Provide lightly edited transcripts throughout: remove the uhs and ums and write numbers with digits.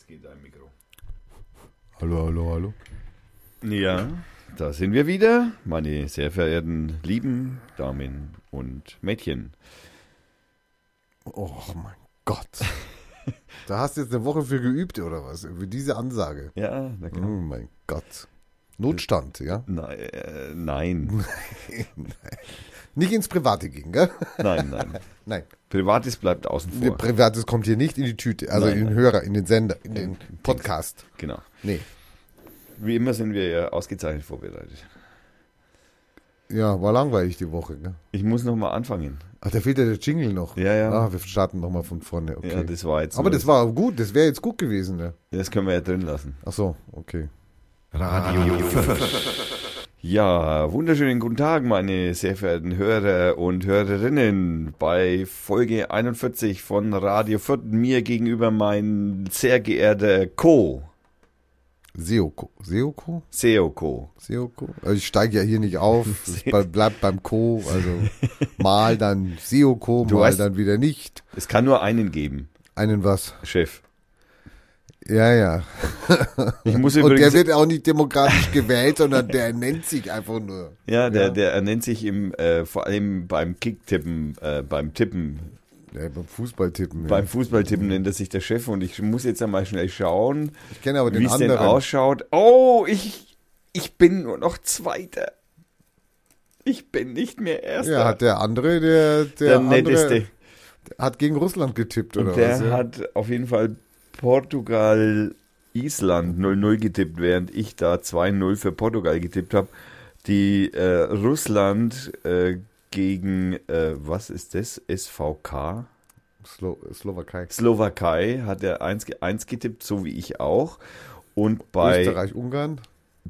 geht dein Mikro. Hallo, hallo, hallo. Ja, da sind wir wieder, meine sehr verehrten lieben Damen und Mädchen. Oh mein Gott. Da hast du jetzt eine Woche für geübt, oder was? Für diese Ansage. Ja, na Oh klar. mein Gott. Notstand, ja? Nein. Nicht ins Private gehen, gell? Nein. Nein. Privates bleibt außen vor. Privates kommt hier nicht in die Tüte. Also Nein, in den Hörer, in den Sender, in den Podcast. Genau. Nee. Wie immer sind wir ja ausgezeichnet vorbereitet. Ja, war langweilig die Woche, gell? Ich muss nochmal anfangen. Ach, da fehlt ja der Jingle noch. Ja. Ah, wir starten nochmal von vorne, okay. Ja, das war jetzt. Aber nur das war gut, das wäre jetzt gut gewesen, ne? Das können wir ja drin lassen. Ach so, okay. Radio 5. Ja, wunderschönen guten Tag, meine sehr verehrten Hörer und Hörerinnen. Bei Folge 41 von Radio 4 mir gegenüber mein sehr geehrter Seoko? Seoko. Also ich steige ja hier nicht auf, es bleibt beim Co, also mal dann Seoko, Du mal weißt- dann wieder nicht. Es kann nur einen geben, Einen was? Chef. Ja. Ich muss Und übrigens, der wird auch nicht demokratisch gewählt, sondern der nennt sich einfach nur. ja, der ernennt sich vor allem beim Kicktippen, beim Tippen, Ja, beim Fußballtippen. Ja. beim Fußballtippen nennt er sich der Chef und ich muss jetzt einmal schnell schauen, Ich kenne aber wie den es denn anderen. ausschaut. Oh, ich bin nur noch Zweiter. Ich bin nicht mehr Erster. Ja, hat der andere, der andere Netteste. hat gegen Russland getippt, oder Und der was? Ja? hat auf jeden Fall Portugal, Island 0-0 getippt, während ich da 2-0 für Portugal getippt habe. Die Russland gegen, was ist das? SVK? Slowakei. Slowakei hat er 1 getippt, so wie ich auch. Und bei Österreich-Ungarn,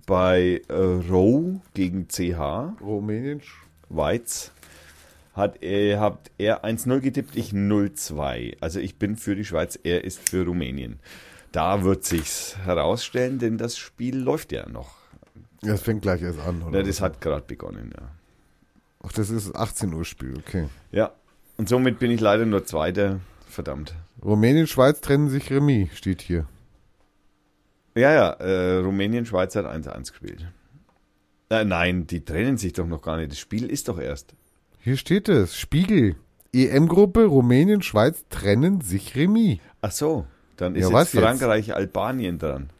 Row gegen CH, Rumänien, Weiz, habt er 1-0 getippt, ich 0-2. Also ich bin für die Schweiz, er ist für Rumänien. Da wird sich's herausstellen, denn das Spiel läuft ja noch. Ja, das fängt gleich erst an, oder? Ja, das hat gerade begonnen, ja. Ach, das ist 18 Uhr Spiel, okay. Ja, und somit bin ich leider nur Zweiter. Verdammt. Rumänien, Schweiz trennen sich Remis, steht hier. Ja, Rumänien, Schweiz hat 1-1 gespielt. Nein, die trennen sich doch noch gar nicht. Das Spiel ist doch erst. Hier steht es, Spiegel. EM-Gruppe, Rumänien, Schweiz trennen sich Remis. Ach so, dann ist Ja, jetzt was jetzt? Frankreich, Albanien dran.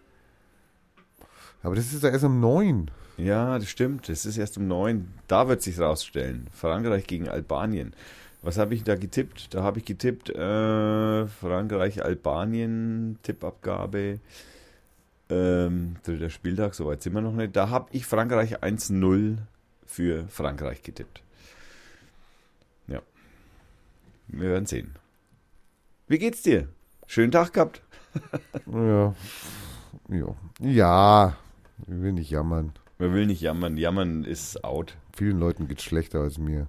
Aber das ist ja erst um 9. Ja, das stimmt. Das ist erst um 9. Da wird sich's rausstellen. Frankreich gegen Albanien. Was habe ich da getippt? Da habe ich getippt Frankreich, Albanien, Tippabgabe. Dritter Spieltag, soweit sind wir noch nicht. Da habe ich Frankreich 1-0 für Frankreich getippt. Ja. Wir werden sehen. Wie geht's dir? Schönen Tag gehabt? Ja, ich will nicht jammern. Man will nicht jammern. Jammern ist out. Vielen Leuten geht's schlechter als mir.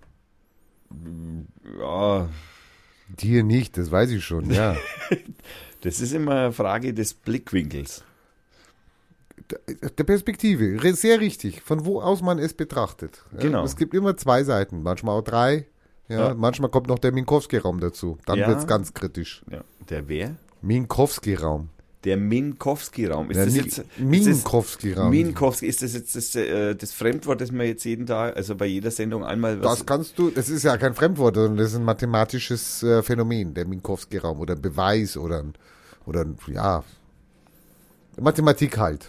Ja, Dir nicht, das weiß ich schon, ja. das ist immer eine Frage des Blickwinkels. Der Perspektive, sehr richtig, von wo aus man es betrachtet. Ja, Genau. Es gibt immer zwei Seiten, manchmal auch drei. Ja, Ja. Manchmal kommt noch der Minkowski-Raum dazu. Dann Ja. wird's ganz kritisch. Ja. Der wer? Minkowski-Raum. Der Minkowski-Raum. Ist Ja, das nicht jetzt Minkowski-Raum. Minkowski, ist das jetzt das Fremdwort, das man jetzt jeden Tag, also bei jeder Sendung einmal was. Das kannst du, das ist ja kein Fremdwort, sondern das ist ein mathematisches Phänomen, der Minkowski-Raum oder Beweis oder ja, Mathematik halt.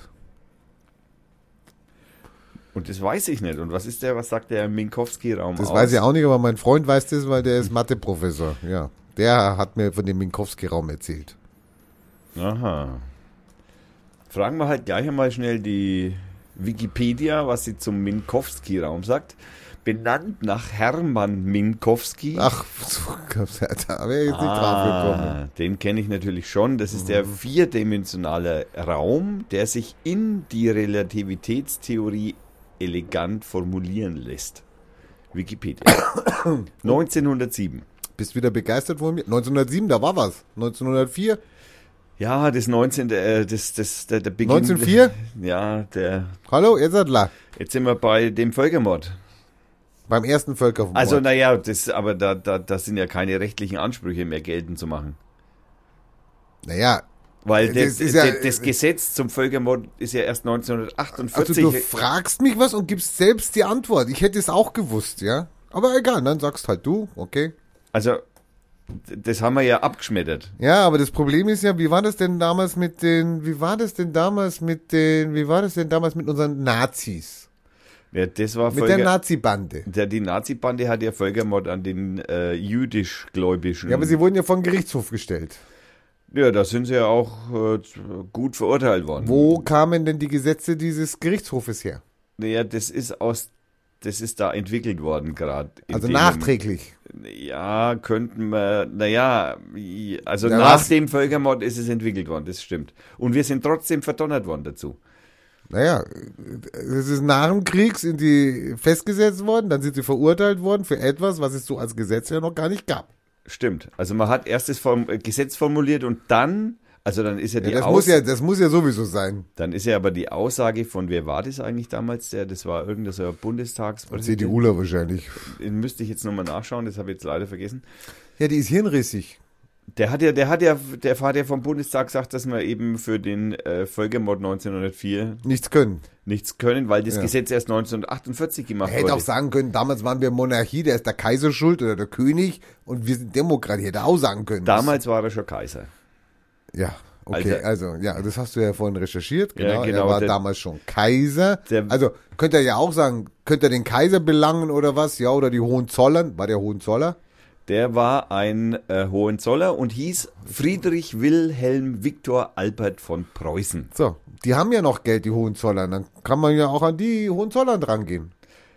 Und das weiß ich nicht. Und was sagt der Minkowski-Raum Das aus? weiß ich auch nicht, aber mein Freund weiß das, weil der ist Mathe-Professor. Ja, der hat mir von dem Minkowski-Raum erzählt. Aha. Fragen wir halt gleich einmal schnell die Wikipedia, was sie zum Minkowski-Raum sagt. Benannt nach Hermann Minkowski. Ach, so, da wäre ich jetzt nicht drauf gekommen. Den kenne ich natürlich schon. Das ist der vierdimensionale Raum, der sich in die Relativitätstheorie elegant formulieren lässt. Wikipedia. 1907. Bist wieder begeistert von mir? 1907, da war was. 1904? Ja, das 19. der Beginn. 1904? Ja, Hallo, Esadler. jetzt sind wir bei dem Völkermord. Beim ersten Völkermord. Also, naja, aber da sind ja keine rechtlichen Ansprüche mehr geltend zu machen. Naja, Weil Das ist ja- das Gesetz zum Völkermord ist ja erst Also 1948. du fragst mich was und gibst selbst die Antwort. Ich hätte es auch gewusst, ja. Aber egal, dann sagst halt du, okay. Also, das haben wir ja abgeschmettert. Ja, aber das Problem ist ja, wie war das denn damals mit unseren Nazis? Ja, das war Mit der Nazi-Bande. Die Nazi-Bande hat ja Völkermord an den jüdisch-gläubigen. Ja, aber sie wurden ja vor den Gerichtshof gestellt. Ja, da sind sie ja auch gut verurteilt worden. Wo kamen denn die Gesetze dieses Gerichtshofes her? Naja, das ist da entwickelt worden gerade. Also nachträglich. Ja, könnten wir, also Na, nach was? dem Völkermord ist es entwickelt worden, das stimmt. Und wir sind trotzdem verdonnert worden dazu. Naja, es ist nach dem Krieg sind die festgesetzt worden, dann sind sie verurteilt worden für etwas, was es so als Gesetz ja noch gar nicht gab. Stimmt. Also man hat erst das Gesetz formuliert und dann, also dann ist ja die Das muss ja sowieso sein. dann ist ja aber die Aussage von, wer war das eigentlich damals, das war irgendein so Bundestagspräsident. CDUler wahrscheinlich. Den müsste ich jetzt nochmal nachschauen, das habe ich jetzt leider vergessen. Ja, die ist hirnrissig. Der hat ja vom Bundestag gesagt, dass wir eben für den Völkermord 1904 Nichts können. nichts können, weil das Ja. Gesetz erst 1948 gemacht Er hätte wurde. auch sagen können, damals waren wir Monarchie, da ist der Kaiser schuld oder der König und wir sind Demokratie. Hätte auch sagen können. Damals war er schon Kaiser. Ja, okay, also, ja, das hast du ja vorhin recherchiert. Genau, Ja, genau, er war der- damals schon Kaiser. der- Also, könnte er ja auch sagen, könnte er den Kaiser belangen oder was? Ja, oder die Hohenzollern. War der Hohenzoller? Der war ein Hohenzoller und hieß Friedrich Wilhelm Viktor Albert von Preußen. So, die haben ja noch Geld, die Hohenzollern. Dann kann man ja auch an die Hohenzollern drangehen.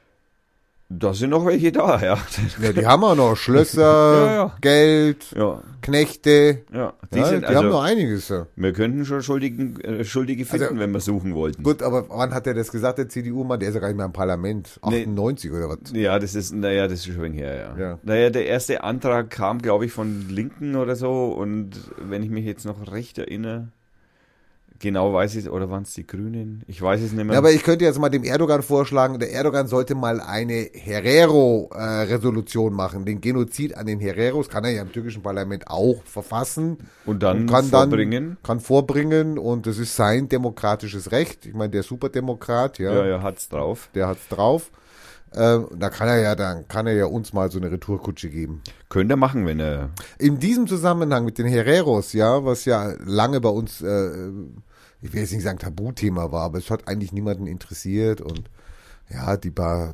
Da sind noch welche da, ja. Ja, die haben auch noch Schlösser, Ja, ja. Geld, Ja, Knechte. ja. Die, sind, haben noch einiges. Ja. wir könnten schon Schuldige finden, Also- wenn wir suchen wollten. Gut, aber wann hat er das gesagt, der CDU-Mann? Der ist ja gar nicht mehr im Parlament. Nee. 98 oder was? Ja, das ist schon ein her, ja. Ja. Naja, der erste Antrag kam, glaube ich, von Linken oder so und wenn ich mich jetzt noch recht erinnere, genau weiß ich, oder waren es die Grünen? Ich weiß es nicht mehr. Ja, aber ich könnte jetzt mal dem Erdogan vorschlagen, der Erdogan sollte mal eine Herero-Resolution machen. Den Genozid an den Hereros kann er ja im türkischen Parlament auch verfassen. und dann kann vorbringen. Kann vorbringen und das ist sein demokratisches Recht. Ich meine, der Superdemokrat, Ja, hat's drauf. der hat's drauf. Dann kann er ja uns mal so eine Retourkutsche geben. Könnte er machen, wenn er. In diesem Zusammenhang mit den Hereros, ja, was ja lange bei uns, ich will jetzt nicht sagen Tabuthema war, aber es hat eigentlich niemanden interessiert und ja, die paar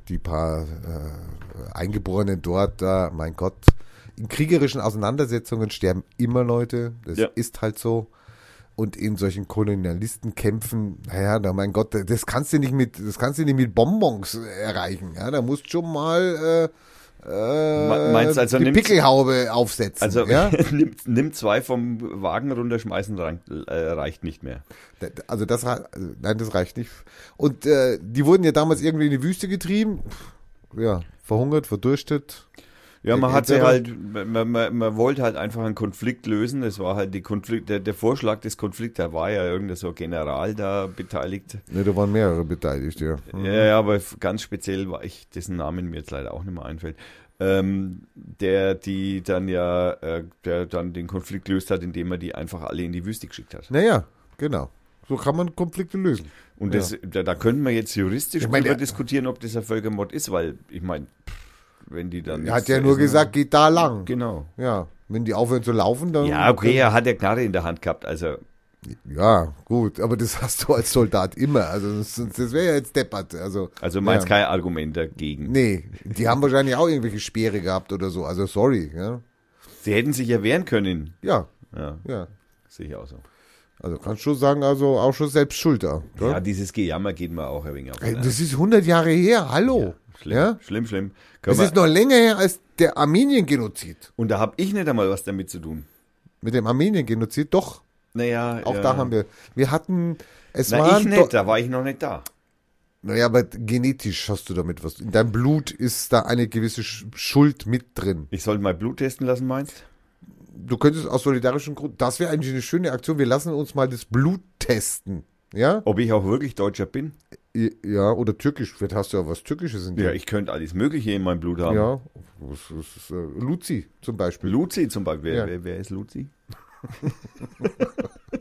Eingeborenen dort, da, mein Gott, in kriegerischen Auseinandersetzungen sterben immer Leute, das Ja. ist halt so. Und in solchen Kolonialistenkämpfen, naja, da mein Gott, das kannst du nicht mit Bonbons erreichen, ja, da musst schon mal Meinst also, die nimmst- Pickelhaube aufsetzen. Also ja? nimm 2 vom Wagen runterschmeißen, reicht nicht mehr. Also nein, das reicht nicht. Und die wurden ja damals irgendwie in die Wüste getrieben, ja, verhungert, verdurstet. Ja, man hat sie Etc. halt, man wollte halt einfach einen Konflikt lösen. Das war halt der Vorschlag des Konflikts, da war ja irgendein so General da beteiligt. Ne, da waren mehrere beteiligt, ja. Ja, aber ganz speziell war dessen Namen mir jetzt leider auch nicht mehr einfällt. Der dann den Konflikt gelöst hat, indem er die einfach alle in die Wüste geschickt hat. Naja, genau. So kann man Konflikte lösen. Und Ja. da können wir jetzt juristisch Ich meine, drüber der- diskutieren, ob das ein Völkermord ist, weil ich meine, wenn die dann. Er hat nichts ja zu nur essen gesagt, haben- geht da lang. Genau. Ja, wenn die aufhören zu laufen, dann... Ja, okay, er hat ja Knarre in der Hand gehabt, also. Ja, gut, aber das hast du als Soldat immer. Also das wäre ja jetzt deppert. Also Meinst ja. kein Argument dagegen. Nee, die haben wahrscheinlich auch irgendwelche Speere gehabt oder so. Also sorry, ja. Sie hätten sich ja wehren können. Ja, Ja, ja. sehe ich auch so. Also kannst du sagen, also auch schon selbst schuld da. gell? Ja, dieses Gejammer geht mir auch ein wenig auf. den Ey, Nerv. das ist 100 Jahre her, hallo. Schlimm, Ja? schlimm. Können Das wir- ist noch länger her als der Armenien-Genozid. Und da habe ich nicht einmal was damit zu tun. Mit dem Armenien-Genozid, doch. Naja, Auch ja. da haben wir hatten, es Na, waren ich nicht, da war ich noch nicht da. naja, aber genetisch hast du damit was. In deinem Blut ist da eine gewisse Schuld mit drin. Ich sollte mal Blut testen lassen, meinst? Du könntest aus solidarischen Gründen, das wäre eigentlich eine schöne Aktion, wir lassen uns mal das Blut testen. Ja? Ob ich auch wirklich Deutscher bin? Ja, oder türkisch. Vielleicht hast du ja was Türkisches in dir. Ja, ich könnte alles Mögliche in meinem Blut haben. Ja, was ist, Luzi zum Beispiel. Luzi zum Beispiel. Ja. Wer ist Luzi?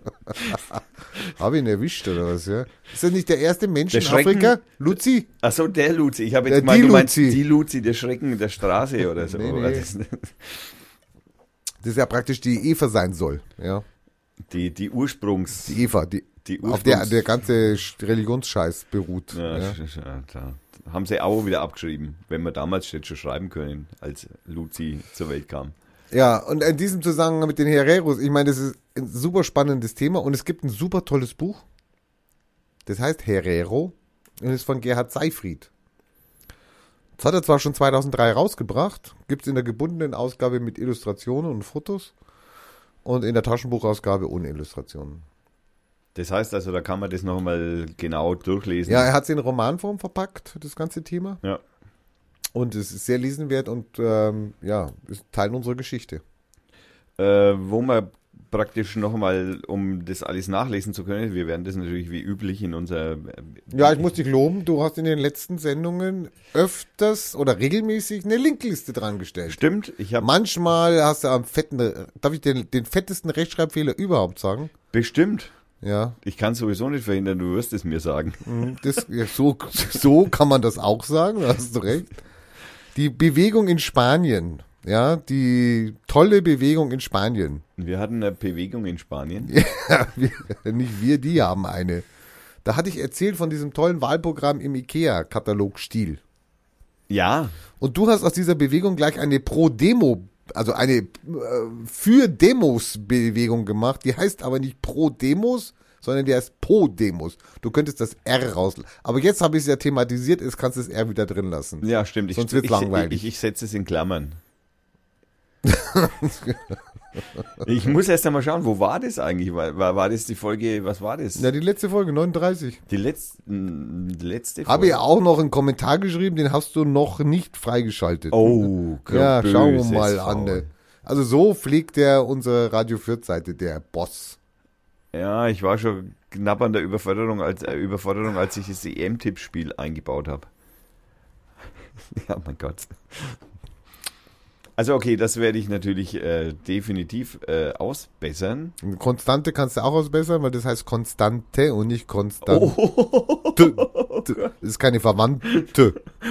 Habe ich ihn erwischt oder was, ja? Ist das nicht der erste Mensch Der in Schrecken- Afrika? Luzi? Achso, der Luzi. Ich habe Der- jetzt gemeint, die du meinst Luzi. die Luzi, der Schrecken der Straße oder so. Nee, Aber nee. Das ja praktisch die Eva sein soll, ja. Die Ursprungs... Die Eva, die auf der der ganze Religionsscheiß beruht. Ja, Ja. da haben sie auch wieder abgeschrieben, wenn wir damals schon schreiben können, als Luzi zur Welt kam. Ja, und in diesem Zusammenhang mit den Hereros, ich meine, das ist ein super spannendes Thema und es gibt ein super tolles Buch. Das heißt Herero und ist von Gerhard Seyfried. Das hat er zwar schon 2003 rausgebracht, gibt es in der gebundenen Ausgabe mit Illustrationen und Fotos und in der Taschenbuchausgabe ohne Illustrationen. Das heißt also, da kann man das nochmal genau durchlesen. Ja, er hat es in Romanform verpackt, das ganze Thema. Ja. Und es ist sehr lesenswert und ja, ist Teil unserer Geschichte. Wo man praktisch nochmal, um das alles nachlesen zu können, wir werden das natürlich wie üblich in unser... Ja, ich muss dich loben, du hast in den letzten Sendungen öfters oder regelmäßig eine Linkliste dran gestellt. Stimmt, ich habe... Manchmal hast du am fetten, darf ich den fettesten Rechtschreibfehler überhaupt sagen? Bestimmt. Ja, Ich kann es sowieso nicht verhindern, du wirst es mir sagen. das, ja so kann man das auch sagen, da hast du recht. Die Bewegung in Spanien, ja, die tolle Bewegung in Spanien. Wir hatten eine Bewegung in Spanien. Ja, nicht wir, die haben eine. Da hatte ich erzählt von diesem tollen Wahlprogramm im IKEA-Katalog-Stil. Ja, Und du hast aus dieser Bewegung gleich eine Pro-Demo, also eine Für-Demos-Bewegung gemacht. Die heißt aber nicht Pro-Demos, sondern die heißt Po-Demos. Du könntest das R rauslassen. Aber jetzt habe ich es ja thematisiert, jetzt kannst du das R wieder drin lassen. ja, stimmt. Sonst wird's langweilig. Ich setze es in Klammern. Ich muss erst einmal schauen, wo war das eigentlich? War das die Folge, was war das? Ja, die letzte Folge, 39. Die letzte Folge. Habe ich auch noch einen Kommentar geschrieben, den hast du noch nicht freigeschaltet. Oh, ja, schauen wir böses mal Faul. an. Also so pflegt der unsere Radio Fürth-Seite, der Boss. Ja, ich war schon knapp an der Überforderung, als ich das EM-Tippspiel eingebaut habe. Ja, mein Gott. Also okay, das werde ich natürlich definitiv ausbessern. Konstante kannst du auch ausbessern, weil das heißt Konstante und nicht Konstant. Oh. Das ist keine Verwandte.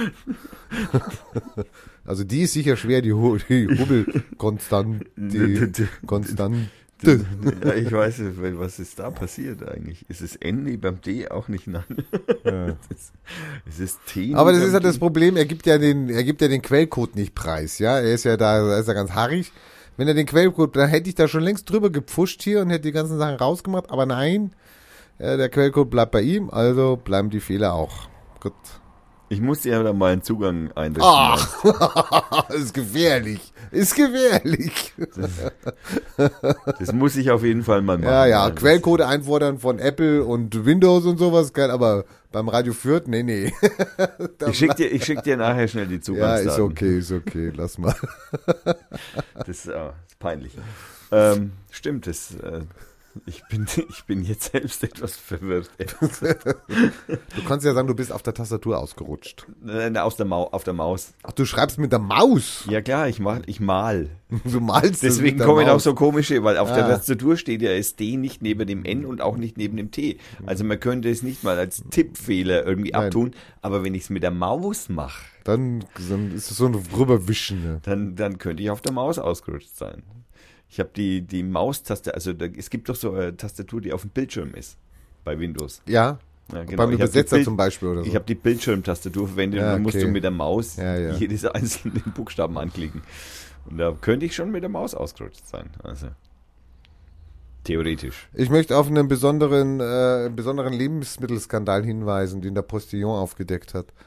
Also die ist sicher schwer, die Hubbel-Konstant. Konstant. Ja, ich weiß nicht, was ist da passiert eigentlich? Ist es N beim D auch nicht? Nein. Ja. Es ist T. Aber das beim ist ja das D. Problem, er gibt ja den Quellcode nicht preis, ja. Er ist ja ganz haarig. Wenn er den Quellcode, dann hätte ich da schon längst drüber gepfuscht hier und hätte die ganzen Sachen rausgemacht, aber nein, der Quellcode bleibt bei ihm, also bleiben die Fehler auch. Gut. Ich muss dir da mal einen Zugang einrichten. Ach, ist gefährlich. Ist gefährlich. Das muss ich auf jeden Fall mal machen. Ja, Das- Quellcode einfordern von Apple und Windows und sowas, geil, aber beim Radio Fürth, nee. Ich schick dir nachher schnell die Ja, Zugangsdaten. ist okay, lass mal. Das ist peinlich. Stimmt, ich bin jetzt selbst etwas verwirrt. Du kannst ja sagen, du bist auf der Tastatur ausgerutscht. Auf der Maus. Ach, du schreibst mit der Maus. Ja klar, ich mal. Du malst es Deswegen mit der kommen auch Maus. so komische, weil auf der Ah. Tastatur steht ja das D nicht neben dem N und auch nicht neben dem T. Also man könnte es nicht mal als Tippfehler irgendwie Nein. abtun, aber wenn ich es mit der Maus mache, Dann ist es so ein Rüberwischen. Ne? dann könnte ich auf der Maus ausgerutscht sein. Ich habe die Maustaste, also es gibt doch so eine Tastatur, die auf dem Bildschirm ist, bei Windows. Ja, Ja, genau. beim Ich hab die Übersetzer Bild- zum Beispiel oder so. Ich habe die Bildschirmtastatur verwendet Ja, und dann musst okay. du mit der Maus Ja. jedes einzelne Buchstaben anklicken. Und da könnte ich schon mit der Maus ausgerutscht sein. Also theoretisch. Ich möchte auf einen besonderen Lebensmittelskandal hinweisen, den der Postillon aufgedeckt hat.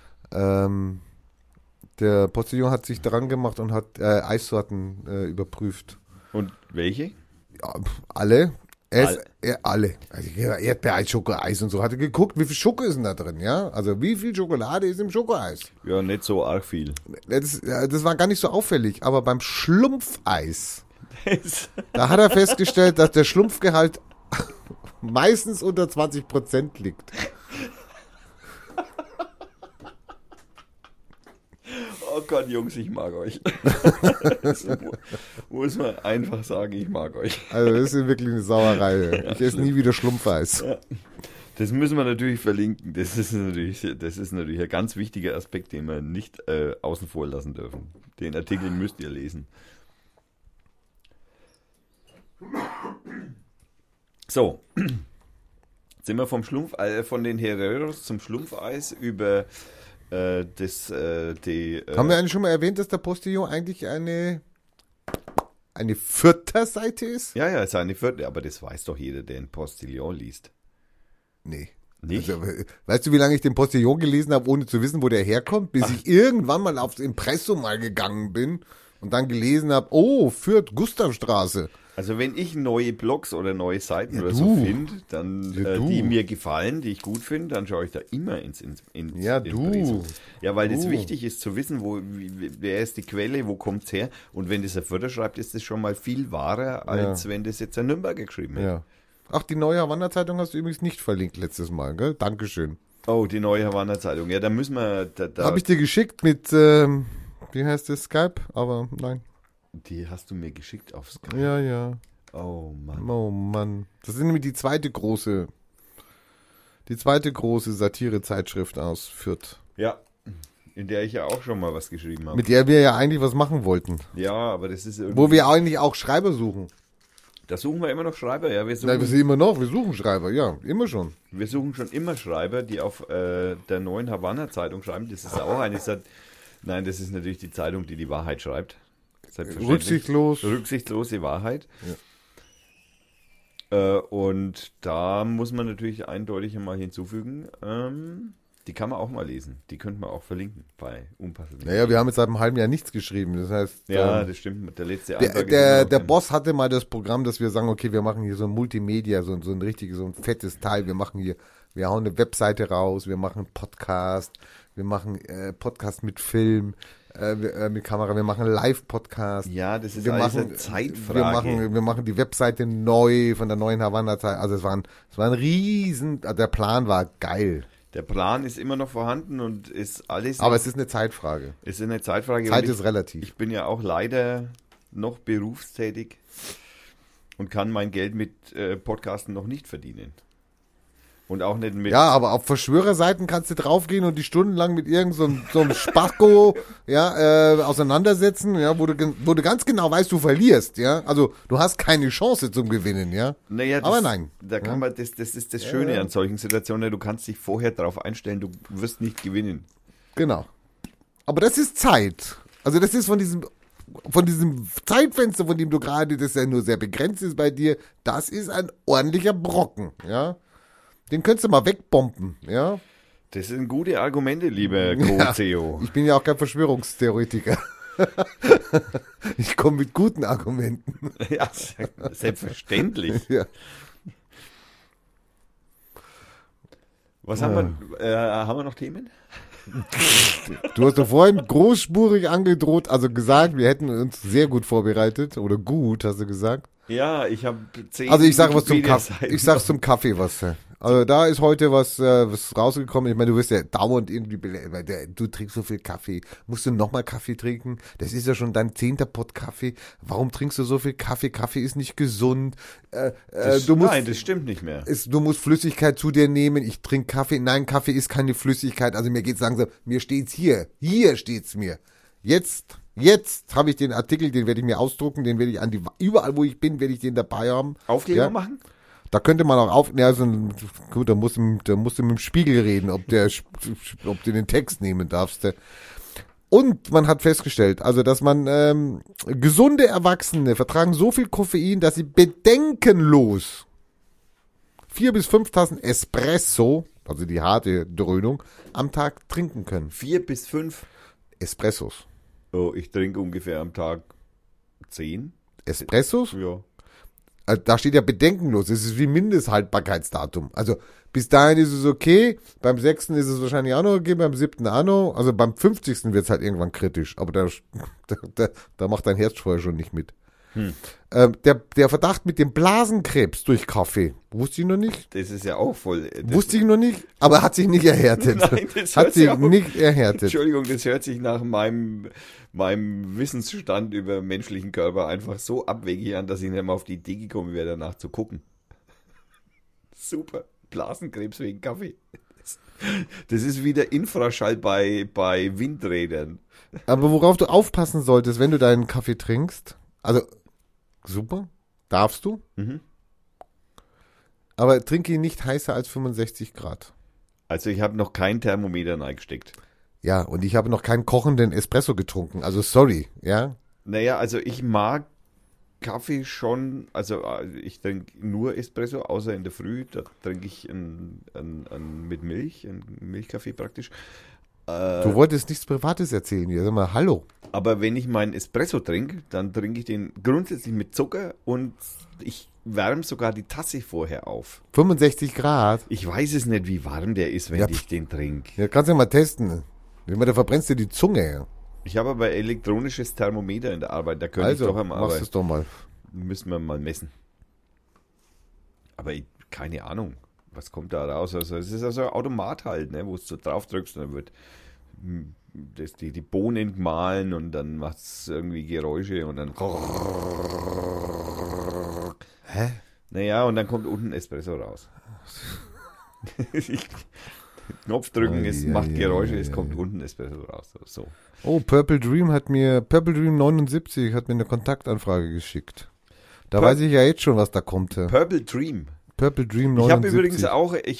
Der Postillon hat sich daran gemacht und hat Eissorten überprüft. Und welche? Ja, alle. Alle. Also Erdbeereis, Schokoeis und so. Hat er geguckt, wie viel Schoko ist denn da drin, ja? Also wie viel Schokolade ist im Schokoeis? Ja, nicht so arg viel. Das war gar nicht so auffällig, aber beim Schlumpfeis, da hat er festgestellt, dass der Schlumpfgehalt meistens unter 20% liegt. Oh Gott, Jungs, ich mag euch. Das muss man einfach sagen, ich mag euch. Also das ist wirklich eine Sauerei. Ich esse nie wieder Schlumpfeis. Ja. Das müssen wir natürlich verlinken. Das ist natürlich ein ganz wichtiger Aspekt, den wir nicht außen vor lassen dürfen. Den Artikel müsst ihr lesen. So, jetzt sind wir von den Hereros zum Schlumpfeis über Haben wir eigentlich schon mal erwähnt, dass der Postillon eigentlich eine Fürther Seite ist? Ja, es ist eine vierte, aber das weiß doch jeder, der einen Postillon liest. Nee. Nicht? Also, weißt du, wie lange ich den Postillon gelesen habe, ohne zu wissen, wo der herkommt? Bis ich irgendwann mal aufs Impressum mal gegangen bin und dann gelesen habe, oh, Fürth, Gustavstraße. Also wenn ich neue Blogs oder neue Seiten oder du. so finde, dann Du. die mir gefallen, die ich gut finde, dann schaue ich da immer ins Ja, Impressum. Ja, weil das Du. wichtig ist zu wissen, wer ist die Quelle, wo kommt's her. Und wenn das ein Fürther schreibt, ist das schon mal viel wahrer, als wenn das jetzt ein Nürnberger geschrieben hätte. Ja. Ach, die neue Havanna-Zeitung hast du übrigens nicht verlinkt letztes Mal, gell? Dankeschön. Oh, die neue Havanna-Zeitung. Ja, da müssen wir... Habe ich dir geschickt mit, wie heißt das, Skype? Aber nein. Die hast du mir geschickt auf Skype. Ja. Oh Mann. Oh Mann. Das ist nämlich die zweite große Satire-Zeitschrift aus Fürth. Ja, in der ich ja auch schon mal was geschrieben habe. Mit der wir ja eigentlich was machen wollten. Ja, aber das ist irgendwie... Wo wir eigentlich auch Schreiber suchen. Da suchen wir immer noch Schreiber, ja. Wir Nein, wir sind immer noch, wir suchen Schreiber, ja, immer schon. Wir suchen schon immer Schreiber, die auf der neuen Havanna-Zeitung schreiben. Das ist auch eine... Nein, das ist natürlich die Zeitung, die die Wahrheit schreibt. Selbstverständlich. Rücksichtslose Wahrheit. Ja. Und da muss man natürlich eindeutig einmal hinzufügen, die kann man auch mal lesen. Die könnte man auch verlinken bei Unpassend. Naja, wir haben jetzt seit einem halben Jahr nichts geschrieben. Das heißt, ja, das stimmt. Der letzte Antrag der Boss hatte mal das Programm, dass wir sagen, okay, wir machen hier so ein Multimedia, so ein richtiges, so ein fettes Teil. Wir hauen eine Webseite raus, wir machen einen Podcast, wir machen Podcast mit Film, mit Kamera, wir machen einen Live-Podcast. Ja, das ist wir alles machen, eine Zeitfrage. Wir machen die Webseite neu von der neuen Havanna-Zeit. Also es war ein riesen, der Plan war geil. Der Plan ist immer noch vorhanden und ist alles... Aber es ist eine Zeitfrage. Es ist eine Zeitfrage. Zeit ist relativ. Ich bin ja auch leider noch berufstätig und kann mein Geld mit Podcasten noch nicht verdienen. Und auch nicht mit... Ja, aber auf Verschwörerseiten kannst du draufgehen und die stundenlang mit irgendeinem so einem Spacko auseinandersetzen, ja, wo du ganz genau weißt, du verlierst, ja. Also du hast keine Chance zum Gewinnen, ja. Naja, aber nein. Da kann man, das ist das Schöne an solchen Situationen, du kannst dich vorher darauf einstellen, du wirst nicht gewinnen. Genau. Aber das ist Zeit. Also das ist von diesem Zeitfenster, von dem du gerade, das ja nur sehr begrenzt ist bei dir, das ist ein ordentlicher Brocken, ja. Den könntest du mal wegbomben, ja. Das sind gute Argumente, lieber Co-CEO. Ja, ich bin ja auch kein Verschwörungstheoretiker. Ich komme mit guten Argumenten. Ja, selbstverständlich. Ja. Was haben wir noch Themen? Du hast doch vorhin großspurig angedroht, also gesagt, wir hätten uns sehr gut vorbereitet. Oder gut, hast du gesagt. Ja, ich habe 10... Also ich sage was zum Kaffee. Ich sag's zum Kaffee was. Also da ist heute was rausgekommen. Ich meine, du wirst ja dauernd irgendwie, weil du trinkst so viel Kaffee. Musst du nochmal Kaffee trinken? Das ist ja schon dein 10. Pott Kaffee. Warum trinkst du so viel Kaffee? Kaffee ist nicht gesund. Nein, das stimmt nicht mehr. Du musst Flüssigkeit zu dir nehmen. Ich trinke Kaffee. Nein, Kaffee ist keine Flüssigkeit. Also mir geht's langsam. Mir steht's hier. Hier steht's mir. Jetzt habe ich den Artikel, den werde ich mir ausdrucken, den werde ich überall wo ich bin, werde ich den dabei haben. Aufkleber machen? Da könnte man auch gut, da musst du mit dem Spiegel reden, ob du den Text nehmen darfst. Und man hat festgestellt, also dass man gesunde Erwachsene vertragen so viel Koffein, dass sie bedenkenlos 4 bis 5 Tassen Espresso, also die harte Dröhnung, am Tag trinken können. 4 bis 5 Espressos. Oh, ich trinke ungefähr am Tag 10. Espressos? Ja. Also da steht ja bedenkenlos. Es ist wie Mindesthaltbarkeitsdatum. Also bis dahin ist es okay. Beim 6. ist es wahrscheinlich auch noch okay. Beim 7. auch noch. Also beim 50. wird es halt irgendwann kritisch. Aber da macht dein Herz vorher schon nicht mit. Der Verdacht mit dem Blasenkrebs durch Kaffee, wusste ich noch nicht. Das ist ja auch voll. Wusste ich noch nicht, aber hat sich nicht erhärtet. Nein, das hat hört sich sich auch, nicht erhärtet. Entschuldigung, das hört sich nach meinem Wissensstand über menschlichen Körper einfach so abwegig an, dass ich nicht mal auf die Idee gekommen wäre, danach zu gucken. Super. Blasenkrebs wegen Kaffee. Das ist wie der Infraschall bei Windrädern. Aber worauf du aufpassen solltest, wenn du deinen Kaffee trinkst, also super, darfst du, aber trinke ihn nicht heißer als 65 Grad. Also ich habe noch kein Thermometer reingesteckt. Ja, und ich habe noch keinen kochenden Espresso getrunken, also sorry, ja. Naja, also ich mag Kaffee schon, also ich trinke nur Espresso, außer in der Früh, da trinke ich mit Milch, einen Milchkaffee praktisch. Du wolltest nichts Privates erzählen hier, sag mal, hallo. Aber wenn ich meinen Espresso trinke, dann trinke ich den grundsätzlich mit Zucker und ich wärme sogar die Tasse vorher auf. 65 Grad? Ich weiß es nicht, wie warm der ist, wenn ich den trinke. Ja, kannst du ja mal testen. Da verbrennst du die Zunge. Ich habe aber elektronisches Thermometer in der Arbeit, da könnte ich doch einmal. Machst es doch mal. Müssen wir mal messen. Aber keine Ahnung, was kommt da raus? Also es ist also ein Automat halt, ne, wo du so drauf drückst und dann wird die Bohnen gemahlen und dann macht es irgendwie Geräusche und dann. Hä? Naja, und dann kommt unten Espresso raus. Knopf drücken, es macht Geräusche, es kommt unten Espresso raus. So. Oh, Purple Dream 79 hat mir eine Kontaktanfrage geschickt. Da weiß ich ja jetzt schon, was da kommt. Purple Dream 79. Ich habe übrigens auch, ich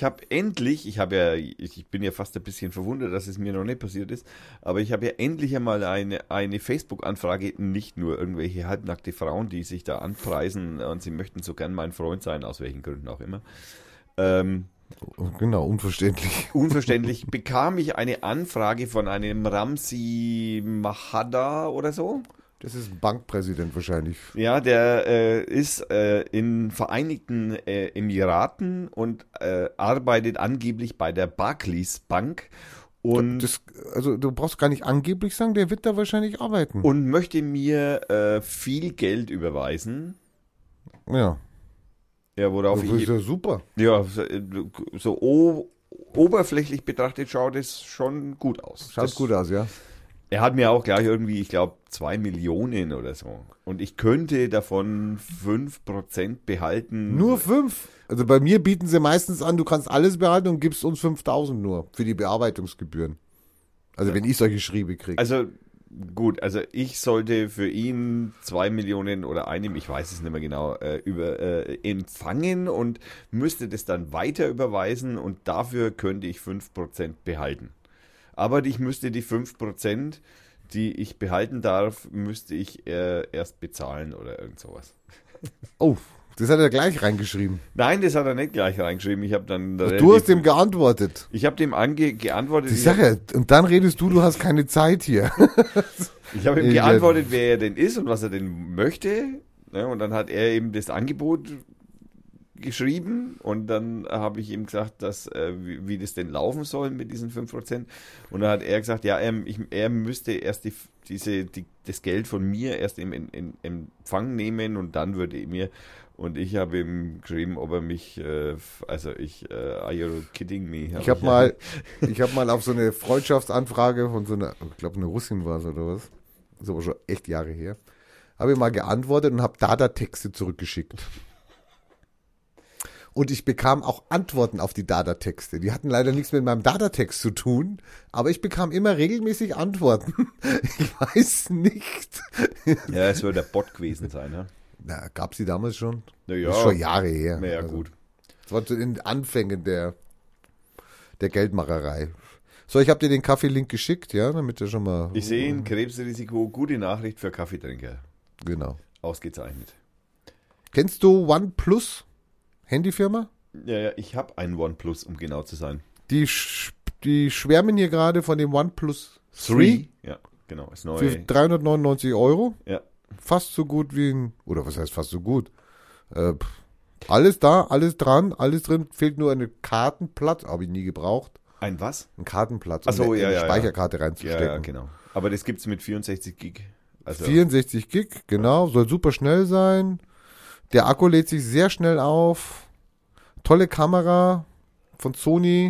bin ja fast ein bisschen verwundert, dass es mir noch nicht passiert ist, aber ich habe ja endlich einmal eine Facebook-Anfrage, nicht nur irgendwelche halbnackte Frauen, die sich da anpreisen und sie möchten so gern mein Freund sein, aus welchen Gründen auch immer. Genau, unverständlich. Unverständlich bekam ich eine Anfrage von einem Ramzi Mahada oder so. Das ist ein Bankpräsident wahrscheinlich. Ja, der ist in Vereinigten Emiraten und arbeitet angeblich bei der Barclays Bank. Und also du brauchst gar nicht angeblich sagen, der wird da wahrscheinlich arbeiten. Und möchte mir viel Geld überweisen. Ja. Ja, worauf das ist ja super. Ja, so oberflächlich betrachtet schaut es schon gut aus. Schaut gut aus, ja. Er hat mir auch gleich irgendwie, ich glaube, 2 Millionen oder so. Und ich könnte davon 5% behalten. Nur 5? Also bei mir bieten sie meistens an, du kannst alles behalten und gibst uns 5.000 nur für die Bearbeitungsgebühren. Also wenn ich solche Schriebe kriege. Also gut, also ich sollte für ihn 2 Millionen oder einem, ich weiß es nicht mehr genau, empfangen und müsste das dann weiter überweisen und dafür könnte ich 5% behalten. Aber ich müsste die 5%, die ich behalten darf, müsste ich erst bezahlen oder irgend sowas. Oh, das hat er gleich reingeschrieben. Nein, das hat er nicht gleich reingeschrieben. Ich habe dann du hast dem geantwortet. Ich habe dem geantwortet. Ich sag ja, und dann redest du hast keine Zeit hier. Ich habe ihm geantwortet, wer er denn ist und was er denn möchte. Ne? Und dann hat er eben das Angebot geschrieben und dann habe ich ihm gesagt, dass wie das denn laufen soll mit diesen 5%. Und dann hat er gesagt, ja, er müsste erst das Geld von mir erst in Empfang nehmen und dann würde er mir, und ich habe ihm geschrieben, ob er mich, are you kidding me? Ich habe mal auf so eine Freundschaftsanfrage von so einer, ich glaube eine Russin war es oder was, das ist aber schon echt Jahre her, habe ich mal geantwortet und habe Dada-Texte zurückgeschickt. Und ich bekam auch Antworten auf die Dada-Texte. Die hatten leider nichts mit meinem Dada-Text zu tun, aber ich bekam immer regelmäßig Antworten. Ich weiß nicht. Ja, es wird der Bot gewesen sein, ne? Na, gab es die damals schon? Naja. Das ist schon Jahre her. Naja, gut. Das war zu den Anfängen der Geldmacherei. So, ich habe dir den Kaffee-Link geschickt, ja, damit du schon mal... Ich sehe ein Krebsrisiko, gute Nachricht für Kaffeetrinker. Genau. Ausgezeichnet. Kennst du OnePlus? Handyfirma? Ja, ich habe einen OnePlus, um genau zu sein. Die schwärmen hier gerade von dem OnePlus 3. Ja, genau. Ist neu. Für 399 €. Ja. Fast so gut wie ein, oder was heißt fast so gut? Alles da, alles dran, alles drin. Fehlt nur eine Kartenplatz, habe ich nie gebraucht. Ein was? Ein Kartenplatz, um eine Speicherkarte reinzustecken. Ja, genau. Aber das gibt es mit 64 Gig Also 64 Gig, genau, soll super schnell sein. Der Akku lädt sich sehr schnell auf. Tolle Kamera von Sony.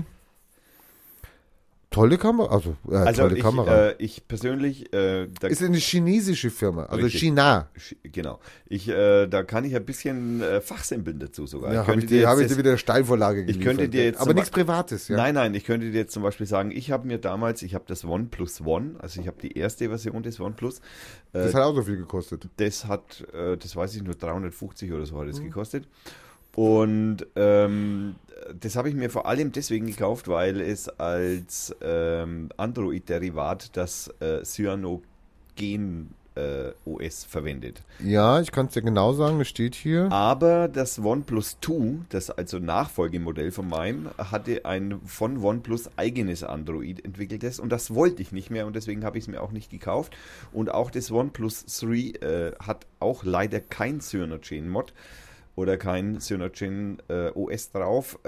Tolle Kamera, tolle Kamera. Ich persönlich, Ist eine chinesische Firma, also Richtig. China. Genau. Da kann ich ein bisschen fachsimpeln dazu sogar. Ja, habe ich dir wieder Steilvorlage geliefert. Ich könnte dir jetzt aber nichts Privates, ja? Nein, ich könnte dir jetzt zum Beispiel sagen, ich habe das OnePlus One, also ich habe die erste Version des OnePlus. Das hat auch so viel gekostet. Das weiß ich, nur 350 oder so hat es gekostet. Und das habe ich mir vor allem deswegen gekauft, weil es als Android-Derivat das Cyanogen OS verwendet. Ja, ich kann es dir genau sagen, es steht hier. Aber das OnePlus 2, das also Nachfolgemodell von meinem, hatte ein von OnePlus eigenes Android entwickeltes und das wollte ich nicht mehr und deswegen habe ich es mir auch nicht gekauft. Und auch das OnePlus 3 hat auch leider kein Cyanogen-Mod oder kein Cyanogen OS drauf.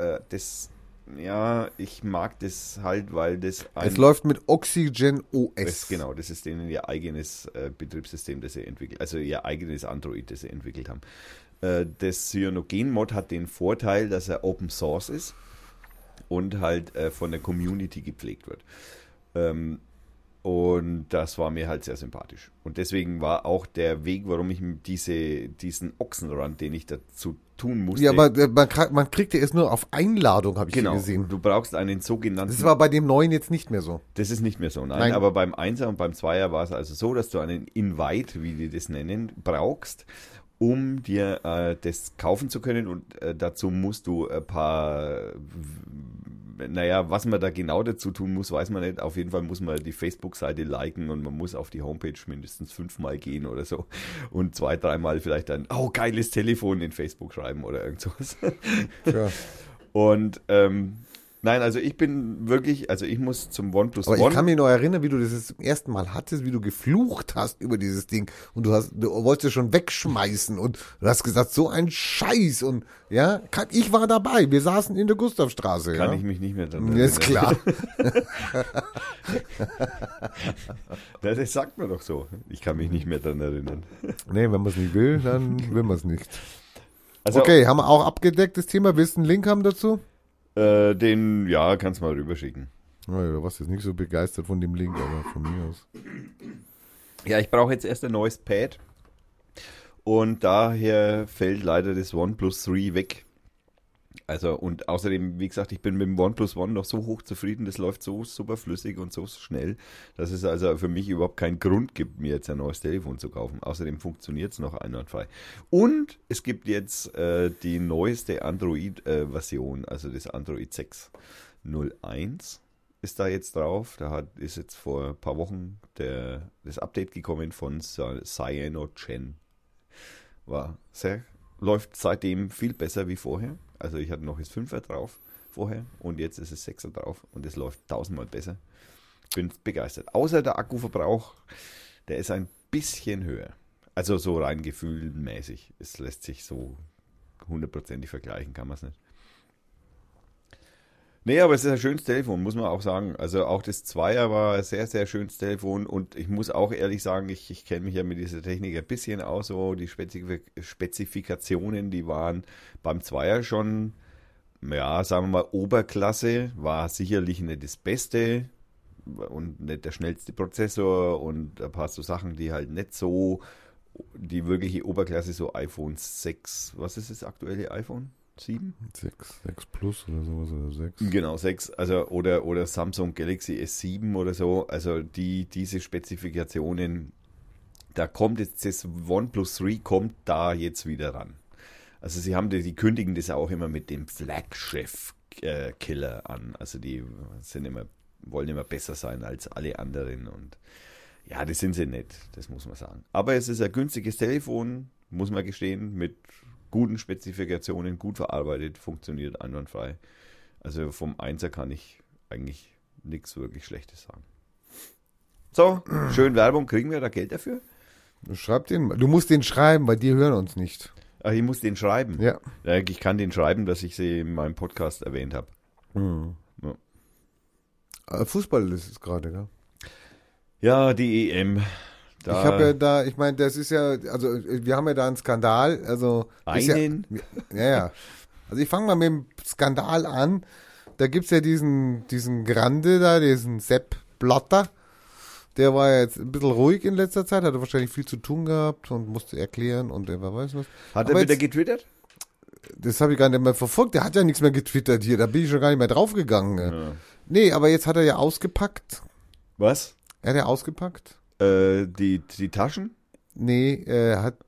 Ich mag das halt, weil das es läuft mit Oxygen OS. Genau, das ist denen ihr eigenes Betriebssystem, das sie entwickelt, also ihr eigenes Android, das sie entwickelt haben. Das Cyanogen-Mod hat den Vorteil, dass er Open Source ist und halt von der Community gepflegt wird. Und das war mir halt sehr sympathisch. Und deswegen war auch der Weg, warum ich diesen Ochsenrun, den ich dazu tun musste. Ja, aber man kriegt ja erst nur auf Einladung, habe ich hier gesehen. Du brauchst einen sogenannten... Das war bei dem neuen jetzt nicht mehr so. Das ist nicht mehr so, nein. Aber beim 1er und beim 2er war es also so, dass du einen Invite, wie die das nennen, brauchst, um dir das kaufen zu können. Und dazu musst du ein paar... was man da genau dazu tun muss, weiß man nicht. Auf jeden Fall muss man die Facebook-Seite liken und man muss auf die Homepage mindestens 5-mal gehen oder so. Und 2-3 Mal vielleicht ein geiles Telefon in Facebook schreiben oder irgend sowas. Ja. Und also ich bin wirklich, ich muss zum OnePlus Aber One. ich kann mich noch erinnern, wie du das zum ersten Mal hattest, wie du geflucht hast über dieses Ding und du wolltest es schon wegschmeißen und du hast gesagt, so ein Scheiß und ja, ich war dabei, wir saßen in der Gustavstraße. Kann ja? ich mich nicht mehr dran erinnern. Ist klar. Das sagt man doch so. Ich kann mich nicht mehr dran erinnern. Nee, wenn man es nicht will, dann will man es nicht. Also, okay, haben wir auch abgedeckt das Thema. Willst du einen Link haben dazu? Kannst mal rüberschicken. Ja, du warst jetzt nicht so begeistert von dem Link, aber von mir aus. Ja, ich brauche jetzt erst ein neues Pad. Und daher fällt leider das OnePlus 3 weg. Und außerdem, wie gesagt, ich bin mit dem OnePlus One noch so hoch zufrieden, das läuft so super flüssig und so schnell, dass es also für mich überhaupt keinen Grund gibt, mir jetzt ein neues Telefon zu kaufen. Außerdem funktioniert es noch einwandfrei. Und es gibt jetzt die neueste Android-Version, also das Android 6.01 ist da jetzt drauf. Ist jetzt vor ein paar Wochen das Update gekommen von Cyanogen. Läuft seitdem viel besser wie vorher. Also ich hatte noch das 5er drauf vorher und jetzt ist es 6er drauf und es läuft 1000-mal besser. Bin begeistert. Außer der Akkuverbrauch, der ist ein bisschen höher. Also so rein gefühlmäßig. Es lässt sich so 100%ig vergleichen, kann man es nicht. Nee, aber es ist ein schönes Telefon, muss man auch sagen. Also auch das 2er war ein sehr, sehr schönes Telefon und ich muss auch ehrlich sagen, ich kenne mich ja mit dieser Technik ein bisschen aus, so die Spezifikationen, die waren beim 2er schon, sagen wir mal, Oberklasse, war sicherlich nicht das Beste und nicht der schnellste Prozessor und ein paar so Sachen, die halt nicht so, die wirkliche Oberklasse, so iPhone 6, was ist das aktuelle iPhone? 7? 6 Plus oder sowas oder 6. Genau, 6, also oder Samsung Galaxy S7 oder so, also diese Spezifikationen, da kommt jetzt das OnePlus 3 kommt da jetzt wieder ran. Also die kündigen das auch immer mit dem Flagship-Killer an, also die wollen immer besser sein als alle anderen und ja, das sind sie nicht, das muss man sagen. Aber es ist ein günstiges Telefon, muss man gestehen, mit guten Spezifikationen, gut verarbeitet, funktioniert einwandfrei. Also vom 1er kann ich eigentlich nichts wirklich Schlechtes sagen. So, schön Werbung. Kriegen wir da Geld dafür? Du musst den schreiben, weil die hören uns nicht. Ach, ich muss den schreiben? Ja. Ich kann den schreiben, dass ich sie in meinem Podcast erwähnt habe. Ja. Fußball ist es gerade, gell? Ja, die EM. Ich habe ja da, ich meine, das ist ja, also wir haben ja da einen Skandal, also Einen? Ja. Also ich fange mal mit dem Skandal an. Da gibt's ja diesen Grande da, diesen Sepp Blatter. Der war ja jetzt ein bisschen ruhig in letzter Zeit, hatte wahrscheinlich viel zu tun gehabt und musste erklären und wer weiß was. Hat er wieder getwittert? Das habe ich gar nicht mehr verfolgt. Der hat ja nichts mehr getwittert hier. Da bin ich schon gar nicht mehr draufgegangen. Ja. Nee, aber jetzt hat er ja ausgepackt. Was? Er hat ja ausgepackt. Die Taschen? Nee, er hat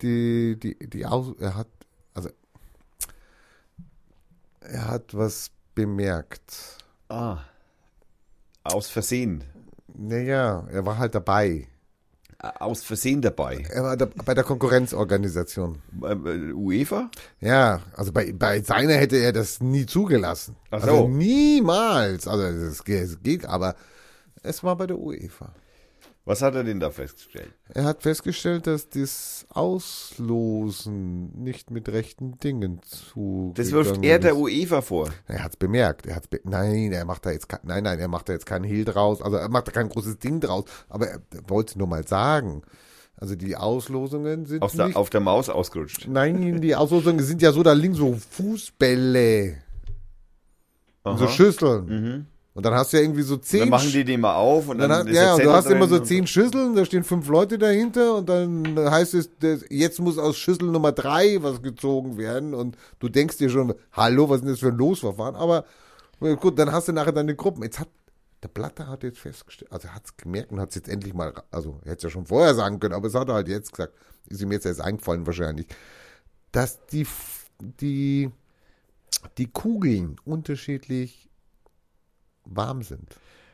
er hat was bemerkt. Ah. Aus Versehen. Naja, er war halt dabei. Aus Versehen dabei. Er war bei der Konkurrenzorganisation. UEFA? Ja, also bei seiner hätte er das nie zugelassen. Ach so. Also niemals. Also es geht, aber es war bei der UEFA. Was hat er denn da festgestellt? Er hat festgestellt, dass das Auslosen nicht mit rechten Dingen zugegangen Das wirft er der UEFA vor. Er hat es bemerkt. Er macht da jetzt keinen Hehl draus. Also er macht da kein großes Ding draus. Aber er wollte es nur mal sagen. Also die Auslosungen sind auf der Maus ausgerutscht. Nein, die Auslosungen sind ja so, da liegen so Fußbälle. Und so Schüsseln. Mhm. Und dann hast du ja irgendwie so 10. Dann machen die mal auf und dann und du hast immer so 10 Schüsseln, da stehen 5 Leute dahinter und dann heißt es, jetzt muss aus Schüssel Nummer 3 was gezogen werden und du denkst dir schon, hallo, was ist denn das für ein Losverfahren? Aber gut, dann hast du nachher deine Gruppen. Der Blatter hat jetzt festgestellt, also er hat es gemerkt und hat es jetzt endlich mal, also er hätte es ja schon vorher sagen können, aber es hat er halt jetzt gesagt, ist ihm jetzt erst eingefallen wahrscheinlich, dass die Kugeln unterschiedlich warm sind.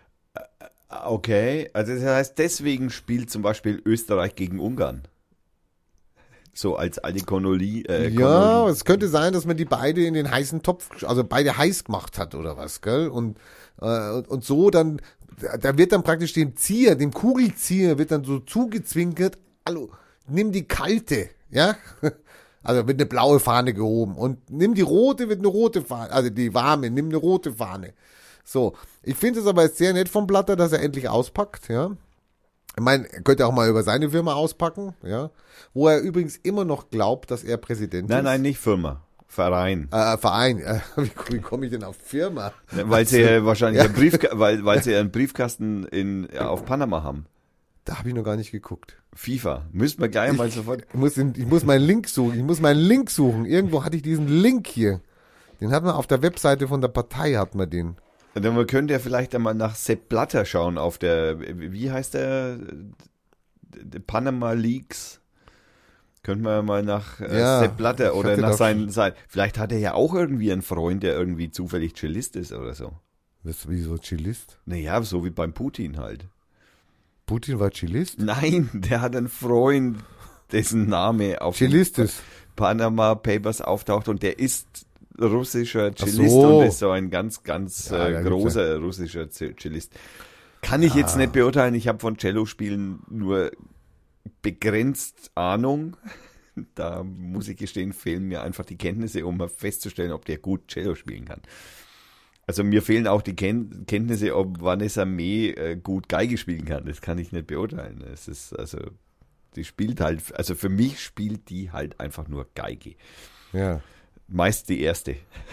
Okay, also das heißt, deswegen spielt zum Beispiel Österreich gegen Ungarn. So als alte Kolonie. Ja, es könnte sein, dass man die beide in den heißen Topf, also beide heiß gemacht hat oder was, gell? Und so dann, da wird dann praktisch dem Kugelzieher wird dann so zugezwinkert, hallo, nimm die kalte, ja? Also wird eine blaue Fahne gehoben und nimm die rote, wird eine rote Fahne, also die warme, nimm eine rote Fahne. So, ich finde es aber jetzt sehr nett vom Blatter, dass er endlich auspackt, ja. Ich meine, er könnte auch mal über seine Firma auspacken, ja. Wo er übrigens immer noch glaubt, dass er Präsident ist. Nein, nicht Firma. Verein. Verein. Wie komme ich denn auf Firma? Weil sie ja wahrscheinlich weil sie einen Briefkasten auf Panama haben. Da habe ich noch gar nicht geguckt. FIFA. Müssten wir gleich mal sofort. Ich muss meinen Link suchen. Irgendwo hatte ich diesen Link hier. Den hat man auf der Webseite von der Partei, hat man den. Man könnte ja vielleicht einmal nach Sepp Blatter schauen auf der, wie heißt der? Panama Leaks. Könnte man mal nach Sepp Blatter oder nach seinen, vielleicht hat er ja auch irgendwie einen Freund, der irgendwie zufällig Cellist ist oder so. Wieso Cellist? Naja, so wie beim Putin halt. Putin war Cellist? Nein, der hat einen Freund, dessen Name auf Panama Papers auftaucht und der ist russischer Cellist und ist so ein ganz, ganz großer russischer Cellist. Kann ich jetzt nicht beurteilen, ich habe von Cello-Spielen nur begrenzt Ahnung. Da muss ich gestehen, fehlen mir einfach die Kenntnisse, um mal festzustellen, ob der gut Cello spielen kann. Also mir fehlen auch die Kenntnisse, ob Vanessa May gut Geige spielen kann. Das kann ich nicht beurteilen. Es ist die spielt halt, also für mich spielt die halt einfach nur Geige. Ja. Meist die erste.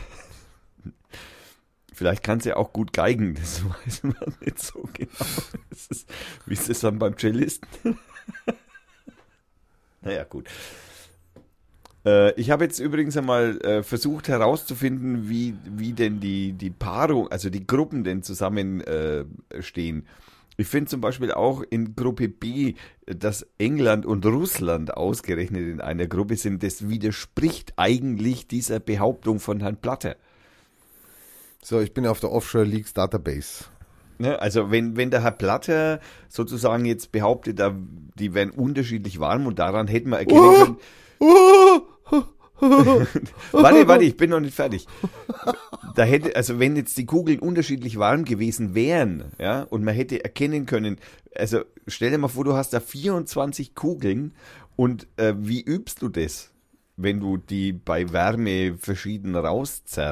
Vielleicht kann sie auch gut geigen, das weiß man nicht so genau. Wie ist das dann beim Cellisten? Naja, gut. Ich habe jetzt übrigens einmal versucht herauszufinden, wie denn die Paarung, also die Gruppen denn zusammenstehen. Ich finde zum Beispiel auch in Gruppe B, dass England und Russland ausgerechnet in einer Gruppe sind, das widerspricht eigentlich dieser Behauptung von Herrn Blatter. So, ich bin auf der Offshore Leaks Database. Ne, also wenn der Herr Blatter sozusagen jetzt behauptet, die wären unterschiedlich warm und daran hätten wir erkennen können... Warte, ich bin noch nicht fertig. Also wenn jetzt die Kugeln unterschiedlich warm gewesen wären, ja, und man hätte erkennen können, also stell dir mal vor, du hast da 24 Kugeln und wie übst du das, wenn du die bei Wärme verschieden rauszerrst?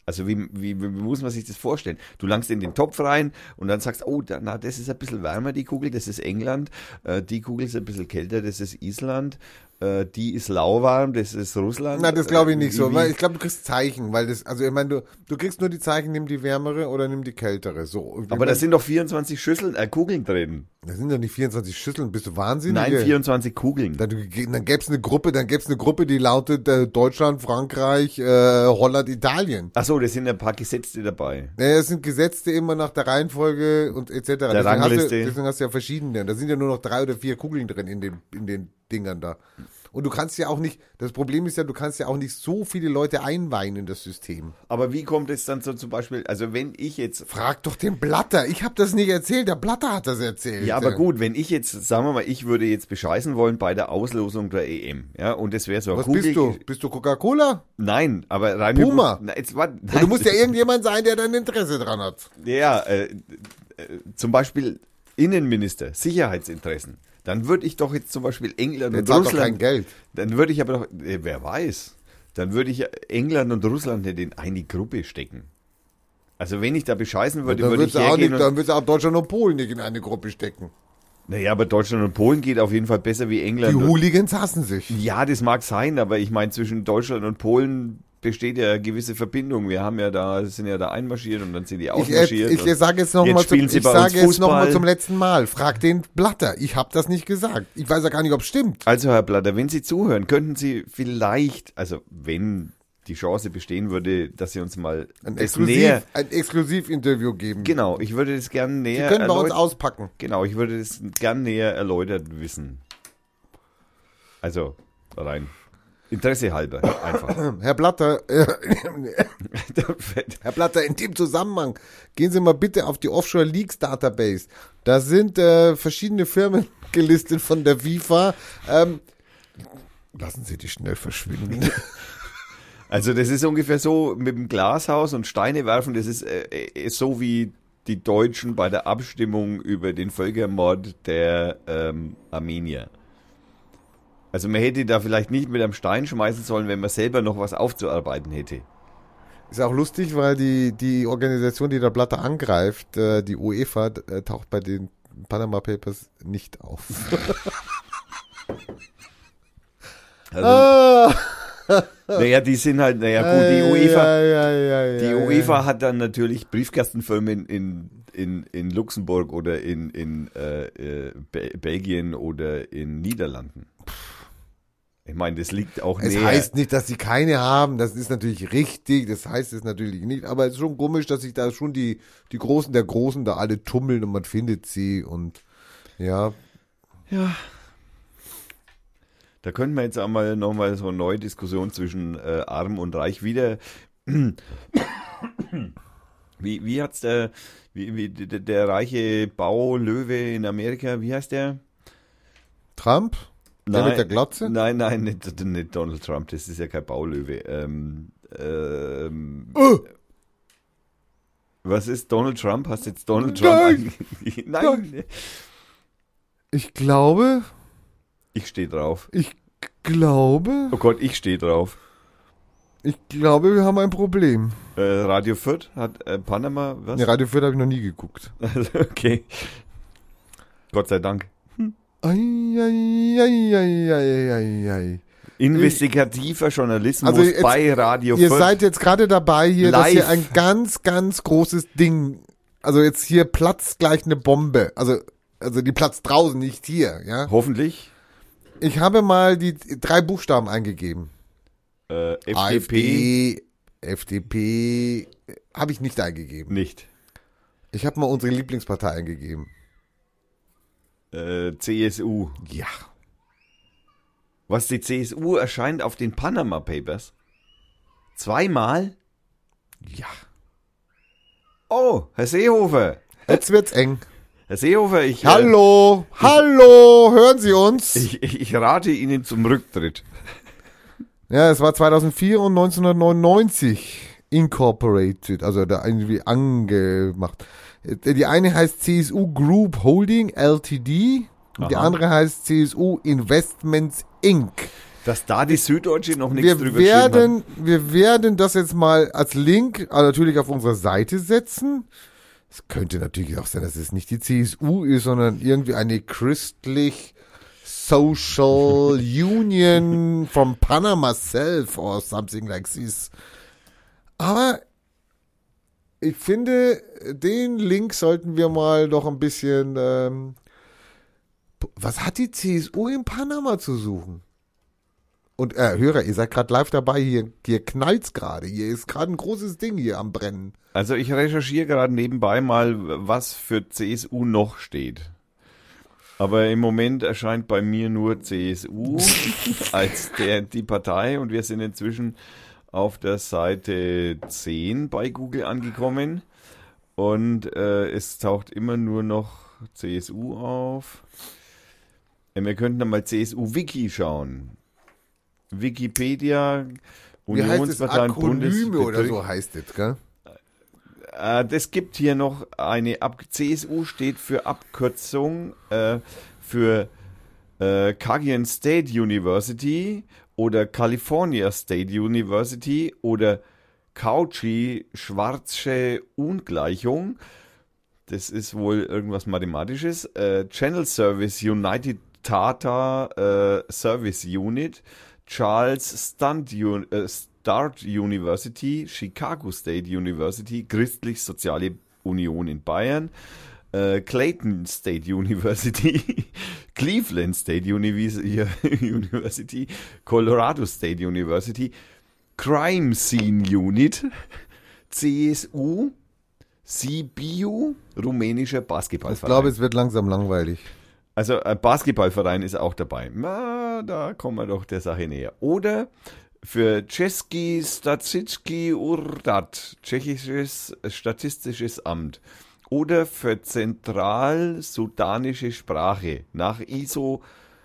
Also wie muss man sich das vorstellen? Du langst in den Topf rein und dann sagst, oh, das ist ein bisschen wärmer, die Kugel, das ist England. Die Kugel ist ein bisschen kälter, das ist Island. Die ist lauwarm, das ist Russland. Na, das glaube ich nicht so, weil ich glaube, du kriegst Zeichen, weil das, also ich meine, du kriegst nur die Zeichen, nimm die wärmere oder nimm die kältere, so. Aber da sind doch 24 Kugeln drin. Da sind doch nicht 24 Schüsseln, bist du wahnsinnig? Nein, 24 Kugeln. Dann gäbe es eine Gruppe, die lautet Deutschland, Frankreich, Holland, Italien. Ach so, da sind ein paar Gesetzte dabei. Naja, das sind Gesetzte immer nach der Reihenfolge und etc. Deswegen hast du ja verschiedene. Da sind ja nur noch 3 oder 4 Kugeln drin in den Dingern da. Und du kannst ja auch nicht, das Problem ist ja, du kannst ja auch nicht so viele Leute einweihen in das System. Aber wie kommt es dann so zum Beispiel, also wenn ich jetzt... Frag doch den Blatter, ich habe das nicht erzählt, der Blatter hat das erzählt. Ja, aber gut, wenn ich jetzt, sagen wir mal, ich würde jetzt bescheißen wollen bei der Auslosung der EM, ja, und das wäre so eine Kugel... Was bist du? Bist du Coca-Cola? Nein, aber rein... Puma? Nein, du musst ja irgendjemand sein, der dann Interesse dran hat. Ja, zum Beispiel Innenminister, Sicherheitsinteressen. Dann würde ich doch jetzt zum Beispiel England und Russland... Doch kein Geld. Dann würde ich aber doch... Wer weiß. Dann würde ich England und Russland nicht in eine Gruppe stecken. Also wenn ich da bescheißen würde, würde ich hergehen... Dann würdest du auch Deutschland und Polen nicht in eine Gruppe stecken. Naja, aber Deutschland und Polen geht auf jeden Fall besser wie England. Die Hooligans hassen sich. Ja, das mag sein, aber ich meine, zwischen Deutschland und Polen besteht ja eine gewisse Verbindung. Wir haben ja sind ja da einmarschiert und dann sind die ausmarschiert. Ich sage jetzt nochmal zum letzten Mal. Frag den Blatter. Ich habe das nicht gesagt. Ich weiß ja gar nicht, ob es stimmt. Also, Herr Blatter, wenn Sie zuhören, könnten Sie vielleicht, also wenn die Chance bestehen würde, dass Sie uns mal ein Exklusivinterview geben. Genau, ich würde das gerne näher... Sie können bei uns auspacken. Genau, ich würde das gerne näher erläutert wissen. Also, rein... Interesse halber, einfach. Herr Blatter, Herr Blatter, in dem Zusammenhang, gehen Sie mal bitte auf die Offshore Leaks Database. Da sind verschiedene Firmen gelistet von der FIFA. Lassen Sie die schnell verschwinden. Also das ist ungefähr so mit dem Glashaus und Steine werfen, das ist so wie die Deutschen bei der Abstimmung über den Völkermord der Armenier. Also man hätte da vielleicht nicht mit einem Stein schmeißen sollen, wenn man selber noch was aufzuarbeiten hätte. Ist auch lustig, weil die Organisation, die der Blatter angreift, die UEFA, taucht bei den Panama Papers nicht auf. Also, naja, die sind halt, naja gut, die UEFA hat dann natürlich Briefkastenfirmen in Luxemburg oder in Belgien oder in Niederlanden. Ich meine, das liegt auch näher. Es heißt nicht, dass sie keine haben, das ist natürlich richtig, das heißt es natürlich nicht, aber es ist schon komisch, dass sich da schon die Großen der Großen da alle tummeln und man findet sie und ja. Ja. Da könnten wir jetzt einmal nochmal so eine neue Diskussion zwischen Arm und Reich wieder. Wie hat's der reiche Baulöwe in Amerika, wie heißt der? Trump? Der Nein, mit der Glotze? Nein, nicht Donald Trump, das ist ja kein Baulöwe. Was ist Donald Trump? Hast du jetzt Donald Trump? Nein. Ich glaube. Ich stehe drauf. Ich glaube. Oh Gott, ich stehe drauf. Ich glaube, wir haben ein Problem. Radio Fürth hat Panama, was? Nee, Radio Fürth habe ich noch nie geguckt. Okay. Gott sei Dank. Investigativer Journalismus also jetzt, bei Radio Ihr Fürth. seid jetzt gerade dabei, hier, Live. dass hier ein ganz, ganz großes Ding, also jetzt hier platzt gleich eine Bombe. Also die platzt draußen, nicht hier, ja. Hoffentlich. Ich habe mal die 3 Buchstaben eingegeben. FDP. FDP habe ich nicht eingegeben. Nicht. Ich habe mal unsere Lieblingspartei eingegeben. CSU. Ja. Was, die CSU erscheint auf den Panama Papers? 2-mal? Ja. Oh, Herr Seehofer. Jetzt wird's eng. Herr Seehofer, Hallo, hören Sie uns? Ich rate Ihnen zum Rücktritt. Ja, es war 2004 und 1999 incorporated, also da irgendwie angemacht. Die eine heißt CSU Group Holding Ltd. Und die andere heißt CSU Investments Inc. Dass da die Süddeutsche noch nichts wir drüber geschrieben hat. wir werden das jetzt mal als Link natürlich auf unserer Seite setzen. Es könnte natürlich auch sein, dass es nicht die CSU ist, sondern irgendwie eine christlich Social Union from Panama Self or something like this. Aber ich finde, den Link sollten wir mal doch ein bisschen, was hat die CSU in Panama zu suchen? Und Hörer, ihr seid gerade live dabei, hier knallt's gerade, hier ist gerade ein großes Ding hier am Brennen. Also ich recherchiere gerade nebenbei mal, was für CSU noch steht. Aber im Moment erscheint bei mir nur CSU als die Partei und wir sind inzwischen auf der Seite 10 bei Google angekommen und es taucht immer nur noch CSU auf. Wir könnten dann mal CSU-Wiki schauen. Wikipedia, Wie heißt es? Unionsparteien, Akronyme oder so heißt es, gell? Das gibt hier noch eine CSU steht für Abkürzung für Cagayan State University oder California State University oder Cauchy-Schwarzsche Ungleichung. Das ist wohl irgendwas Mathematisches. Channel Service United Tata Service Unit, Charles Start University, Chicago State University, Christlich-Soziale Union in Bayern, Clayton State University, Cleveland State University, Colorado State University, Crime Scene Unit, CSU, Sibiu, rumänischer Basketballverein. Ich glaube, es wird langsam langweilig. Also ein Basketballverein ist auch dabei. Na, da kommen wir doch der Sache näher. Oder für Český statistický úřad, tschechisches Statistisches Amt. Oder für zentralsudanische Sprache nach ISO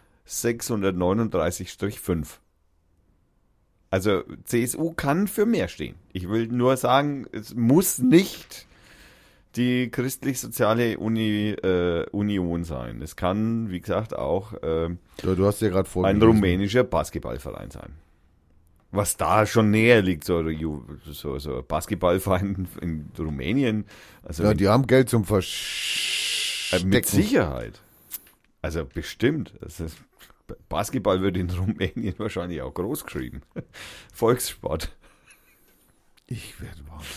639-5. Also CSU kann für mehr stehen. Ich will nur sagen, es muss nicht die christlich-soziale Union sein. Es kann, wie gesagt, auch Ja, du hast ja gerade ein rumänischer Basketballverein sein. Was da schon näher liegt, so Basketballverein in Rumänien. Also ja, die haben Geld zum Verstecken. mit Sicherheit. Also bestimmt. Basketball wird in Rumänien wahrscheinlich auch groß geschrieben. Volkssport. Ich werde wahnsinnig.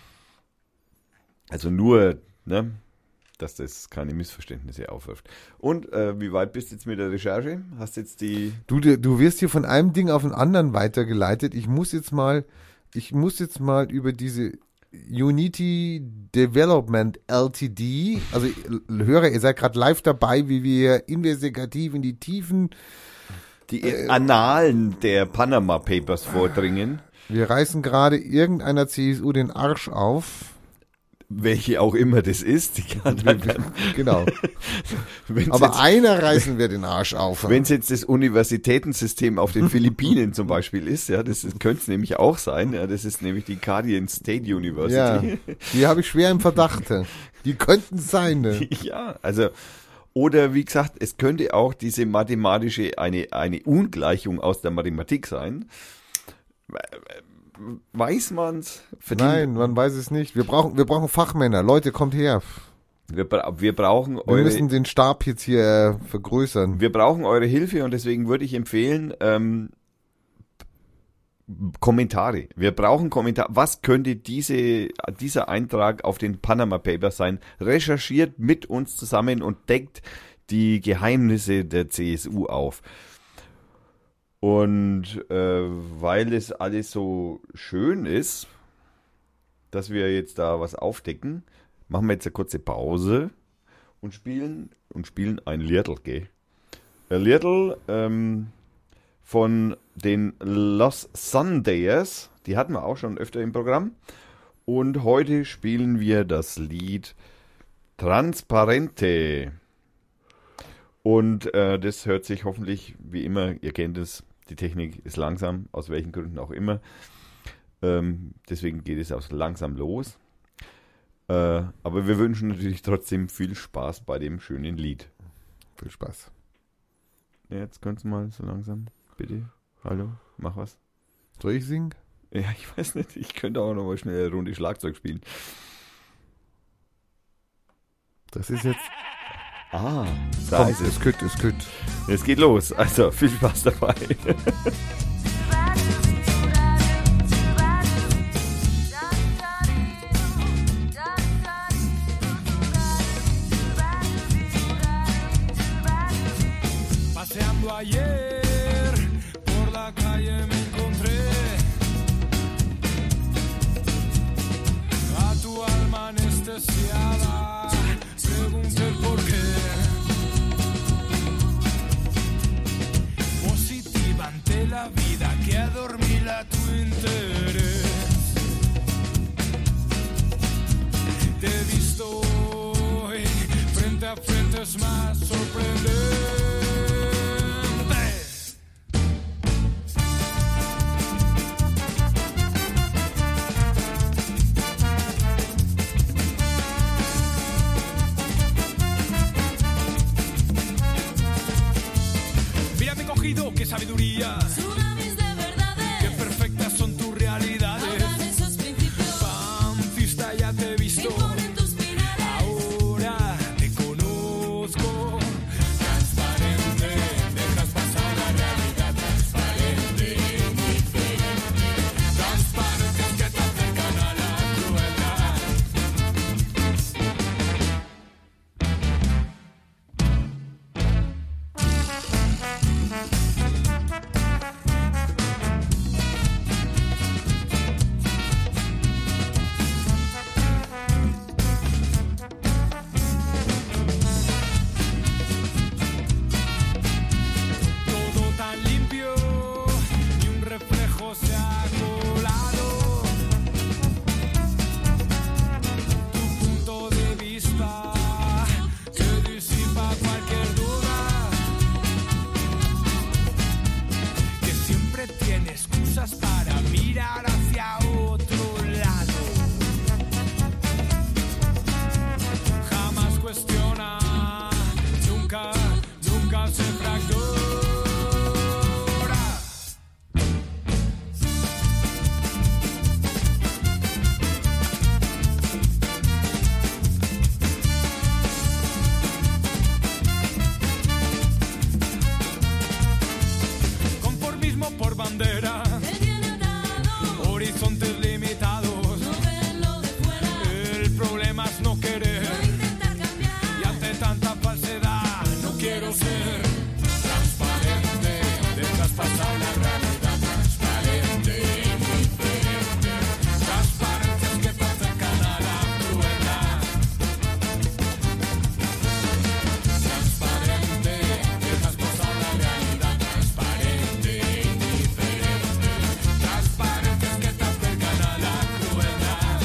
Also nur, ne, dass das keine Missverständnisse aufwirft. Und wie weit bist du jetzt mit der Recherche? Hast jetzt die... Du wirst hier von einem Ding auf ein anderen weitergeleitet. Ich muss jetzt mal über diese Unity Development Ltd. Also Hörer, ihr seid gerade live dabei, wie wir investigativ in die Tiefen... Die Annalen der Panama Papers vordringen. Wir reißen gerade irgendeiner CSU den Arsch auf. Welche auch immer das ist. Die kann genau. Aber einer reißen wir den Arsch auf. Wenn es jetzt das Universitätensystem auf den Philippinen zum Beispiel ist, ja, das könnte es nämlich auch sein. Ja, das ist nämlich die Cagayan State University. Ja, die habe ich schwer im Verdacht. Die könnten es sein. Ne? Ja, also... Oder wie gesagt, es könnte auch diese mathematische, eine Ungleichung aus der Mathematik sein. Weiß man's? Nein, man weiß es nicht. Wir brauchen Fachmänner. Leute, kommt her. Wir brauchen Wir müssen den Stab jetzt hier vergrößern. Wir brauchen eure Hilfe und deswegen würde ich empfehlen, Kommentare. Wir brauchen Kommentare. Was könnte dieser Eintrag auf den Panama Papers sein? Recherchiert mit uns zusammen und deckt die Geheimnisse der CSU auf. Und weil es alles so schön ist, dass wir jetzt da was aufdecken, machen wir jetzt eine kurze Pause und spielen ein Liedl, gell? Ein Liedl, von den Los Sundays, die hatten wir auch schon öfter im Programm. Und heute spielen wir das Lied Transparente. Und das hört sich hoffentlich, wie immer, ihr kennt es, die Technik ist langsam, aus welchen Gründen auch immer. Deswegen geht es auch langsam los. Aber wir wünschen natürlich trotzdem viel Spaß bei dem schönen Lied. Viel Spaß. Jetzt könntest du mal so langsam... Bitte. Hallo, mach was. Soll ich singen? Ja, ich weiß nicht, ich könnte auch noch mal schnell eine Runde Schlagzeug spielen. Das ist jetzt... Ah, da Komm, ist es. ist gut. Es geht los, also viel Spaß dabei. Paseando ayer por la calle me encontré a tu alma anestesiada, pregunté por qué. Positiva ante la vida que adormila tu interés. Te he visto hoy, frente a frente es más sorprendente. Qué sabiduría, Tsunamis de verdades, qué perfectas son tus realidades. ahogan esos principios, Pancista, ya te he visto, imponen tus finales. ahora te conozco. Transparente, dejas pasar la realidad. Transparente, indiferente. Transparentes que te acercan a la crueldad. Todo tan limpio y un reflejo se ha colado. Tu punto de vista que disipa cualquier duda. Que siempre tiene excusas para mirar hacia otro lado. Jamás cuestiona, nunca se fractura. Conformismo por bandera, Te tiene atado, horizontes limitados. no ven lo de fuera, El problema es no querer. no intentar cambiar. Y ante tanta falsedad, no quiero ser transparente. Dejas pasar la realidad. Transparente, indiferente. Transparentes que te acercan a la crueldad. Transparente, dejas pasar la realidad. Transparente, indiferente. Transparentes que te acercan a la crueldad.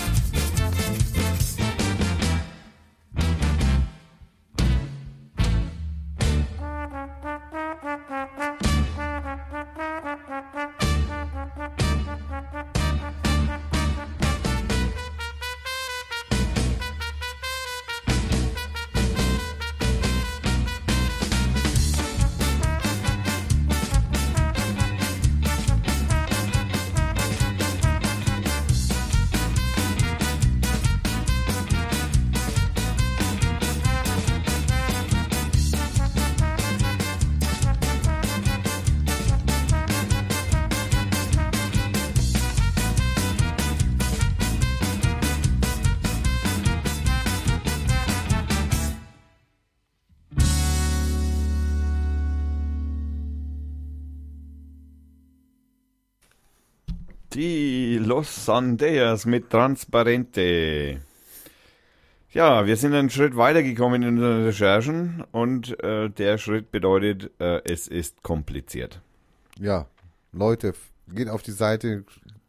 Die Los Sandeas mit Transparente. Ja, wir sind einen Schritt weitergekommen in unseren Recherchen und der Schritt bedeutet, es ist kompliziert. Ja, Leute, geht auf die Seite,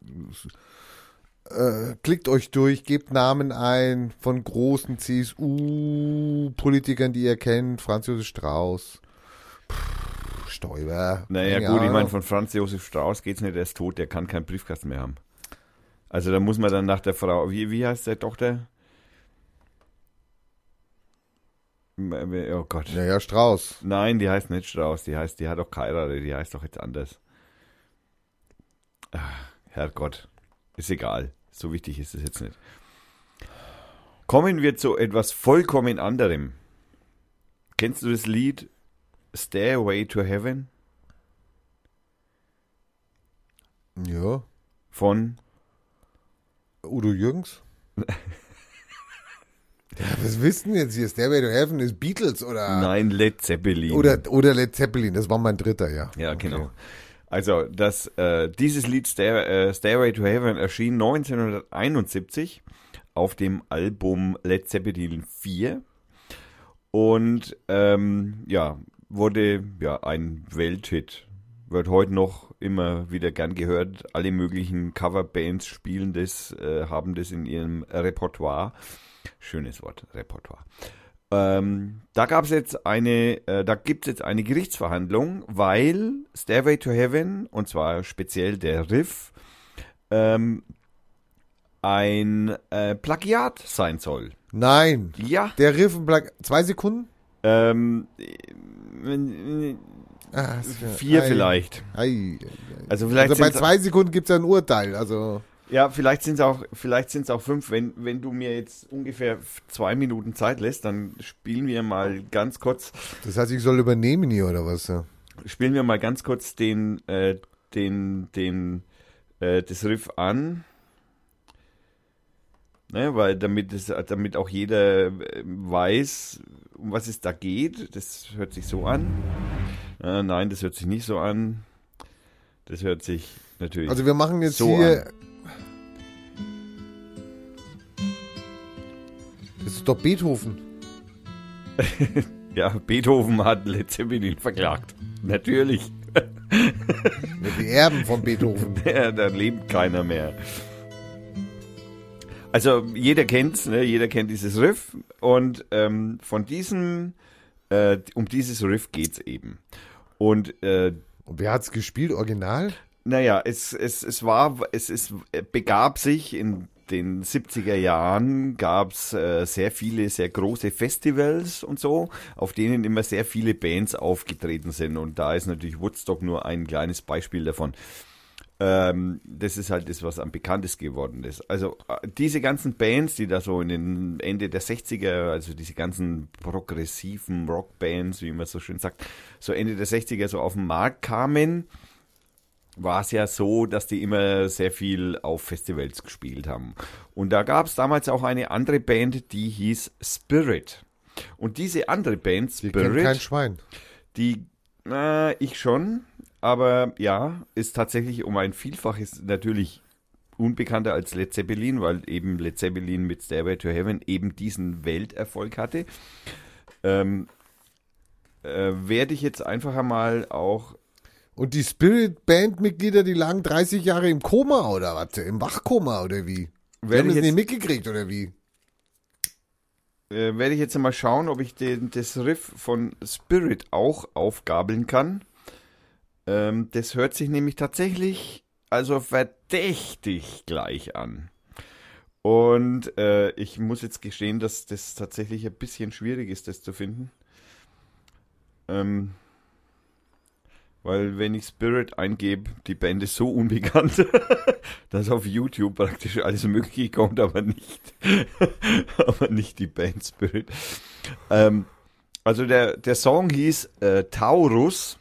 klickt euch durch, gebt Namen ein von großen CSU-Politikern, die ihr kennt, Franz Josef Strauß, Stoiber. Naja keine gut, ich meine, Ahnung. von Franz Josef Strauß geht's nicht, der ist tot, der kann keinen Briefkasten mehr haben. Also da muss man dann nach der Frau, wie heißt der Tochter? Oh Gott. Naja, Strauß. Nein, die heißt nicht Strauß, die hat doch geheiratet, die heißt doch jetzt anders. Herrgott, ist egal. So wichtig ist es jetzt nicht. Kommen wir zu etwas vollkommen anderem. Kennst du das Lied Stairway to Heaven Ja. von Udo Jürgens? Ja, was wissen jetzt hier? Stairway to Heaven ist Beatles oder Nein, Led Zeppelin? oder Led Zeppelin, das war mein dritter, ja. Ja, Okay. genau. Also dieses Lied Stairway to Heaven erschien 1971 auf dem Album Led Zeppelin 4 und wurde ein Welthit. Wird heute noch immer wieder gern gehört. Alle möglichen Coverbands spielen das, haben das in ihrem Repertoire. Schönes Wort, Repertoire. Da gibt es jetzt eine Gerichtsverhandlung, weil Stairway to Heaven, und zwar speziell der Riff, ein Plagiat sein soll. Nein. Ja. Der Riffenblatt, 2 Sekunden? Vier vielleicht. Also vielleicht Also bei sind's- 2 Sekunden gibt es ja ein Urteil. Also Ja, vielleicht sind es auch 5. Wenn du mir jetzt ungefähr 2 Minuten Zeit lässt, dann spielen wir mal ganz kurz das heißt, ich soll übernehmen hier oder was? Ja? das Riff an. Ne, weil damit auch jeder weiß, um was es da geht. Das hört sich so an. Nein, das hört sich nicht so an. Das hört sich natürlich Also wir machen jetzt so hier. an. Das ist doch Beethoven. Ja, Beethoven hat Led Zeppelin verklagt. Natürlich. Die Erben von Beethoven. Da lebt keiner mehr. Also jeder kennt's, ne? Jeder kennt dieses Riff und um dieses Riff geht's eben. Und Und wer hat's gespielt? Original? naja, es begab sich in den 70er Jahren, gab's sehr viele, sehr große Festivals und so, auf denen immer sehr viele Bands aufgetreten sind. Und da ist natürlich Woodstock nur ein kleines Beispiel davon. Das ist halt das, was am bekanntesten geworden ist. Also diese ganzen Bands, die da so in den Ende der 60er, also diese ganzen progressiven Rockbands, wie man so schön sagt, so Ende der 60er so auf den Markt kamen, war es ja so, dass die immer sehr viel auf Festivals gespielt haben. Und da gab es damals auch eine andere Band, die hieß Spirit. Und diese andere Band, Die kennt kein Spirit, Schwein. ich schon, aber ja, ist tatsächlich um ein Vielfaches natürlich unbekannter als Led Zeppelin, weil eben Led Zeppelin mit Stairway to Heaven eben diesen Welterfolg hatte. Werde ich jetzt einfach einmal auch Und die Spirit-Band-Mitglieder, die lagen 30 Jahre im Koma oder was? Im Wachkoma oder wie? Die Werde haben ich das jetzt- nicht mitgekriegt oder wie? werde ich jetzt mal schauen, ob ich das Riff von Spirit auch aufgabeln kann. Das hört sich nämlich tatsächlich also verdächtig gleich an. Und ich muss jetzt gestehen, dass das tatsächlich ein bisschen schwierig ist, das zu finden. Weil wenn ich Spirit eingebe, die Band ist so unbekannt, dass auf YouTube praktisch alles Mögliche kommt, aber nicht, aber nicht die Band Spirit. Also der Song hieß Taurus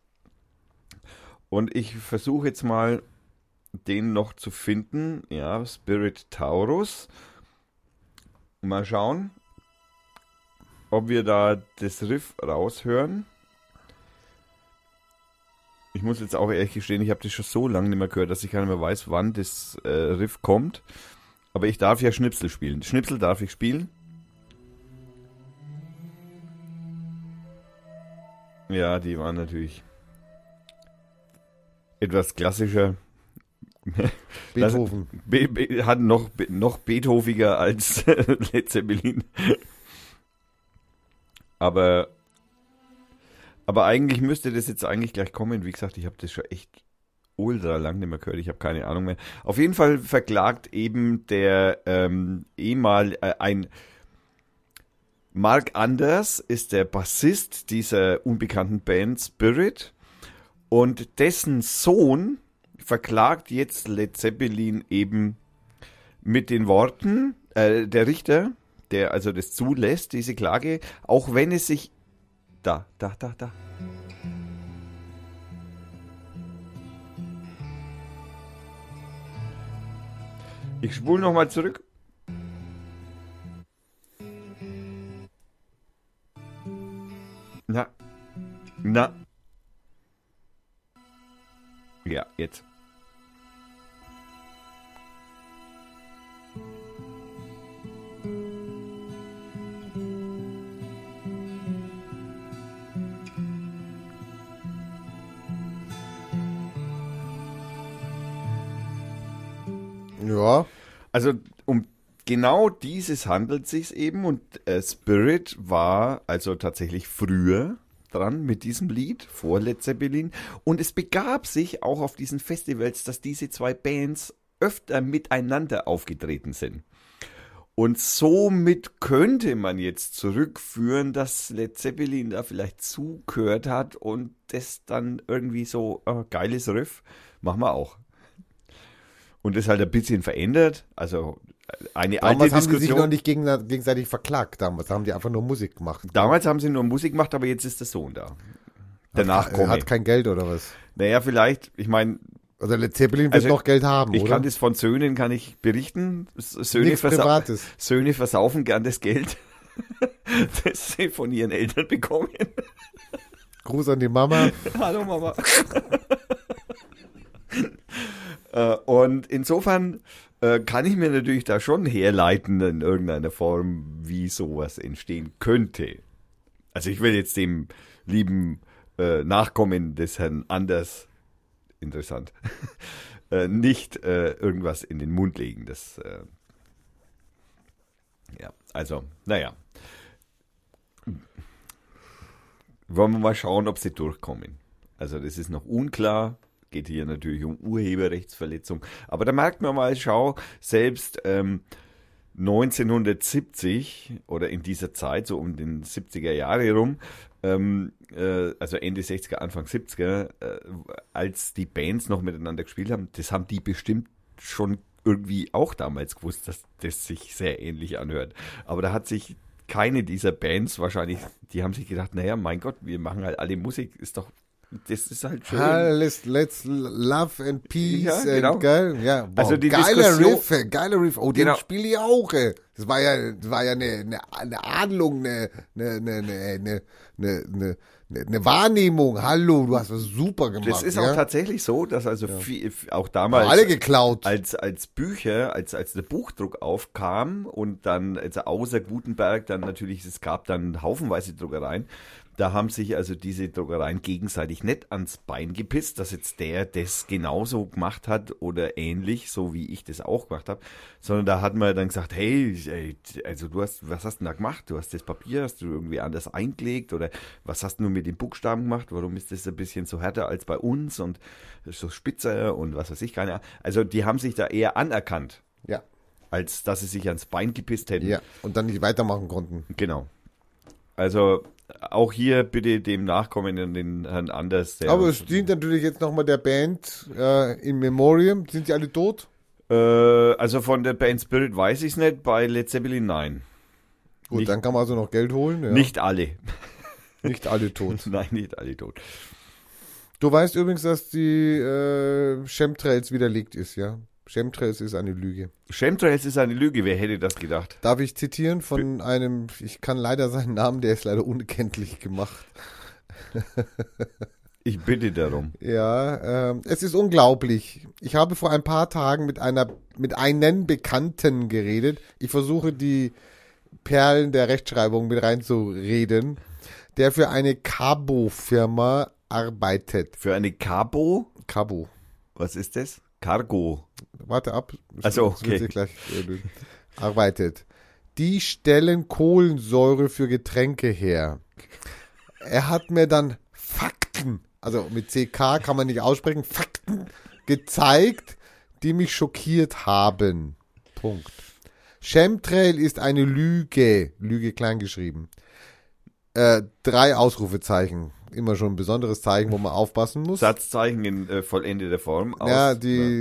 und ich versuche jetzt mal den noch zu finden. Ja, Spirit Taurus. Mal schauen, ob wir da das Riff raushören. Ich muss jetzt auch ehrlich gestehen, ich habe das schon so lange nicht mehr gehört, dass ich gar nicht mehr weiß, wann das Riff kommt. Aber ich darf ja Schnipsel spielen. Schnipsel darf ich spielen. Ja, die waren natürlich etwas klassischer. Beethoven. Hatten noch beethoviger als Led Zeppelin. Aber eigentlich müsste das jetzt eigentlich gleich kommen. Wie gesagt, ich habe das schon echt ultra lang nicht mehr gehört. Ich habe keine Ahnung mehr. Auf jeden Fall verklagt eben der ein Mark Anders ist der Bassist dieser unbekannten Band Spirit und dessen Sohn verklagt jetzt Led Zeppelin eben mit den Worten, der Richter, der also das zulässt, diese Klage, auch wenn es sich da. Ich spule nochmal zurück. Na. Ja, jetzt. Ja. Also um genau dieses handelt es sich eben und Spirit war also tatsächlich früher dran mit diesem Lied vor Led Zeppelin und es begab sich auch auf diesen Festivals, dass diese zwei Bands öfter miteinander aufgetreten sind. Und somit könnte man jetzt zurückführen, dass Led Zeppelin da vielleicht zugehört hat und das dann irgendwie so, geiles Riff, machen wir auch. Und das halt ein bisschen verändert, also eine alte Damals haben die sich Diskussion. noch nicht gegenseitig verklagt. Damals haben die einfach nur Musik gemacht. Damals haben sie nur Musik gemacht, aber jetzt ist der Sohn da. Der Nachkomme. Hat kein Geld oder was? Naja, vielleicht, ich meine, Also Led Zeppelin wird Also, noch Geld haben, ich oder? kann das von Söhnen, kann ich berichten. Nichts Privates. Söhne versaufen gern das Geld, das sie von ihren Eltern bekommen. Gruß an die Mama. Hallo Mama. Und insofern kann ich mir natürlich da schon herleiten in irgendeiner Form, wie sowas entstehen könnte. Also ich will jetzt dem lieben Nachkommen des Herrn Anders, interessant, nicht irgendwas in den Mund legen. Das, ja, also, naja. Wollen wir mal schauen, ob sie durchkommen. Also das ist noch unklar. Geht hier natürlich um Urheberrechtsverletzung. Aber da merkt man mal, schau, selbst 1970 oder in dieser Zeit, so um den 70er Jahre rum, also Ende 60er, Anfang 70er, als die Bands noch miteinander gespielt haben, das haben die bestimmt schon irgendwie auch damals gewusst, dass das sich sehr ähnlich anhört. Aber da hat sich keine dieser Bands wahrscheinlich, die haben sich gedacht, naja, mein Gott, wir machen halt alle Musik, das ist halt schön. Let's love and peace Ja, genau. and geil. Ja, wow. Also die geiler Diskussion- Riff, geiler Riff. Oh, Genau. den spiele ich auch, ey. Das war ja eine Adelung, eine Wahrnehmung. Hallo, du hast was super gemacht. Das ist ja? auch tatsächlich so, dass also viel, auch damals Alle geklaut. als Bücher, als der Buchdruck aufkam und dann, also außer Gutenberg, dann natürlich, es gab dann haufenweise Druckereien, da haben sich also diese Druckereien gegenseitig nicht ans Bein gepisst, dass jetzt der das genauso gemacht hat oder ähnlich, so wie ich das auch gemacht habe, sondern da hat man dann gesagt, hey, also was hast du denn da gemacht? Du hast das Papier, hast du irgendwie anders eingelegt oder was hast du mit den Buchstaben gemacht? Warum ist das ein bisschen so härter als bei uns und so spitzer und was weiß ich, keine Ahnung. Also die haben sich da eher anerkannt, Ja, als dass sie sich ans Bein gepisst hätten. ja. Und dann nicht weitermachen konnten. Genau. Also auch hier bitte dem Nachkommenden, den Herrn Anders. Der Aber es dient natürlich jetzt nochmal der Band in Memoriam. Sind sie alle tot? also von der Band Spirit weiß ich es nicht, bei Led Zeppelin nein. Gut, Nicht- dann kann man also noch Geld holen. Ja. Nicht alle. Nicht alle tot. Nein, nicht alle tot. Du weißt übrigens, dass die Chemtrails widerlegt ist, ja? Chemtrails ist eine Lüge. Chemtrails ist eine Lüge, wer hätte das gedacht? Darf ich zitieren von einem, ich kann leider seinen Namen, der ist leider unkenntlich gemacht. Ich bitte darum. Ja, es ist unglaublich. Ich habe vor ein paar Tagen mit einem Bekannten geredet. Ich versuche die Perlen der Rechtschreibung mit reinzureden, der für eine Cabo-Firma arbeitet. Für eine Cabo, Cabo. was ist das? Cargo. Warte ab. Ach so, Das wird okay. sich gleich, arbeitet. Die stellen Kohlensäure für Getränke her. Er hat mir dann Fakten, also mit CK kann man nicht aussprechen, Fakten gezeigt, die mich schockiert haben. Punkt. Chemtrail ist eine Lüge. Lüge klein geschrieben. 3 Ausrufezeichen. Immer schon ein besonderes Zeichen, wo man aufpassen muss. Satzzeichen in vollendeter Form. Ja,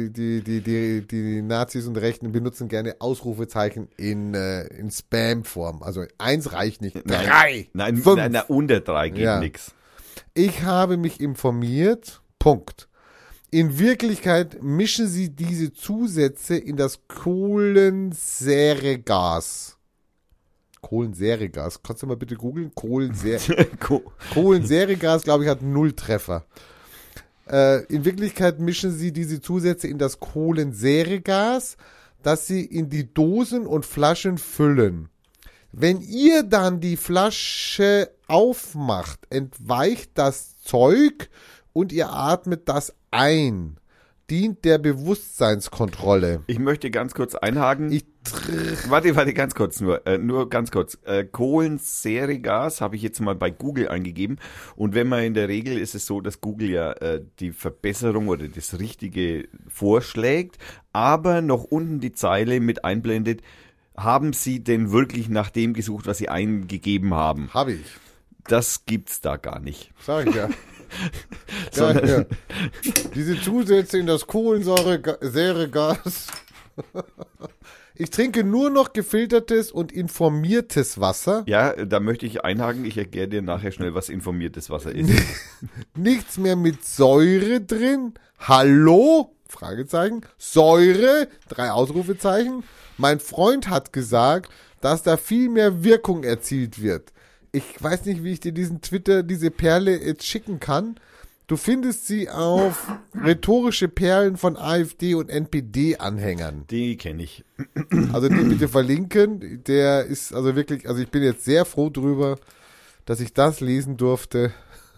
die Nazis und Rechten benutzen gerne Ausrufezeichen in Spam-Form. Also 1 reicht nicht. 3, Nein, 5. nein, unter 3 geht Ja. nix. Ich habe mich informiert. Punkt. In Wirklichkeit mischen sie diese Zusätze in das Kohlensäuregas. Kohlensäuregas. Kannst du mal bitte googeln? Kohlensäuregas, glaube ich, hat 0 Treffer. In Wirklichkeit mischen sie diese Zusätze in das Kohlensäuregas, das sie in die Dosen und Flaschen füllen. Wenn ihr dann die Flasche aufmacht, entweicht das Zeug und ihr atmet das ein. Dient der Bewusstseinskontrolle. Ich möchte ganz kurz einhaken. Ich Warte, ganz kurz nur ganz kurz. Kohlensäuregas habe ich jetzt mal bei Google eingegeben und wenn man in der Regel ist es so, dass Google ja die Verbesserung oder das Richtige vorschlägt, aber noch unten die Zeile mit einblendet, haben Sie denn wirklich nach dem gesucht, was Sie eingegeben haben? Habe ich. Das gibt's da gar nicht. Sag ich ja. Sondern- Ja. Diese Zusätze in das Kohlensäuregas. Ich trinke nur noch gefiltertes und informiertes Wasser. Ja, da möchte ich einhaken. Ich erkläre dir nachher schnell, was informiertes Wasser ist. Nichts mehr mit Säure drin. Hallo? Fragezeichen. Säure? 3 Ausrufezeichen. Mein Freund hat gesagt, dass da viel mehr Wirkung erzielt wird. Ich weiß nicht, wie ich dir diese Perle jetzt schicken kann. Du findest sie auf rhetorische Perlen von AfD und NPD-Anhängern. Die kenne ich. Also den bitte verlinken. Der ist also wirklich, also ich bin jetzt sehr froh drüber, dass ich das lesen durfte.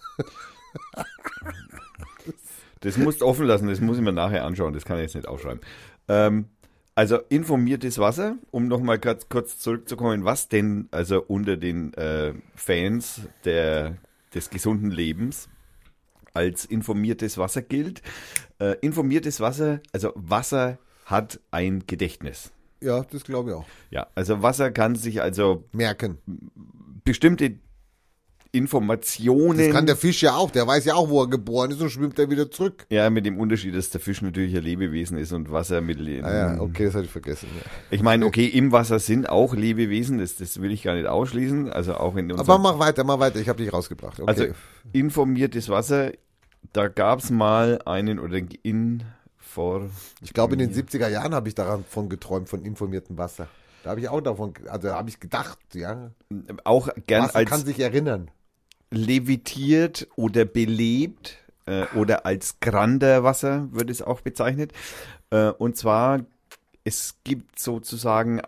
Das musst du offen lassen, das muss ich mir nachher anschauen, das kann ich jetzt nicht aufschreiben. Also informiertes Wasser, um nochmal kurz zurückzukommen, was denn also unter den Fans des gesunden Lebens als informiertes Wasser gilt. Informiertes Wasser, also Wasser hat ein Gedächtnis. Ja, das glaube ich auch. Ja, also Wasser kann sich also Merken. bestimmte Informationen... Das kann der Fisch ja auch. Der weiß ja auch, wo er geboren ist und schwimmt er wieder zurück. Ja, mit dem Unterschied, dass der Fisch natürlich ein Lebewesen ist und Wasser mit... Ah ja, okay, das hatte ich vergessen. Ja. Ich meine, okay, im Wasser sind auch Lebewesen, das will ich gar nicht ausschließen. Also auch in Aber unserem, mach weiter, ich habe dich rausgebracht. Okay. also informiertes Wasser, da gab es mal einen oder ich glaube, in den 70er Jahren habe ich davon geträumt, von informiertem Wasser. Da habe ich auch davon, also habe ich gedacht, ja. auch gern Wasser kann als sich erinnern. levitiert oder belebt oder als Granderwasser wird es auch bezeichnet. Und zwar, es gibt sozusagen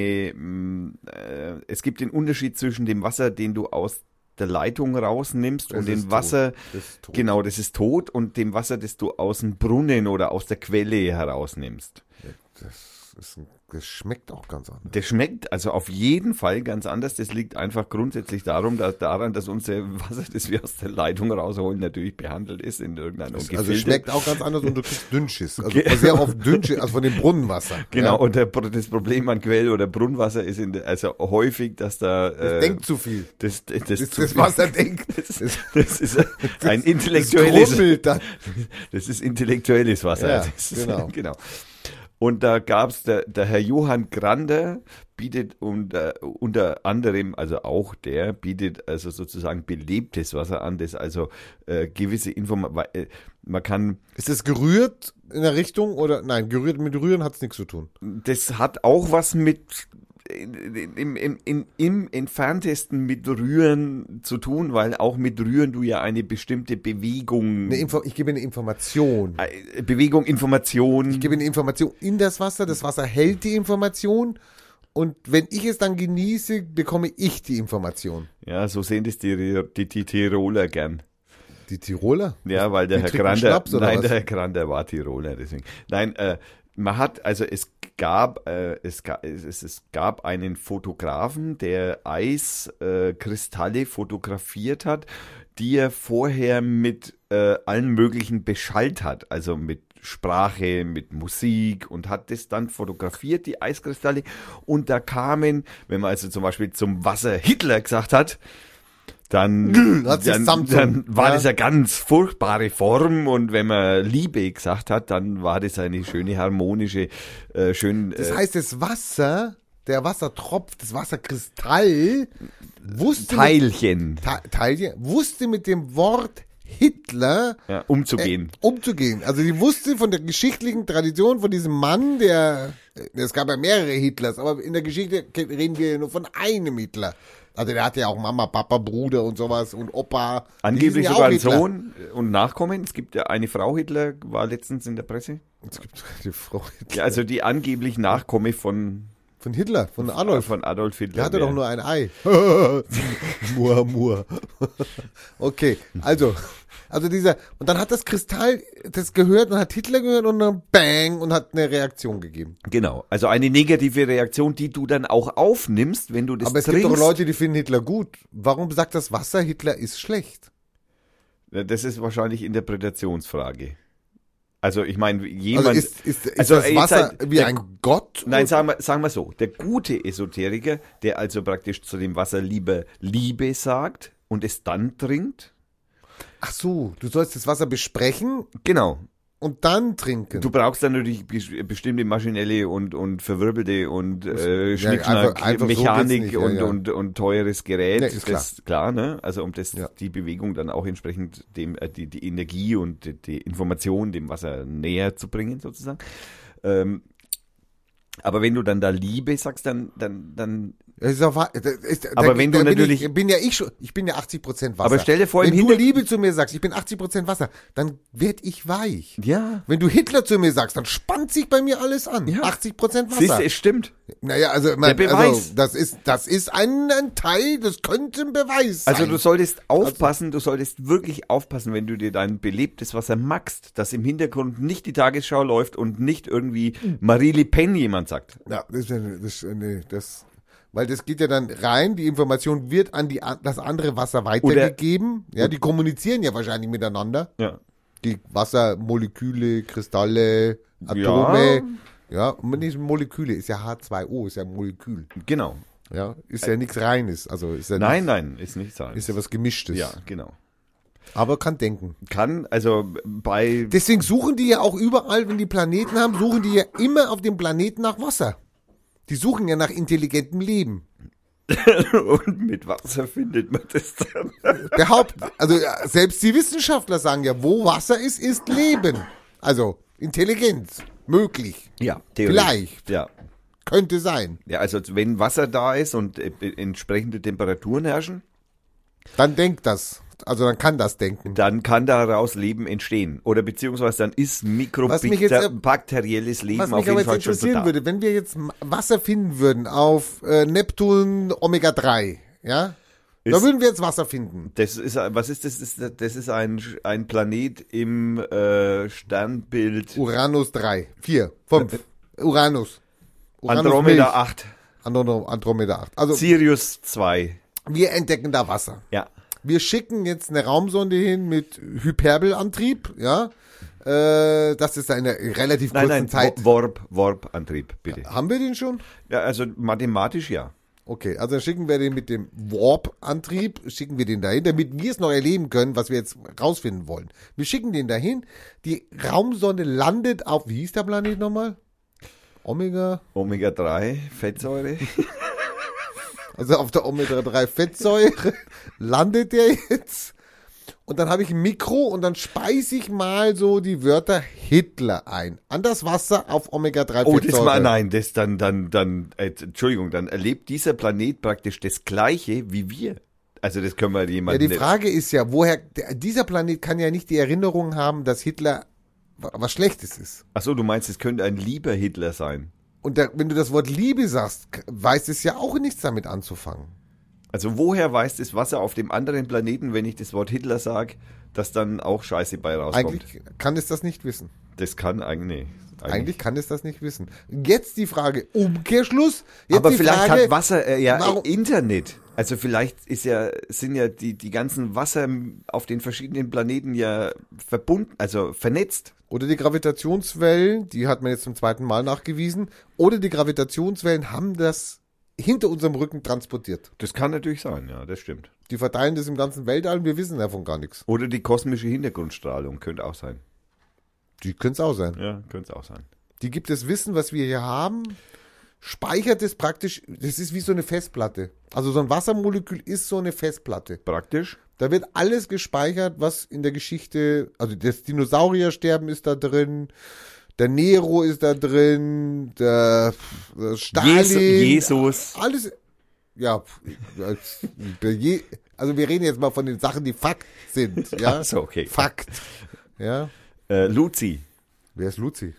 es gibt den Unterschied zwischen dem Wasser, den du aus der Leitung rausnimmst Das und ist dem Wasser, tot. Das ist tot. genau, das ist tot, und dem Wasser, das du aus dem Brunnen oder aus der Quelle herausnimmst. Das schmeckt auch ganz anders. Das schmeckt also auf jeden Fall ganz anders. Das liegt einfach grundsätzlich daran, dass unser Wasser, das wir aus der Leitung rausholen, natürlich behandelt ist in irgendeiner Also gefiltert. es schmeckt auch ganz anders und du kriegst Dünnschiss. Also Okay. sehr oft Dünnschiss, also von dem Brunnenwasser. Genau, Ja. und das Problem an Quell- oder Brunnenwasser ist also häufig, dass da Das denkt zu viel. das Das Wasser denkt. das ist ein Das intellektuelles, grummelt dann. das ist intellektuelles Wasser. Ja, Das ist, genau. genau. Und da gab's der Herr Johann Grander bietet unter anderem, also auch der bietet also sozusagen belebtes Wasser an, das also gewisse Informationen, man kann, Ist es gerührt in der Richtung oder nein, gerührt mit Rühren hat es nichts zu tun. das hat auch was mit im entferntesten mit Rühren zu tun, weil auch mit Rühren du ja eine bestimmte Bewegung, Ich gebe eine Information. Information, Ich gebe eine Information in das Wasser hält die Information und wenn ich es dann genieße, bekomme ich die Information. ja, so sehen das die Tiroler gern. Die Tiroler? Ja, weil der Die Herr trinken Grander, Schnaps, oder nein, was? der Herr Grander war Tiroler, deswegen. Nein, man hat, also es gab einen Fotografen, der Eiskristalle fotografiert hat, die er vorher mit allen möglichen beschallt hat, also mit Sprache, mit Musik, und hat das dann fotografiert, die Eiskristalle, und da kamen, wenn man also zum Beispiel zum Wasser Hitler gesagt hat, dann Hat sich dann Samsung, war ja. das eine ganz furchtbare Form und wenn man Liebe gesagt hat, dann war das eine schöne harmonische, Das heißt, das Wasser, der Wassertropf, das Wasserkristall wusste Teilchen Teilchen, wusste mit dem Wort Hitler umzugehen. umzugehen. Also die wusste von der geschichtlichen Tradition von diesem Mann, es gab ja mehrere Hitlers, aber in der Geschichte reden wir nur von einem Hitler. Also der hatte ja auch Mama, Papa, Bruder und sowas und Opa. Die Angeblich hießen ja sogar auch ein Hitler. Sohn und Nachkommen. Es gibt ja eine Frau Hitler, war letztens in der Presse. Es gibt die Frau Hitler. Ja, also die angeblich Nachkomme von Von Hitler, von Adolf. Hitler. Der hatte wäre. doch nur ein Ei. Mur. Okay, also dieser, und dann hat das Kristall das gehört und hat Hitler gehört und dann bang und hat eine Reaktion gegeben. Genau, also eine negative Reaktion, die du dann auch aufnimmst, wenn du das Aber es trinkst. gibt doch Leute, die finden Hitler gut. Warum sagt das Wasser, Hitler ist schlecht? Das ist wahrscheinlich Interpretationsfrage. Also ich meine, jemand... Also ist also das jetzt Wasser halt wie der- ein Gott? Nein, oder? sagen wir so, der gute Esoteriker, der also praktisch zu dem Wasser lieber Liebe sagt und es dann trinkt, Ach so, du sollst das Wasser besprechen genau. und dann trinken. Du brauchst dann natürlich bestimmte maschinelle und verwirbelte und Schnickschnack, einfach so Mechanik geht's nicht, ja, und teures Gerät. Ja, ist klar. Das klar, ne? Also um das Ja. die Bewegung dann auch entsprechend dem die Energie und die Information dem Wasser näher zu bringen sozusagen. Aber wenn du dann da Liebe sagst, dann Das ist auch wahr. Aber wenn du natürlich- Ich bin ja 80% Wasser. Aber stell dir vor, im wenn du Hinter- Liebe zu mir sagst, ich bin 80% Wasser, dann werd ich weich. ja. Wenn du Hitler zu mir sagst, dann spannt sich bei mir alles an. Ja. 80% Wasser. Siehst du, es stimmt. Naja, also, Der Beweis. also das ist ein Teil, das könnte ein Beweis sein. Also du solltest aufpassen, du solltest wirklich aufpassen, wenn du dir dein belebtes Wasser magst, dass im Hintergrund nicht die Tagesschau läuft und nicht irgendwie Marie Le Pen jemand sagt. Ja, weil das geht ja dann rein, die Information wird an das andere Wasser weitergegeben. Ja, die kommunizieren ja wahrscheinlich miteinander. Ja. Die Wassermoleküle, Kristalle, Atome. Ja, und nicht Moleküle, ist ja H2O, ist ja ein Molekül. Genau. Ja, ist ja nichts Reines. Also ist ja Nein, ist nicht sein. ist ja was Gemischtes. Ja, genau. Aber kann denken. Kann, also bei Deswegen suchen die ja auch überall, wenn die Planeten haben, suchen die ja immer auf dem Planeten nach Wasser. Die suchen ja nach intelligentem Leben. und mit Wasser findet man das dann. Also ja, selbst die Wissenschaftler sagen ja, wo Wasser ist Leben. Also Intelligenz, möglich, Ja, Vielleicht. Ja. könnte sein. Ja, also wenn Wasser da ist und entsprechende Temperaturen herrschen, Dann denkt das. Also dann kann das denken. dann kann daraus Leben entstehen. Oder beziehungsweise dann ist Was mich jetzt, bakterielles Leben Was auf mich aber jeden jetzt Fall schon so interessieren da. würde, wenn wir jetzt Wasser finden würden auf Neptun Omega 3, ja? Da Ist- würden wir jetzt Wasser finden. Das ist, was ist das? Das ist ein Planet im Sternbild Uranus 3, 4, 5. Uranus. Andromeda Milch. 8, Andromeda 8. Also Sirius 2. wir entdecken da Wasser. Ja. Wir schicken jetzt eine Raumsonde hin mit Hyperbelantrieb, ja. Das ist eine relativ kurzen Zeit. Warp-Antrieb, bitte. Haben wir den schon? Ja, also mathematisch ja. Okay, also dann schicken wir den mit dem Warp-Antrieb, schicken wir den dahin, damit wir es noch erleben können, was wir jetzt rausfinden wollen. Wir schicken den dahin, die Raumsonde landet auf, wie hieß der Planet nochmal? Omega, Omega 3, Fettsäure. also auf der Omega 3 Fettsäure landet der jetzt. Und dann habe ich ein Mikro und dann speise ich mal so die Wörter Hitler ein. An das Wasser auf Omega 3 Oh, Fettsäure. das mal, nein, das Entschuldigung, dann erlebt dieser Planet praktisch das Gleiche wie wir. Also das können wir Ja, jemandem die Frage ist ja, dieser Planet kann ja nicht die Erinnerung haben, dass Hitler was Schlechtes ist. Achso, du meinst, es könnte ein lieber Hitler sein. Und wenn du das Wort Liebe sagst, weiß es ja auch nichts damit anzufangen. Also woher weiß das Wasser auf dem anderen Planeten, wenn ich das Wort Hitler sage, dass dann auch Scheiße bei rauskommt? Eigentlich kann es das nicht wissen. Das kann eigentlich. Nee, Eigentlich kann es das nicht wissen. Jetzt die Frage, Umkehrschluss. Jetzt Aber die vielleicht Frage, hat Wasser warum- Internet. Also vielleicht sind ja die ganzen Wasser auf den verschiedenen Planeten ja verbunden, also vernetzt. Oder die Gravitationswellen, die hat man jetzt zum zweiten Mal nachgewiesen, oder die Gravitationswellen haben das hinter unserem Rücken transportiert. Das kann natürlich sein, ja, das stimmt. Die verteilen das im ganzen Weltall und wir wissen davon gar nichts. Oder die kosmische Hintergrundstrahlung könnte auch sein. Die können es auch sein. Ja, könnte es auch sein. Die gibt das Wissen, was wir hier haben, speichert es praktisch, das ist wie so eine Festplatte. Also so ein Wassermolekül ist so eine Festplatte. Praktisch? Da wird alles gespeichert, was in der Geschichte, also das Dinosauriersterben ist da drin, der Nero ist da drin, der Stalin. Jesus. Alles, ja, also wir reden jetzt mal von den Sachen, die Fakt sind. Ja? Ach so, okay. Fakt. Ja. Luzi. Wer ist Luzi?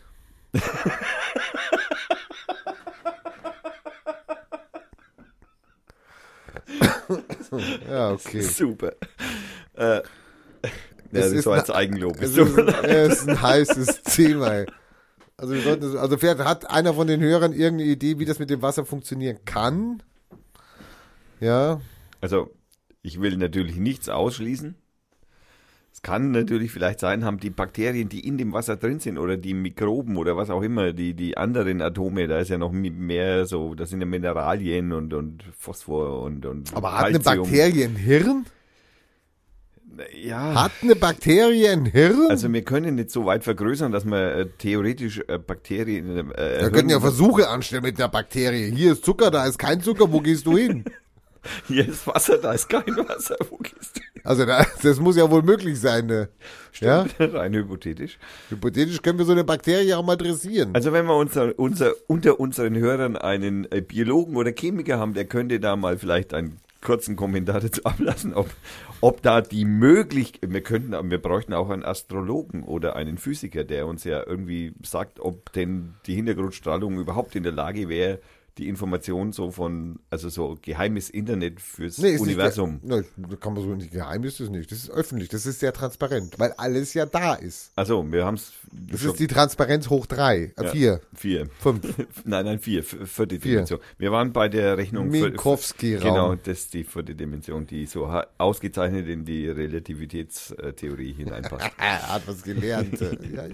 Ja, okay. Super. Es das ist war jetzt eine- Eigenlob. Es ist ein heißes Thema. Ey. Also, wir sollten das, also vielleicht hat einer von den Hörern irgendeine Idee, wie das mit dem Wasser funktionieren kann. Ja. Also, ich will natürlich nichts ausschließen. Es kann natürlich vielleicht sein, haben die Bakterien, die in dem Wasser drin sind oder die Mikroben oder was auch immer, die anderen Atome, da ist ja noch mehr so, das sind ja Mineralien und Phosphor und Aber hat eine Calcium. Bakterie ein Hirn? Ja, Hat eine Bakterie ein Hirn? also wir können nicht so weit vergrößern, dass man theoretisch Bakterien... Wir könnten ja Versuche anstellen mit der Bakterie. Hier ist Zucker, da ist kein Zucker, wo gehst du hin? Hier ist Wasser, da ist kein Wasser, wo gehst du? Also das muss ja wohl möglich sein. Ne? Ja? Rein hypothetisch. Hypothetisch können wir so eine Bakterie auch mal dressieren. Also wenn wir unter unseren Hörern einen Biologen oder Chemiker haben, der könnte da mal vielleicht einen kurzen Kommentar dazu ablassen, ob da die Möglichkeit, wir bräuchten auch einen Astrologen oder einen Physiker, der uns ja irgendwie sagt, ob denn die Hintergrundstrahlung überhaupt in der Lage wäre, die Information so also so geheimes Internet fürs Nee, ist Universum. Nicht, da kann man so nicht geheim ist es nicht. Das ist öffentlich, das ist sehr transparent, weil alles ja da ist. Also, wir haben es. Das ist die Transparenz hoch 3, 4, 4. 5. Nein, 4. Für die Vier. Dimension. Wir waren bei der Rechnung. Minkowski-Raum. Genau, das ist die vierte Dimension, die so ausgezeichnet in die Relativitätstheorie hineinpasst. Hat was gelernt. Ja.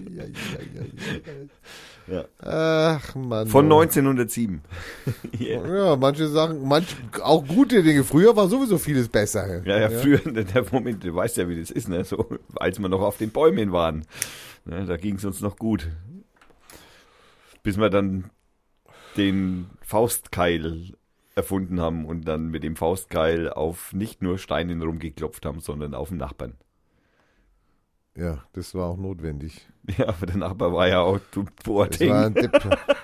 Ja. Ach Mann. Von oh. 1907. Yeah. Ja, manche Sachen, auch gute Dinge. Früher war sowieso vieles besser. Ja, früher, der Moment, du weißt ja, wie das ist, ne? So, als wir noch auf den Bäumen waren. Ne, da ging es uns noch gut. Bis wir dann den Faustkeil erfunden haben und dann mit dem Faustkeil auf nicht nur Steinen rumgeklopft haben, sondern auf den Nachbarn. Ja, das war auch notwendig. Ja, aber der Nachbar war ja auch Das war Boateng. ein Depp.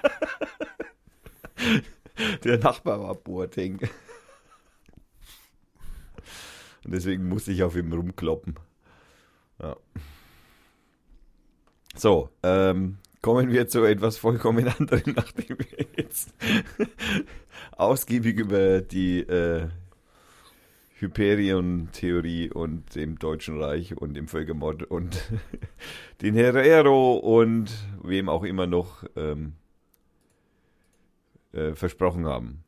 Der Nachbar war Boateng. Und deswegen musste ich auf ihm rumkloppen. Ja. So, kommen wir zu etwas vollkommen anderem, nachdem wir jetzt ausgiebig über die Hyperion-Theorie und dem Deutschen Reich und dem Völkermord und den Herero und wem auch immer noch versprochen haben.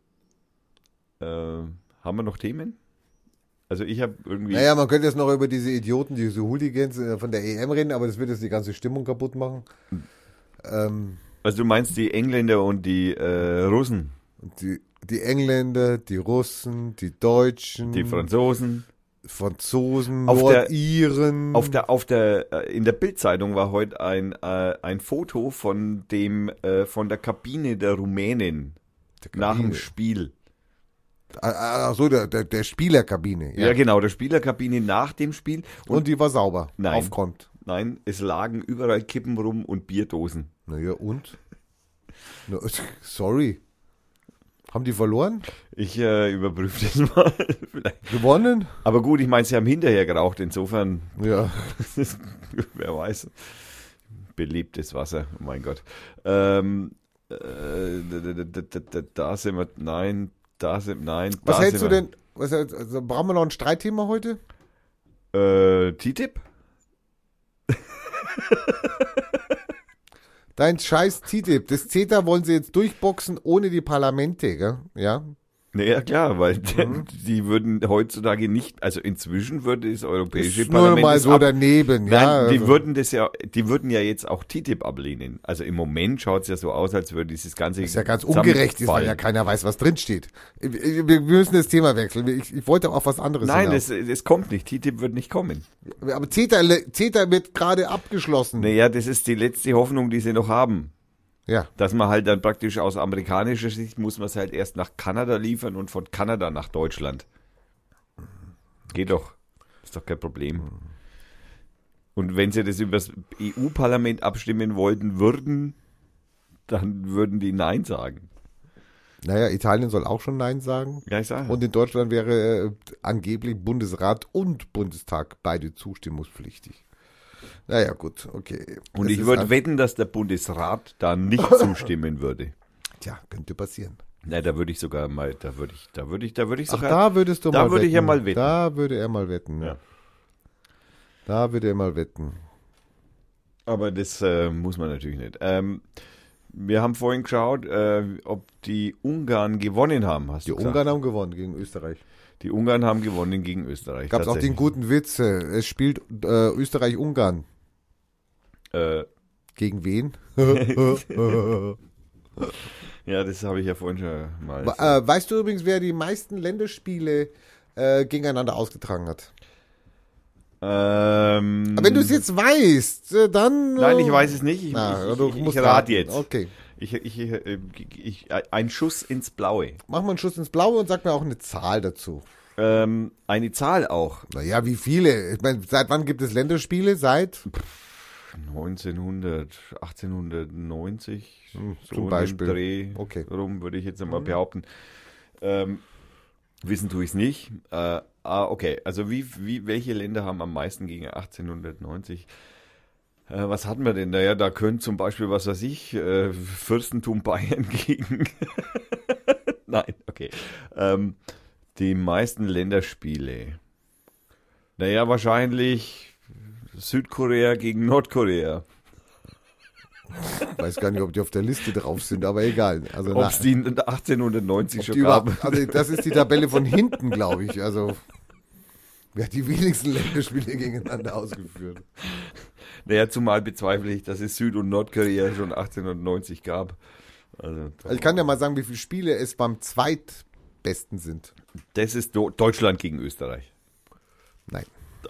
Haben wir noch Themen? Also ich habe irgendwie... Naja, man könnte jetzt noch über diese Idioten, diese Hooligans von der EM reden, aber das wird jetzt die ganze Stimmung kaputt machen. Also du meinst die Engländer und die Russen, Die Engländer, die Russen, die Deutschen, die Franzosen. Franzosen, Auf der- Nordiren. In der Bildzeitung war heute ein Foto von der Kabine der Rumänen nach dem Spiel. Ach so, der Spielerkabine. Ja, genau, der Spielerkabine nach dem Spiel. Und die war sauber. Nein. Aufgeräumt. Nein, es lagen überall Kippen rum und Bierdosen. Naja, und? Na, sorry. Haben die verloren? Ich überprüfe das mal. Vielleicht. Gewonnen? Aber gut, ich meine, sie haben hinterher geraucht, insofern, Ja. wer weiß. Belebtes Wasser, oh mein Gott. Da sind wir, nein, nein. Was da hältst du sind denn? Also, brauchen wir noch ein Streitthema heute? wir. TTIP? Dein scheiß TTIP. Das CETA wollen sie jetzt durchboxen ohne die Parlamente, gell? Ja. Naja, klar, weil die würden heutzutage nicht, also inzwischen würde das Europäische Ist nur Parlament mal das so daneben, ja. Nein, die also, würden ja jetzt auch TTIP ablehnen. Also im Moment schaut es ja so aus, als würde dieses ganze ist ja ganz ungerecht, ist, weil ja zusammenfallen. keiner weiß, was drin steht. Wir müssen das Thema wechseln. Ich wollte auf was anderes Nein, hinaus. es kommt nicht. TTIP wird nicht kommen. Aber CETA wird gerade abgeschlossen. Naja, das ist die letzte Hoffnung, die sie noch haben. Ja. Dass man halt dann praktisch aus amerikanischer Sicht muss man es halt erst nach Kanada liefern und von Kanada nach Deutschland. Geht doch. Ist doch kein Problem. Und wenn sie das über das EU-Parlament abstimmen wollten würden, dann würden die Nein sagen. Naja, Italien soll auch schon Nein sagen. Ja, ich sage. Und in Deutschland wäre angeblich Bundesrat und Bundestag beide zustimmungspflichtig. Naja, gut, okay. Und Es ich ist würde halt- wetten, dass der Bundesrat da nicht zustimmen würde. Tja, könnte passieren. Na, da würde ich sogar mal, da würde ich Ach, sogar, da würdest du da mal würde wetten. ich ja mal wetten. Da würde er mal wetten, ja. Ja. Da würde er mal wetten. aber das muss man natürlich nicht. Wir haben vorhin geschaut, ob die Ungarn gewonnen haben, hast Die du gesagt. Ungarn haben gewonnen gegen Österreich. Die Ungarn haben gewonnen gegen Österreich. Gab es auch den tatsächlich. guten Witz, es spielt Österreich-Ungarn. Äh, Gegen wen? ja, das habe ich ja vorhin schon mal. Weißt du übrigens, wer die meisten Länderspiele gegeneinander ausgetragen hat? Aber wenn du es jetzt weißt, dann... Nein, ich weiß es nicht. Ich musst rate raten. jetzt. Okay. Ein Schuss ins Blaue. Mach mal einen Schuss ins Blaue und sag mir auch eine Zahl dazu. Eine Zahl auch. Naja, wie viele? Ich meine, seit wann gibt es Länderspiele? Seit? 1890, so zum in dem Beispiel. Dreh Okay. rum, würde ich jetzt einmal behaupten. Wissen tue ich es nicht. Okay, also welche Länder haben am meisten gegen 1890? Was hatten wir denn da? Ja, da könnte zum Beispiel, was weiß ich, Fürstentum Bayern gegen... Nein, okay. Die meisten Länderspiele. Naja, wahrscheinlich Südkorea gegen Nordkorea. Ich weiß gar nicht, ob die auf der Liste drauf sind, aber egal. Also, Ob es die in 1890 ob schon die gab. also das ist die Tabelle von hinten, glaube ich. Also, wer hat die wenigsten Länderspiele gegeneinander ausgeführt? Naja, zumal bezweifle ich, dass es Süd- und Nordkorea schon 1890 gab. Also Ich kann ja mal sagen, wie viele Spiele es beim zweitbesten sind. das ist Deutschland gegen Österreich. Nein.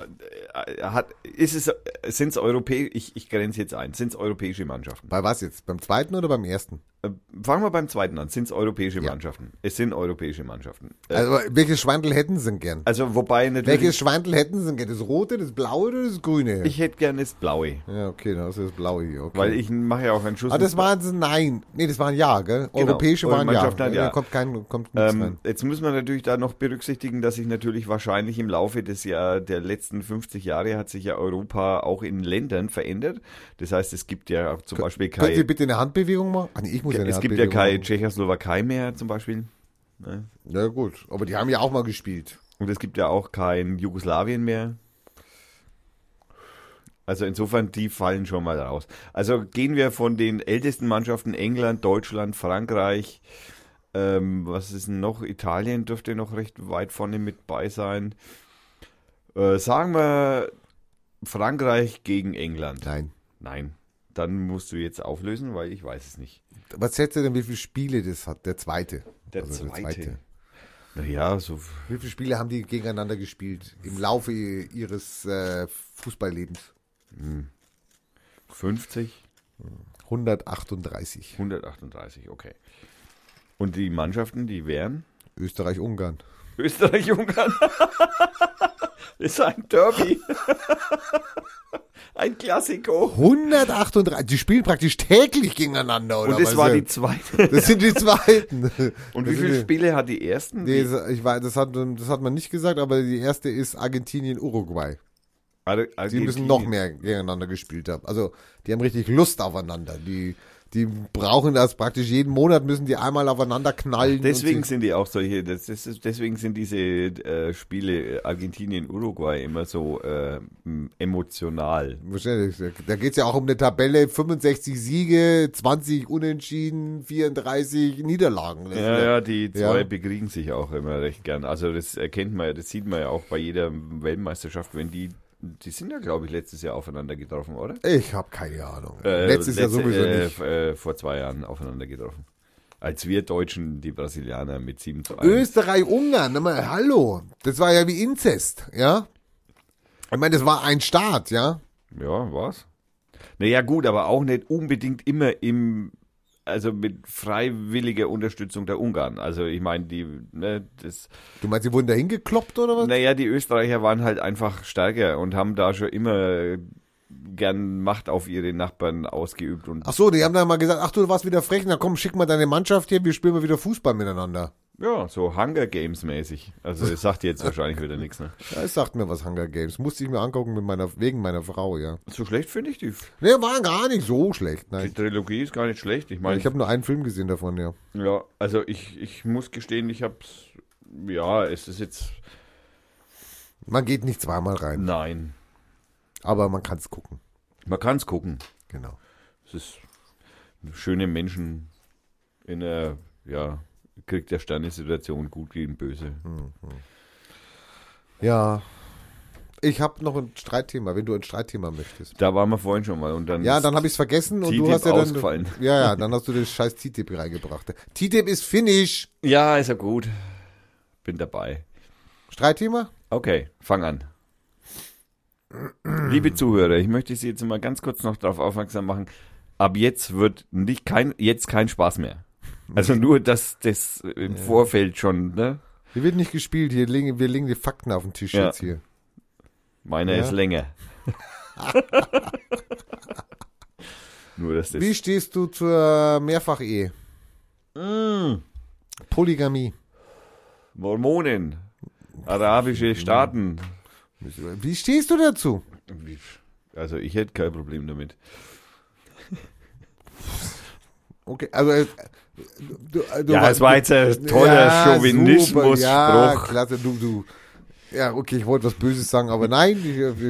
Sind es europäische, ich grenze jetzt ein, sind es europäische Mannschaften? Bei was jetzt? Beim zweiten oder beim ersten? Fangen wir beim zweiten an. Sind es europäische Ja. Mannschaften? Es sind europäische Mannschaften. Also, welches Schwandel hätten sie denn gern? Also wobei natürlich, Welches Schwandel hätten sie denn gern? Das rote, das blaue oder das grüne? ich hätte gerne das Blaue, Ja, okay, dann hast du das blaue hier. Okay. weil ich mache ja auch einen Schuss. Ah, das ins waren sie, nein. Nee, das waren ja, gell? Europäische Eure waren ja. Mannschaft hat ja. Da kommt nichts rein. Jetzt muss man natürlich da noch berücksichtigen, dass sich natürlich wahrscheinlich im Laufe der letzten 50 Jahre hat sich ja Europa auch in Ländern verändert. Das heißt, es gibt ja zum Beispiel Könnt ihr keine, bitte eine Handbewegung machen? Ah, nee, ich muss ja eine es gibt ja Handbewegung keine machen. Tschechoslowakei mehr zum Beispiel. Ne? Ja gut, aber die haben ja auch mal gespielt. Und es gibt ja auch kein Jugoslawien mehr. Also insofern, die fallen schon mal raus. Also gehen wir von den ältesten Mannschaften England, Deutschland, Frankreich. Was ist denn noch? Italien dürfte noch recht weit vorne mit bei sein. Sagen wir Frankreich gegen England. Nein. Nein. Dann musst du jetzt auflösen, weil ich weiß es nicht. Was schätzt ihr denn, wie viele Spiele das hat? Der zweite. Der Also zweite. Naja, so Wie viele Spiele haben die gegeneinander gespielt im Laufe ihres Fußballlebens? 50, 138. 138, okay. Und die Mannschaften, die wären? Österreich-Ungarn. Österreich-Ungarn. Das ist ein Derby. Ein Klassiko. 138. Die spielen praktisch täglich gegeneinander, oder Und es was? war die zweite. Das sind die zweiten. Und Das wie sind viele die- Spiele hat die ersten? Nee, das hat man nicht gesagt, aber die erste ist Argentinien-Uruguay. Die müssen noch mehr gegeneinander gespielt haben. Also, die haben richtig Lust aufeinander. Die Die brauchen das praktisch jeden Monat, müssen die einmal aufeinander knallen. Deswegen und sind die auch solche, deswegen sind diese Spiele Argentinien, Uruguay immer so emotional. wahrscheinlich, da geht es ja auch um eine Tabelle, 65 Siege, 20 Unentschieden, 34 Niederlagen. Ja, die zwei Ja. bekriegen sich auch immer recht gern. Also das erkennt man ja, das sieht man ja auch bei jeder Weltmeisterschaft, wenn die sind ja, glaube ich, letztes Jahr aufeinander getroffen, oder? Ich habe keine Ahnung. Letztes Jahr sowieso nicht. Vor 2 Jahren aufeinander getroffen. Als wir Deutschen die Brasilianer mit 7:1. Österreich, Ungarn, hallo. Das war ja wie Inzest, ja? Ich meine, das war ein Staat, ja? Ja, was? Naja, gut, aber auch nicht unbedingt immer also mit freiwilliger Unterstützung der Ungarn. Also ich meine, Du meinst, die wurden da hingekloppt oder was? naja, die Österreicher waren halt einfach stärker und haben da schon immer gern Macht auf ihre Nachbarn ausgeübt und Ach so, die haben dann mal gesagt, ach du warst wieder frech, na komm, schick mal deine Mannschaft hier, wir spielen mal wieder Fußball miteinander. ja, so Hunger Games mäßig. Also das sagt jetzt wahrscheinlich wieder nichts, ne? Ja, es sagt mir was, Hunger Games. Musste ich mir angucken wegen meiner Frau, ja. So schlecht finde ich die Nee, war gar nicht so schlecht, Die nein. Trilogie ist gar nicht schlecht. Ich meine, Ich habe nur einen Film gesehen davon, ja. ja, also ich muss gestehen, es ist jetzt, Man geht nicht zweimal rein, nein. aber man kann es gucken. Man kann es gucken. Genau. Es ist schöne Menschen in einer, Krieg der Sterne-Situation, gut gegen böse. Ja. Ich habe noch ein Streitthema, wenn du ein Streitthema möchtest. Da waren wir vorhin schon mal und dann Ja, dann habe ich es vergessen und du TTIP hast ja dann. ausgefallen. Ja, dann hast du das scheiß TTIP reingebracht. TTIP ist Finish. ja, ist ja gut. Bin dabei. Streitthema? Okay, fang an. Liebe Zuhörer, ich möchte Sie jetzt mal ganz kurz noch darauf aufmerksam machen. Ab jetzt wird kein Spaß mehr. Also nur, dass das im Vorfeld schon, ne? Hier wird nicht gespielt, wir legen die Fakten auf den Tisch Ja. jetzt hier. Meiner Ja. ist länger. Nur, dass das... Wie stehst du zur Mehrfach-Ehe? Polygamie. Mormonen, arabische Staaten. Wie stehst du dazu? Also ich hätte kein Problem damit. Okay, also Es war jetzt ein toller Chauvinismus-Spruch. Ja, klasse, du. Ja, okay, ich wollte was Böses sagen, aber nein.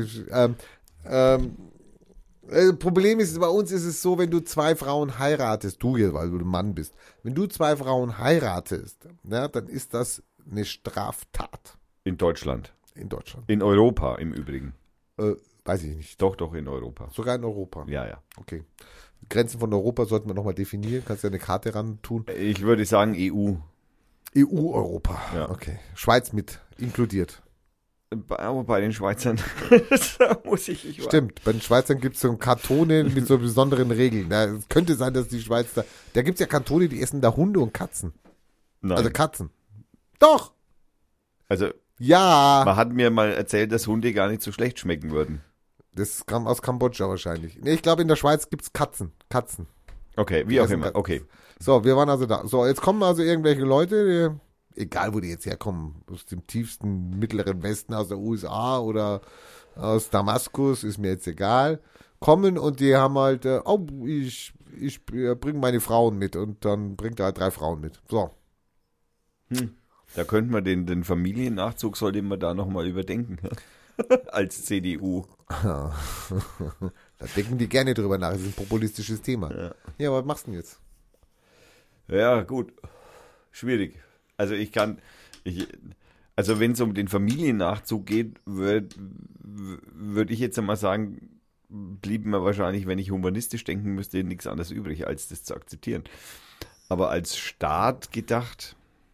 Problem ist, bei uns ist es so, wenn du 2 Frauen heiratest, du jetzt, weil du ein Mann bist, wenn du 2 Frauen heiratest, ja, dann ist das eine Straftat In Deutschland. in Deutschland. In Europa im Übrigen. Weiß ich nicht. Doch, in Europa. Sogar in Europa. Ja. Okay. Grenzen von Europa sollten wir nochmal definieren. Kannst ja eine Karte ran tun. Ich würde sagen EU. EU-Europa. Ja. Okay. Schweiz mit inkludiert. Aber bei den Schweizern da muss ich Stimmt, bei den Schweizern gibt es so Kantone mit so besonderen Regeln. Ja, es könnte sein, dass die Schweiz da gibt es ja Kantone, die essen da Hunde und Katzen. Nein. Also Katzen. Doch! Also Ja! man hat mir mal erzählt, dass Hunde gar nicht so schlecht schmecken würden. Das kam aus Kambodscha wahrscheinlich. Nee, ich glaube, in der Schweiz gibt es Katzen. Katzen. Okay, wie Die auch essen immer. Katzen. Okay. So, wir waren also da. So, jetzt kommen also irgendwelche Leute, egal wo die jetzt herkommen, aus dem tiefsten mittleren Westen, aus der USA oder aus Damaskus, ist mir jetzt egal, kommen und die haben halt, ich bringe meine Frauen mit und dann bringt er halt 3 Frauen mit. So. Da könnte man den Familiennachzug, sollte man da nochmal überdenken. Als CDU. Da denken die gerne drüber nach, das ist ein populistisches Thema. Ja, was machst du denn jetzt? Ja, gut. Schwierig. Also wenn es um den Familiennachzug geht, würde ich jetzt einmal sagen, blieb mir wahrscheinlich, wenn ich humanistisch denken müsste, nichts anderes übrig, als das zu akzeptieren. Aber als Staat gedacht,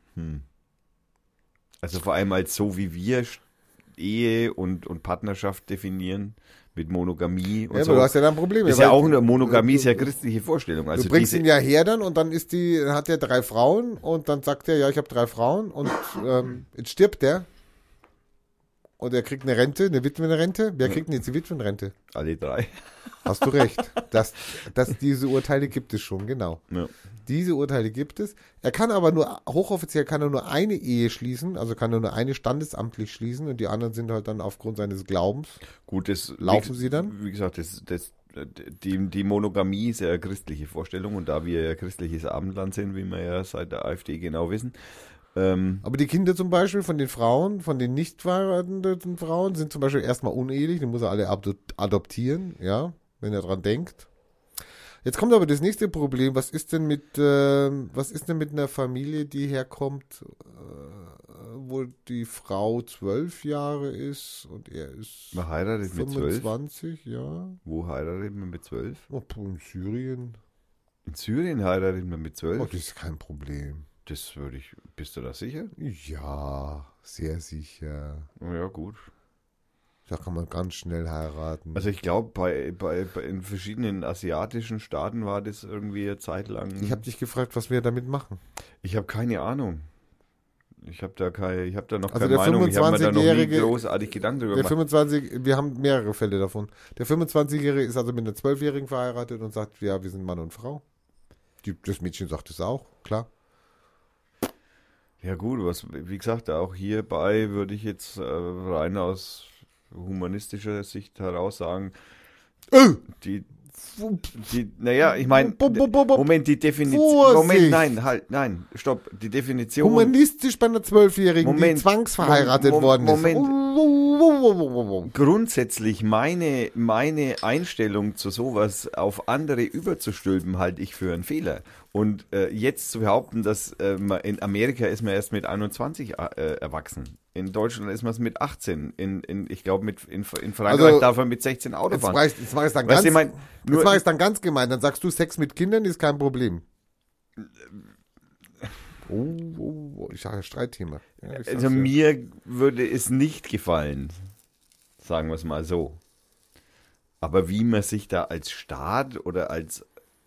also vor allem als so wie wir Ehe und Partnerschaft definieren, mit Monogamie und Ja, so. aber du hast ja da ein Problem. Ist weil ja auch eine Monogamie, ist ja christliche Vorstellung. Also du bringst diese, ihn ja her dann und dann hat er 3 Frauen und dann sagt er, ja, ich habe 3 Frauen und jetzt stirbt der und er kriegt eine Rente, eine Witwenrente. Wer kriegt denn jetzt die Witwenrente? alle 3. Hast du recht. Diese Urteile gibt es schon, genau. Ja. Diese Urteile gibt es. Er kann aber hochoffiziell kann er nur eine Ehe schließen, also kann er nur eine standesamtlich schließen und die anderen sind halt dann aufgrund seines Glaubens. Gut, das Laufen sie dann? Wie gesagt, das die Monogamie ist ja eine christliche Vorstellung und da wir ja christliches Abendland sind, wie wir ja seit der AfD genau wissen, Aber die Kinder zum Beispiel von den Frauen, von den nicht verheirateten Frauen, sind zum Beispiel erstmal unehelich. Die muss er alle adoptieren, ja, wenn er dran denkt. Jetzt kommt aber das nächste Problem. Was ist denn mit einer Familie, die herkommt, wo die Frau 12 Jahre ist und er ist man heiratet mit 12. 25, ja. Wo heiratet man mit 12? Oh, in Syrien. In Syrien heiratet man mit 12? Oh, das ist kein Problem. Das würde ich, bist du da sicher? Ja, sehr sicher. Oh ja, gut. Da kann man ganz schnell heiraten. Also ich glaube, bei in verschiedenen asiatischen Staaten war das irgendwie eine Zeit lang. Ich habe dich gefragt, was wir damit machen. Ich habe keine Ahnung. Ich habe da noch Also keine der Meinung. Ich habe mir da noch nie 25-Jährige großartig Gedanken drüber Der gemacht. 25, wir haben mehrere Fälle davon. Der 25-Jährige ist also mit einer 12-Jährigen verheiratet und sagt, ja, wir sind Mann und Frau. Das Mädchen sagt es auch, klar. Ja gut, wie gesagt, auch hierbei würde ich jetzt rein aus humanistischer Sicht heraus sagen, naja, ich meine, Moment, die Definition, Vorsicht! Moment, nein, stopp, die Definition, Humanistisch bei einer 12-Jährigen, die Moment, zwangsverheiratet worden ist. grundsätzlich meine Einstellung zu sowas auf andere überzustülpen, halte ich für einen Fehler. Und jetzt zu behaupten, dass in Amerika ist man erst mit 21 erwachsen. In Deutschland ist man es mit 18. Ich glaube, in Frankreich Also, darf man mit 16 Auto Jetzt fahren. mach ich es dann, Weißt du, ich mein, ganz gemein. Dann sagst du, Sex mit Kindern ist kein Problem. Ich sage ja Streitthema. Ja, ich sag's also ja. mir würde es nicht gefallen, sagen wir es mal so. Aber wie man sich da als Staat oder als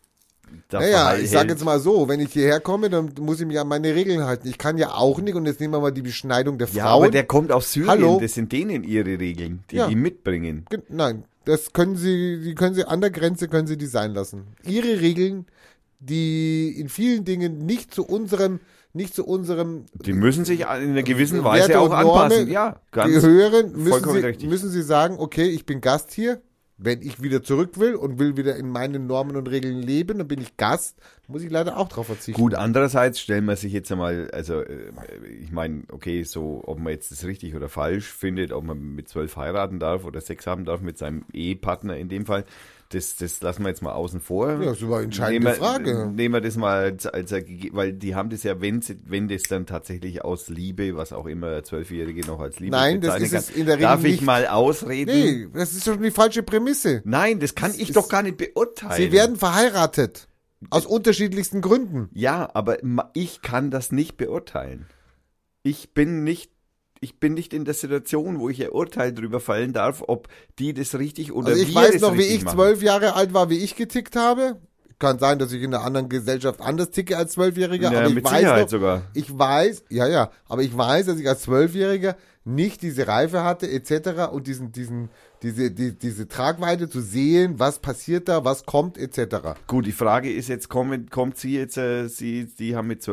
Naja, ich sage jetzt mal so, wenn ich hierher komme, dann muss ich mich an meine Regeln halten. Ich kann ja auch nicht, und jetzt nehmen wir mal die Beschneidung der Frauen. Ja, aber der kommt aus Syrien, Hallo? das sind denen ihre Regeln, die Ja. die mitbringen. Nein, das können Sie an der Grenze können Sie die sein lassen. Ihre Regeln, die in vielen Dingen nicht zu unserem Die müssen sich in einer gewissen Werte Weise auch und Normen anpassen. Ja, ganz gehören, vollkommen richtig. müssen Sie sagen, okay, ich bin Gast hier. Wenn ich wieder zurück will und will wieder in meinen Normen und Regeln leben, dann bin ich Gast, muss ich leider auch drauf verzichten. Gut, andererseits stellen wir sich jetzt einmal, also ich meine, okay, so, ob man jetzt das richtig oder falsch findet, ob man mit 12 heiraten darf oder Sex haben darf mit seinem Ehepartner in dem Fall, das lassen wir jetzt mal außen vor. Ja, das ist aber eine entscheidende Frage. Nehmen wir das mal weil die haben das ja, wenn das dann tatsächlich aus Liebe, was auch immer 12-Jährige noch als Liebe Nein, das bezeichnen ist kann. es in der Regel Darf ich nicht. mal ausreden? Nee, das ist schon die falsche Prämisse. Nein, das kann ich doch gar nicht beurteilen. Sie werden verheiratet. Aus unterschiedlichsten Gründen. Ja, aber ich kann das nicht beurteilen. Ich bin nicht in der Situation, wo ich ein Urteil drüber fallen darf, ob die das richtig oder Also ich wir weiß das noch, wie richtig ich machen. 12 Jahre alt war, wie ich getickt habe. Kann sein, dass ich in einer anderen Gesellschaft anders ticke als 12-Jähriger. Ja, aber ich mit weiß Sicherheit noch, sogar. Ich weiß, aber ich weiß, dass ich als 12-Jähriger nicht diese Reife hatte, etc. und diese Tragweite zu sehen, was passiert da, was kommt, etc. Gut, die Frage ist jetzt, kommt sie jetzt, sie hat mit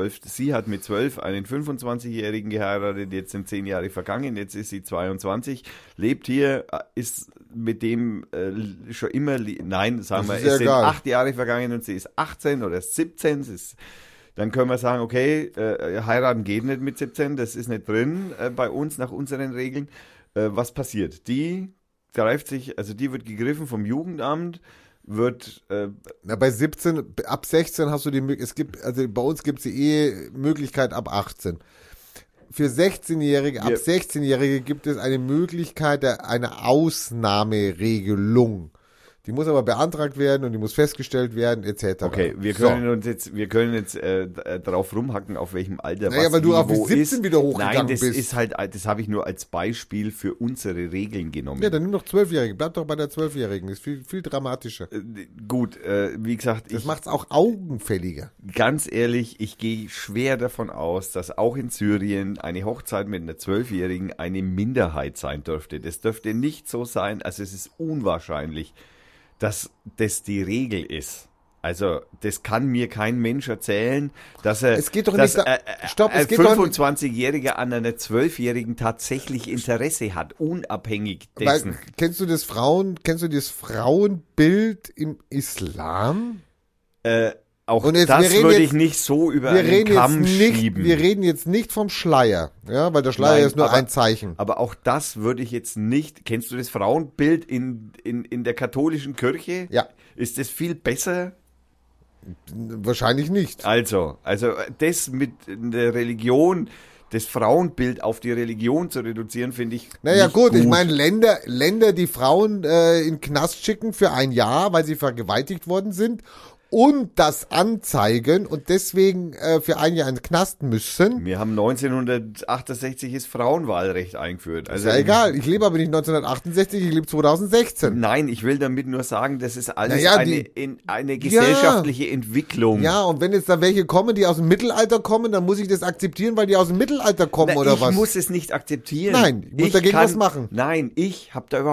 12 einen 25-Jährigen geheiratet, jetzt sind 10 Jahre vergangen, jetzt ist sie 22, lebt hier, ist mit dem schon immer, nein, sagen wir, Das ist es ja sind egal. 8 Jahre vergangen und sie ist 18 oder 17, dann können wir sagen, okay, heiraten geht nicht mit 17, das ist nicht drin bei uns nach unseren Regeln. Was passiert? Die wird gegriffen vom Jugendamt, wird Bei 17, ab 16 hast du bei uns gibt es die Ehemöglichkeit ab 18. Für 16-Jährige, ab Ja. 16-Jährige gibt es eine Möglichkeit einer Ausnahmeregelung. Die muss aber beantragt werden und die muss festgestellt werden, etc. okay, wir können jetzt drauf rumhacken, auf welchem Alter Naja, weil du auf die wo 17 ist. wieder hochgegangen Nein, das bist. ist halt, das habe ich nur als Beispiel für unsere Regeln genommen. Ja, dann nimm doch 12-Jährige. Bleib doch bei der 12-Jährigen. Das ist viel, viel dramatischer. Gut, wie gesagt, Das macht's auch augenfälliger. ganz ehrlich, ich gehe schwer davon aus, dass auch in Syrien eine Hochzeit mit einer 12-Jährigen eine Minderheit sein dürfte. Das dürfte nicht so sein, also es ist unwahrscheinlich, dass das die Regel ist. Also, das kann mir kein Mensch erzählen, dass er, Es geht doch dass nicht stopp, es ein geht doch nicht- 25-Jähriger an einer 12-Jährigen tatsächlich Interesse hat, unabhängig Weil, dessen. kennst du das Frauenbild im Islam? Auch Und jetzt, das wir reden würde jetzt- ich nicht so über Wir einen reden, Kamm jetzt nicht, schieben. wir reden jetzt nicht vom Schleier, ja, weil der Schleier Nein, ist nur aber- ein Zeichen. Aber auch das würde ich jetzt nicht. Kennst du das Frauenbild in der katholischen Kirche? Ja. Ist das viel besser? Wahrscheinlich nicht. Also das mit der Religion, das Frauenbild auf die Religion zu reduzieren, finde ich. Naja nicht gut, ich meine Länder, die Frauen in den Knast schicken für ein Jahr, weil sie vergewaltigt worden sind und das anzeigen und deswegen für ein Jahr in den Knast müssen. Wir haben 1968 das Frauenwahlrecht eingeführt. Ist Also ja egal, ich lebe aber nicht 1968, ich lebe 2016. Nein, ich will damit nur sagen, das ist alles Naja, eine gesellschaftliche Entwicklung. Ja, und wenn jetzt da welche kommen, die aus dem Mittelalter kommen, dann muss ich das akzeptieren, weil die aus dem Mittelalter kommen Na, oder ich was? muss es nicht akzeptieren. Nein, ich muss dagegen was machen. Nein, ich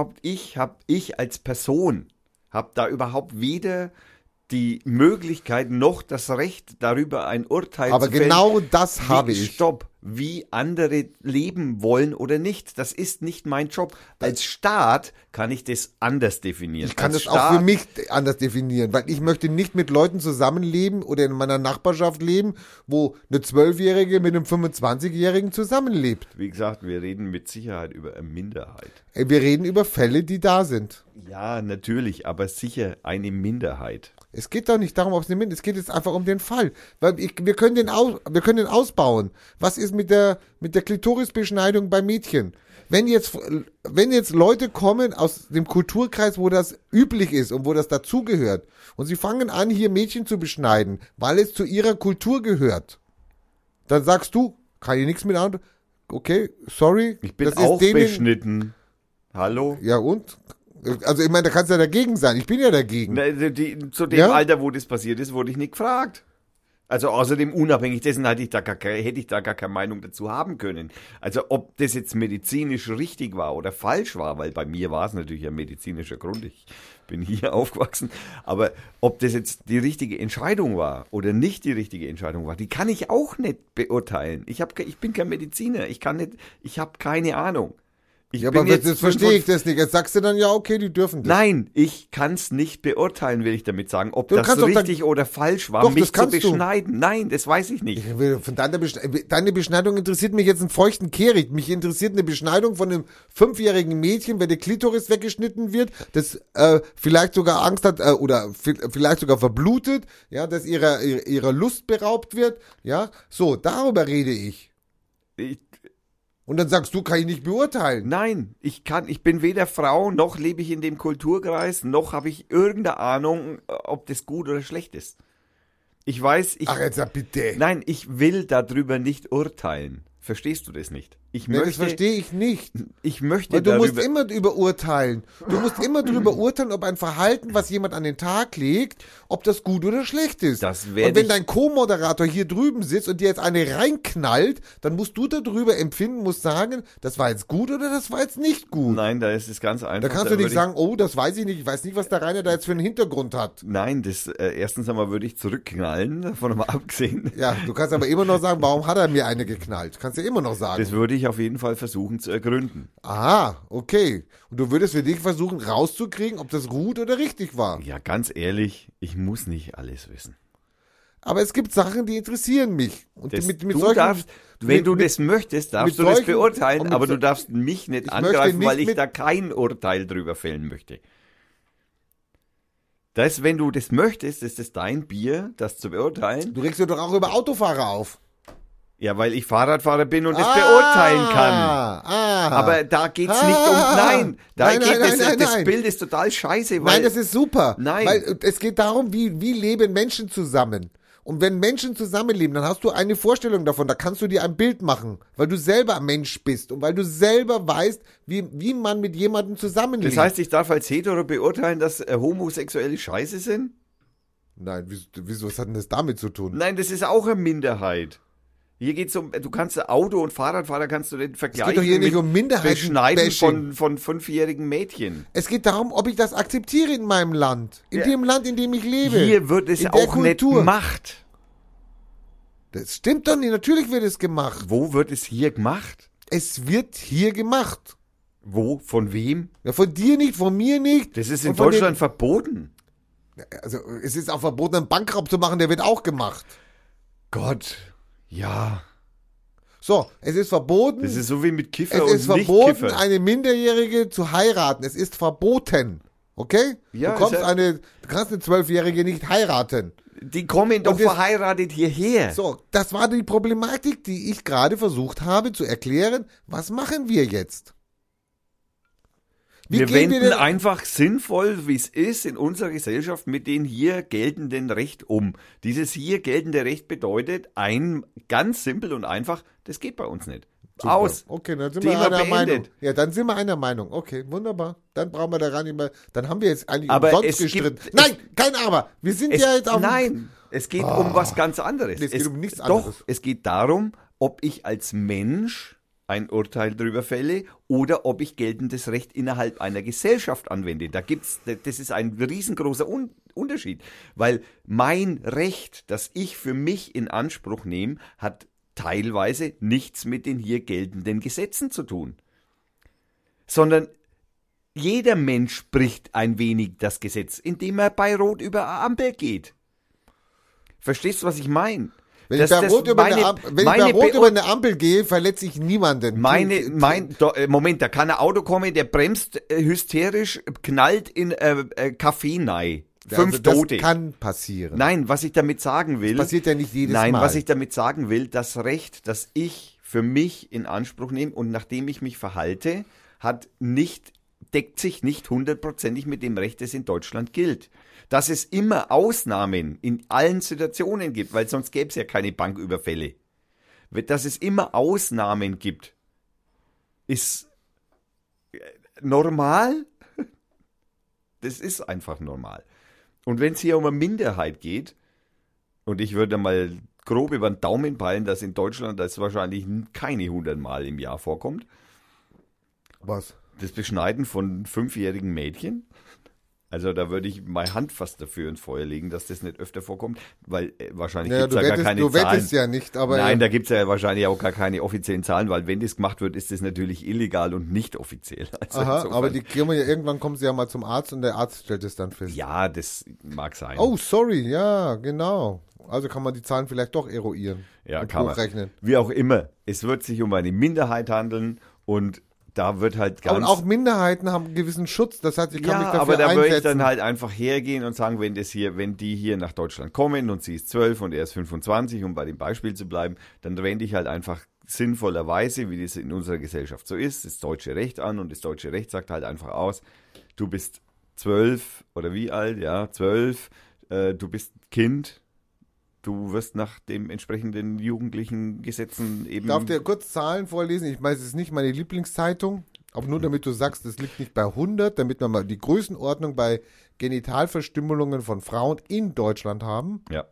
als Person habe da überhaupt weder die Möglichkeit noch das Recht darüber ein Urteil Aber zu fällen. genau das habe ich. Stopp, wie andere leben wollen oder nicht. Das ist nicht mein Job. Als Staat kann ich das anders definieren. Ich kann Als das auch für mich anders definieren, weil ich möchte nicht mit Leuten zusammenleben oder in meiner Nachbarschaft leben, wo eine 12-Jährige mit einem 25-Jährigen zusammenlebt. Wie gesagt, wir reden mit Sicherheit über eine Minderheit. Wir reden über Fälle, die da sind. Ja, natürlich, aber sicher eine Minderheit. Es geht doch nicht darum, ob es eine Minderheit ist, es geht jetzt einfach um den Fall. Weil wir können den ausbauen. Was ist mit der Klitorisbeschneidung bei Mädchen? Wenn jetzt Leute kommen aus dem Kulturkreis, wo das üblich ist und wo das dazugehört, und sie fangen an, hier Mädchen zu beschneiden, weil es zu ihrer Kultur gehört, dann sagst du, kann ich nichts mit an. Okay, sorry. Ich bin das ist auch denen- beschnitten. Hallo? Ja und? Also ich meine, da kannst du ja dagegen sein. Ich bin ja dagegen. Na, zu dem Ja? Alter, wo das passiert ist, wurde ich nicht gefragt. Also außerdem unabhängig dessen hätte ich da gar keine Meinung dazu haben können. Also ob das jetzt medizinisch richtig war oder falsch war, weil bei mir war es natürlich ein medizinischer Grund. Ich bin hier aufgewachsen. Aber ob das jetzt die richtige Entscheidung war oder nicht die richtige Entscheidung war, die kann ich auch nicht beurteilen. Ich bin kein Mediziner. Ich habe keine Ahnung. Ja, aber jetzt verstehe ich das nicht. Jetzt sagst du dann, ja, okay, die dürfen das. Nein, ich kann es nicht beurteilen, will ich damit sagen, ob Du das kannst doch richtig oder falsch war, Doch, das mich zu kannst du. beschneiden. Nein, das weiß ich nicht. Ich will von deine Beschneidung interessiert mich jetzt einen feuchten Kehricht. Mich interessiert eine Beschneidung von einem 5-jährigen Mädchen, wenn der Klitoris weggeschnitten wird, das vielleicht sogar Angst hat oder vielleicht sogar verblutet, ja, dass ihrer Lust beraubt wird, ja. So, darüber rede ich. Und dann sagst du, kann ich nicht beurteilen. Nein, ich bin weder Frau, noch lebe ich in dem Kulturkreis, noch habe ich irgendeine Ahnung, ob das gut oder schlecht ist. Ich weiß, Ach, jetzt sag bitte. nein, ich will darüber nicht urteilen. Verstehst du das nicht? Nee, das verstehe ich nicht. Ich möchte Weil du musst darüber, immer drüber urteilen. Du musst immer drüber urteilen, ob ein Verhalten, was jemand an den Tag legt, ob das gut oder schlecht ist. Das werd und wenn ich- dein Co-Moderator hier drüben sitzt und dir jetzt eine reinknallt, dann musst du darüber empfinden, musst sagen, das war jetzt gut oder das war jetzt nicht gut. nein, da ist es ganz einfach. Da kannst du würde nicht ich- sagen, oh, das weiß ich nicht, ich weiß nicht, was der Rainer da jetzt für einen Hintergrund hat. Nein, erstens einmal würde ich zurückknallen, davon mal abgesehen. Ja, du kannst aber immer noch sagen, warum hat er mir eine geknallt? Kannst du immer noch sagen. Das würde ich auf jeden Fall versuchen zu ergründen. Aha, okay. Und du würdest für dich versuchen rauszukriegen, ob das gut oder richtig war. Ja, ganz ehrlich, ich muss nicht alles wissen. Aber es gibt Sachen, die interessieren mich. Und Das, mit du solchen, darfst, wenn mit- du mit- das möchtest, darfst mit du das solchen- beurteilen, und mit aber so- du darfst mich nicht Ich möchte angreifen, nicht weil ich mit- da kein Urteil drüber fällen möchte. Wenn du das möchtest, ist es dein Bier, das zu beurteilen. Du regst dir doch auch über Autofahrer auf. Ja, weil ich Fahrradfahrer bin und das beurteilen kann. Ah, Aber da geht's nicht um, nein, Nein, das nein. Bild ist total scheiße, weil Nein, das ist super. Nein. Weil es geht darum, wie leben Menschen zusammen. Und wenn Menschen zusammenleben, dann hast du eine Vorstellung davon, da kannst du dir ein Bild machen, weil du selber ein Mensch bist und weil du selber weißt, wie man mit jemandem zusammenlebt. das heißt, ich darf als Hetero beurteilen, dass Homosexuelle scheiße sind? Nein, wieso, was hat denn das damit zu tun? Nein, das ist auch eine Minderheit. Hier geht es um, du kannst Auto und Fahrradfahrer kannst du nicht vergleichen doch hier nicht mit um Minderheitenbashing. Beschneiden von 5-jährigen Mädchen. Es geht darum, ob ich das akzeptiere in meinem Land. In Ja. dem Land, in dem ich lebe. Hier wird es in der auch nicht Kultur. gemacht. Das stimmt doch nicht. Natürlich wird es gemacht. Wo wird es hier gemacht? Es wird hier gemacht. Wo? Von wem? Ja, von dir nicht, von mir nicht. Das ist in Und von Deutschland verboten. Also, es ist auch verboten, einen Bankraub zu machen, der wird auch gemacht. Gott, ja. So, es ist verboten. Das ist so wie mit Kiffer Es und ist verboten, Nicht-Kiffer. eine Minderjährige zu heiraten. Es ist verboten. Okay? Ja, du ist ja- kannst eine 12-Jährige nicht heiraten. Die kommen doch Und das- verheiratet hierher. So, das war die Problematik, die ich gerade versucht habe zu erklären. Was machen wir jetzt? Wie wir gehen wenden denn- einfach sinnvoll, wie es ist, in unserer Gesellschaft mit dem hier geltenden Recht um. Dieses hier geltende Recht bedeutet ganz simpel und einfach, das geht bei uns nicht. Super. Aus. Okay, dann sind Thema wir einer beendet. Meinung. Ja, dann sind wir einer Meinung. Okay, wunderbar. Dann brauchen wir da gar nicht mehr. Dann haben wir jetzt eigentlich Aber umsonst es gestritten. gibt- Nein, kein Aber. Wir sind ja jetzt auf dem- Nein, es geht um was ganz anderes. Es geht um nichts Doch, anderes. es geht darum, ob ich als Mensch ein Urteil darüber fälle oder ob ich geltendes Recht innerhalb einer Gesellschaft anwende. Das ist ein riesengroßer Unterschied, weil mein Recht, das ich für mich in Anspruch nehme, hat teilweise nichts mit den hier geltenden Gesetzen zu tun, sondern jeder Mensch bricht ein wenig das Gesetz, indem er bei Rot über eine Ampel geht. Verstehst du, was ich meine? Wenn ich bei Rot über eine Ampel gehe, verletze ich niemanden. Moment, da kann ein Auto kommen, der bremst hysterisch, knallt in Café rein. 5 Tote. Das kann passieren. Nein, was ich damit sagen will. Das passiert ja nicht jedes Nein, Mal. was ich damit sagen will, das Recht, das ich für mich in Anspruch nehme und nachdem ich mich verhalte, deckt sich nicht 100%ig mit dem Recht, das in Deutschland gilt. Dass es immer Ausnahmen in allen Situationen gibt, weil sonst gäbe es ja keine Banküberfälle. Dass es immer Ausnahmen gibt, ist normal. Das ist einfach normal. Und wenn es hier um eine Minderheit geht, und ich würde mal grob über den Daumen peilen, dass in Deutschland das wahrscheinlich keine 100 Mal im Jahr vorkommt, Was? das Beschneiden von 5-jährigen Mädchen. Also da würde ich meine Hand fast dafür ins Feuer legen, dass das nicht öfter vorkommt, weil wahrscheinlich Ja, gibt es da gar keine du Zahlen. wettest ja nicht, aber Nein, da gibt es ja wahrscheinlich auch gar keine offiziellen Zahlen, weil wenn das gemacht wird, ist das natürlich illegal und nicht offiziell. Also aha, insofern- aber irgendwann kommen sie ja mal zum Arzt und der Arzt stellt es dann fest. Ja, das mag sein. Oh, sorry, ja, genau. Also kann man die Zahlen vielleicht doch eruieren ja, und kann man. hochrechnen. Wie auch immer, es wird sich um eine Minderheit handeln und da wird halt ganz... Und auch Minderheiten haben einen gewissen Schutz, das heißt, ich kann mich ja, dafür aber da würde ich einsetzen. dann halt einfach hergehen und sagen, wenn die hier nach Deutschland kommen und sie ist 12 und er ist 25, um bei dem Beispiel zu bleiben, dann wende ich halt einfach sinnvollerweise, wie das in unserer Gesellschaft so ist, das deutsche Recht an und das deutsche Recht sagt halt einfach aus, du bist 12 oder wie alt, ja, 12, du bist Kind, du wirst nach den entsprechenden jugendlichen Gesetzen eben... Ich darf dir kurz Zahlen vorlesen. Ich weiß, es ist nicht meine Lieblingszeitung, aber nur damit du sagst, es liegt nicht bei 100, damit wir mal die Größenordnung bei Genitalverstümmelungen von Frauen in Deutschland haben. Ja.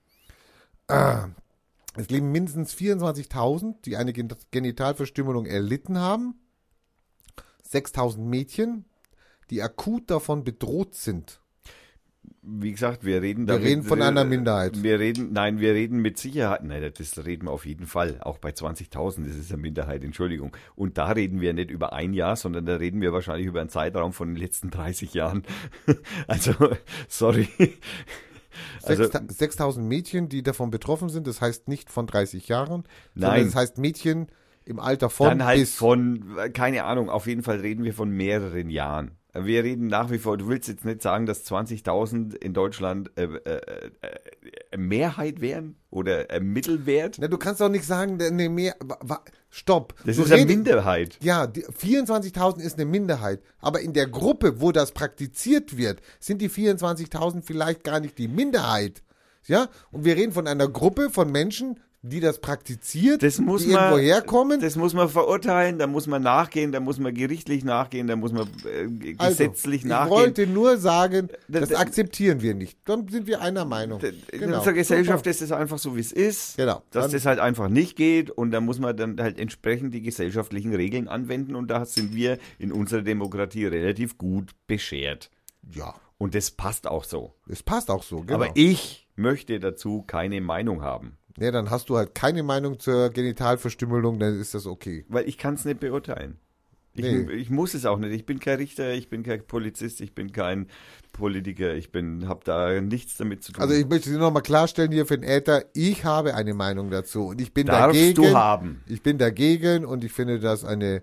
Es leben mindestens 24.000, die eine Genitalverstümmelung erlitten haben. 6.000 Mädchen, die akut davon bedroht sind. Wie gesagt, wir reden von einer Minderheit. Wir reden mit Sicherheit, nein, das reden wir auf jeden Fall, auch bei 20.000, das ist eine Minderheit, Entschuldigung. Und da reden wir nicht über ein Jahr, sondern da reden wir wahrscheinlich über einen Zeitraum von den letzten 30 Jahren. Also, sorry. Also, 6.000 Mädchen, die davon betroffen sind, das heißt nicht von 30 Jahren, Nein. sondern das heißt Mädchen im Alter von dann halt bis. von, keine Ahnung, auf jeden Fall reden wir von mehreren Jahren. Wir reden nach wie vor, du willst jetzt nicht sagen, dass 20.000 in Deutschland Mehrheit wären oder Mittelwert? Na, du kannst doch nicht sagen, stopp. Das Du ist eine redest- Minderheit. Ja, 24.000 ist eine Minderheit, aber in der Gruppe, wo das praktiziert wird, sind die 24.000 vielleicht gar nicht die Minderheit. Ja, und wir reden von einer Gruppe von Menschen, die das praktiziert, Das muss die man- irgendwo herkommen. Das muss man verurteilen, da muss man nachgehen, da muss man gerichtlich nachgehen, da muss man gesetzlich ich nachgehen. wollte nur sagen, Das- das akzeptieren wir nicht. Dann sind wir einer Meinung. In Genau. unserer Gesellschaft Super. ist es einfach so, wie es ist. Genau. Dass Dann- das halt einfach nicht geht und da muss man dann halt entsprechend die gesellschaftlichen Regeln anwenden und da sind wir in unserer Demokratie relativ gut beschert. Ja, Und das passt auch so. es passt auch so. Genau. Aber ich möchte dazu keine Meinung haben, Ja, dann hast du halt keine Meinung zur Genitalverstümmelung, dann ist das okay. weil ich kann es nicht beurteilen. Nee. Ich muss es auch nicht. Ich bin kein Richter, ich bin kein Polizist, ich bin kein Politiker, habe da nichts damit zu tun. Also ich möchte Sie nochmal klarstellen hier für den Äther, ich habe eine Meinung dazu und ich bin Darfst dagegen. du haben. Ich bin dagegen und ich finde das eine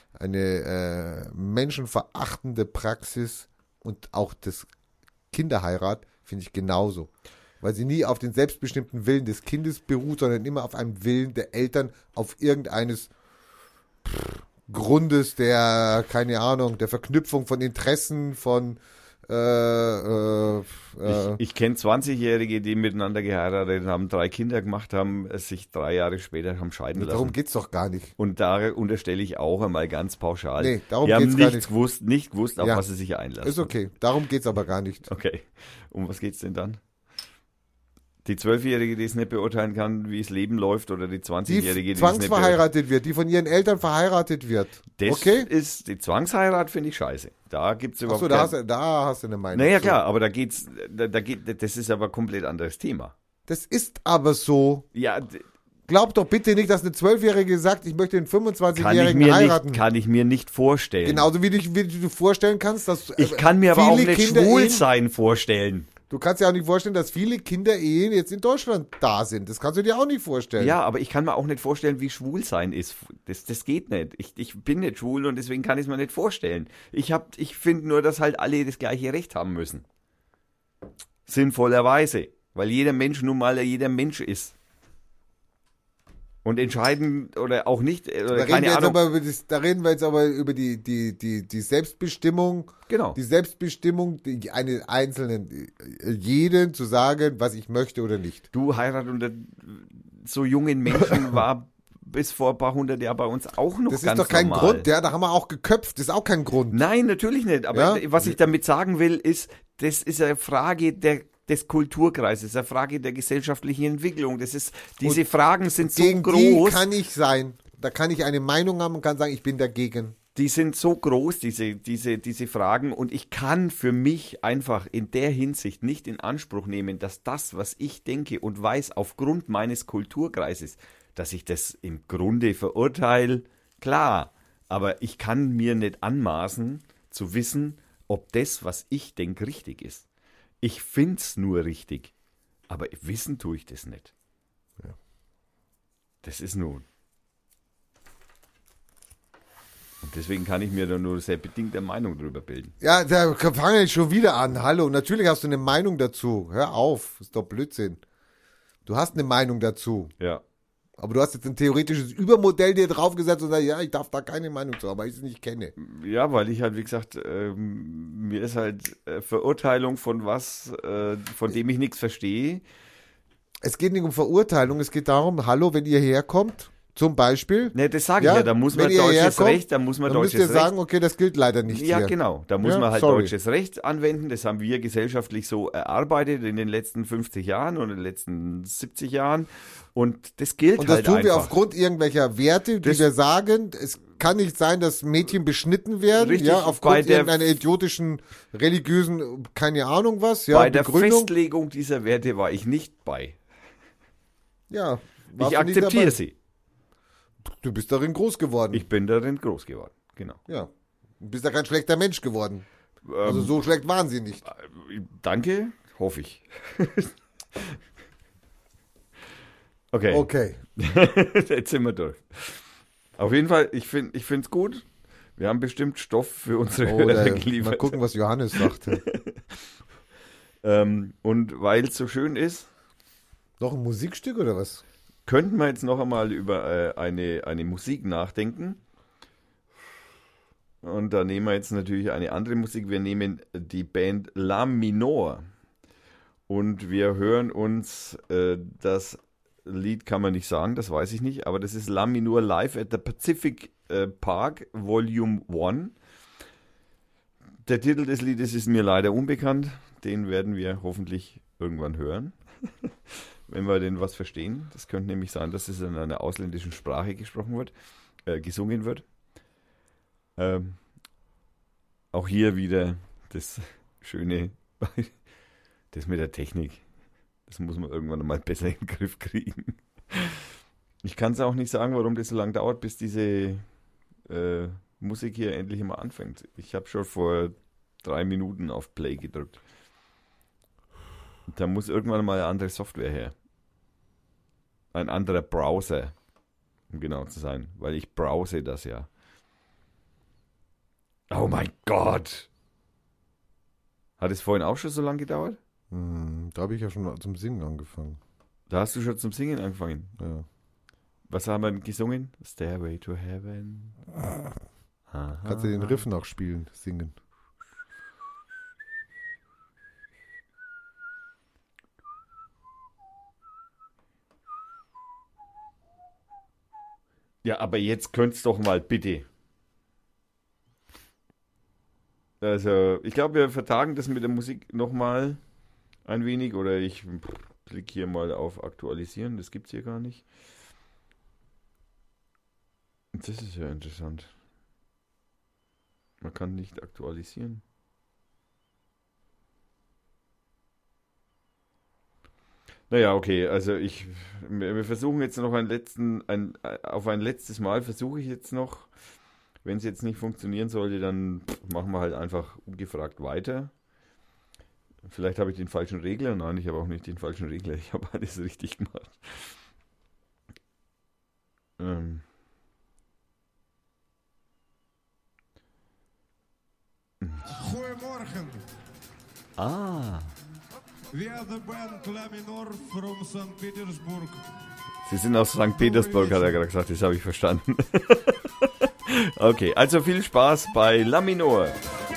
menschenverachtende Praxis und auch das Kinderheirat finde ich genauso. Weil sie nie auf den selbstbestimmten Willen des Kindes beruht, sondern immer auf einem Willen der Eltern, auf irgendeines Grundes der, keine Ahnung, der Verknüpfung von Interessen, von Ich kenne 20-Jährige, die miteinander geheiratet haben, 3 Kinder gemacht haben, sich 3 Jahre später haben scheiden lassen. darum geht's doch gar nicht. Und da unterstelle ich auch einmal ganz pauschal. Nee, darum die haben geht's gar nicht gewusst, auf Ja. was sie sich einlassen. Ist okay, darum geht's aber gar nicht. Okay. Um was geht's denn dann? Die 12-Jährige, die es nicht beurteilen kann, wie es Leben läuft, oder die 20-Jährige, die es nicht zwangsverheiratet wird, die von ihren Eltern verheiratet wird. Das Okay? ist die Zwangsheirat, finde ich scheiße. Da gibt's überhaupt Achso, da hast du eine Meinung. Naja, zu. klar, aber das ist aber ein komplett anderes Thema. Das ist aber so. Ja, Glaub doch bitte nicht, dass eine 12-Jährige sagt, ich möchte den kann ich 25-Jährigen heiraten. kann ich mir nicht vorstellen. Genauso wie du dir vorstellen kannst, dass Ich kann mir aber auch viele nicht Kinderehen- Schwulsein vorstellen. Du kannst dir auch nicht vorstellen, dass viele Kinderehen jetzt in Deutschland da sind. Das kannst du dir auch nicht vorstellen. Ja, aber ich kann mir auch nicht vorstellen, wie Schwulsein ist. Das geht nicht. Ich bin nicht schwul und deswegen kann ich es mir nicht vorstellen. Ich finde nur, dass halt alle das gleiche Recht haben müssen. Sinnvollerweise. Weil jeder Mensch nun mal jeder Mensch ist. Und entscheiden oder auch nicht, oder keine Ahnung. Da reden wir jetzt aber über die Selbstbestimmung. Genau. Die Selbstbestimmung, einen Einzelnen, jeden zu sagen, was ich möchte oder nicht. Du, Heirat unter so jungen Menschen war bis vor ein paar hundert Jahren bei uns auch noch Das ganz ist doch kein normal. Grund, ja, da haben wir auch geköpft, das ist auch kein Grund. Nein, natürlich nicht. Aber Ja? was ich damit sagen will, ist, das ist eine Frage des Kulturkreises, eine Frage der gesellschaftlichen Entwicklung. Diese Fragen sind so Gegen die groß. kann ich sein. Da kann ich eine Meinung haben und kann sagen, ich bin dagegen. Die sind so groß, diese Fragen. Und ich kann für mich einfach in der Hinsicht nicht in Anspruch nehmen, dass das, was ich denke und weiß, aufgrund meines Kulturkreises, dass ich das im Grunde verurteile. Klar, aber ich kann mir nicht anmaßen zu wissen, ob das, was ich denke, richtig ist. Ich finde es nur richtig, aber wissen tue ich das nicht. Ja. Das ist nun. Und deswegen kann ich mir da nur sehr bedingt eine Meinung drüber bilden. Ja, da fangen wir jetzt schon wieder an. Hallo, natürlich hast du eine Meinung dazu. Hör auf, ist doch Blödsinn. Du hast eine Meinung dazu. Ja. Aber du hast jetzt ein theoretisches Übermodell dir draufgesetzt und sagst, ja, ich darf da keine Meinung zu haben, weil ich es nicht kenne. Ja, weil ich halt, wie gesagt, mir ist halt Verurteilung von was, von dem ich nichts verstehe. Es geht nicht um Verurteilung, es geht darum, hallo, wenn ihr herkommt, zum Beispiel. Ne, das sage ich ja, da muss man wenn ihr deutsches herkommt, Recht, da muss man dann müsst deutsches ihr Recht. sagen, okay, das gilt leider nicht Ja, hier. genau. Da muss Ja, man halt sorry. deutsches Recht anwenden. Das haben wir gesellschaftlich so erarbeitet in den letzten 50 Jahren und in den letzten 70 Jahren. Und das gilt Und das halt tun wir einfach. aufgrund irgendwelcher Werte, die Das- wir sagen, es kann nicht sein, dass Mädchen beschnitten werden, Richtig, ja, bei aufgrund der- irgendeiner idiotischen, religiösen, keine Ahnung was, ja, Bei der Begründung. Festlegung dieser Werte war ich nicht bei. Ja, Ich warst du nicht akzeptiere dabei? sie. Du bist darin groß geworden. Ich bin darin groß geworden. Genau. Ja. Du bist ja kein schlechter Mensch geworden. Ähm, Also so schlecht waren sie nicht. Danke, hoffe ich. Okay, Okay. jetzt sind wir durch. Auf jeden Fall, ich finde es gut. Wir haben bestimmt Stoff für unsere Oder Hörer mal geliefert. gucken, was Johannes sagte. Und weil es so schön ist, Noch ein Musikstück oder was? könnten wir jetzt noch einmal über eine Musik nachdenken. Und da nehmen wir jetzt natürlich eine andere Musik. Wir nehmen die Band La Minor. Und wir hören uns das Lied kann man nicht sagen, das weiß ich nicht, aber das ist La Minor Live at the Pacific Park Volume 1. Der Titel des Liedes ist mir leider unbekannt, den werden wir hoffentlich irgendwann hören, wenn wir denn was verstehen. Das könnte nämlich sein, dass es in einer ausländischen Sprache gesungen wird. Auch hier wieder das Schöne, das mit der Technik. Das muss man irgendwann mal besser in den Griff kriegen. Ich kann es auch nicht sagen, warum das so lange dauert, bis diese Musik hier endlich mal anfängt. Ich habe schon vor 3 Minuten auf Play gedrückt. Da muss irgendwann mal eine andere Software her. Ein anderer Browser, um genau zu sein, weil ich browse das ja. Oh mein Gott! Hat es vorhin auch schon so lange gedauert? Da habe ich ja schon zum Singen angefangen. Da hast du schon zum Singen angefangen? Ja. Was haben wir denn gesungen? Stairway to Heaven. Aha. Kannst du den Riff nachspielen, singen? Ja, aber jetzt könnt's doch mal, bitte. Also, ich glaube, wir vertagen das mit der Musik nochmal ein wenig. Oder ich klicke hier mal auf Aktualisieren. Das gibt's hier gar nicht. Das ist ja interessant. Man kann nicht aktualisieren. Naja, okay, also wir versuchen jetzt noch auf ein letztes Mal versuche ich jetzt noch. Wenn es jetzt nicht funktionieren sollte, dann machen wir halt einfach ungefragt weiter. Vielleicht habe ich den falschen Regler. Nein, ich habe auch nicht den falschen Regler. Ich habe alles richtig gemacht. Goedemorgen. Ah. We are the band La Minor from St. Petersburg. Sie sind aus St. Petersburg, hat er gerade gesagt. Das habe ich verstanden. Okay, also viel Spaß bei La Minor.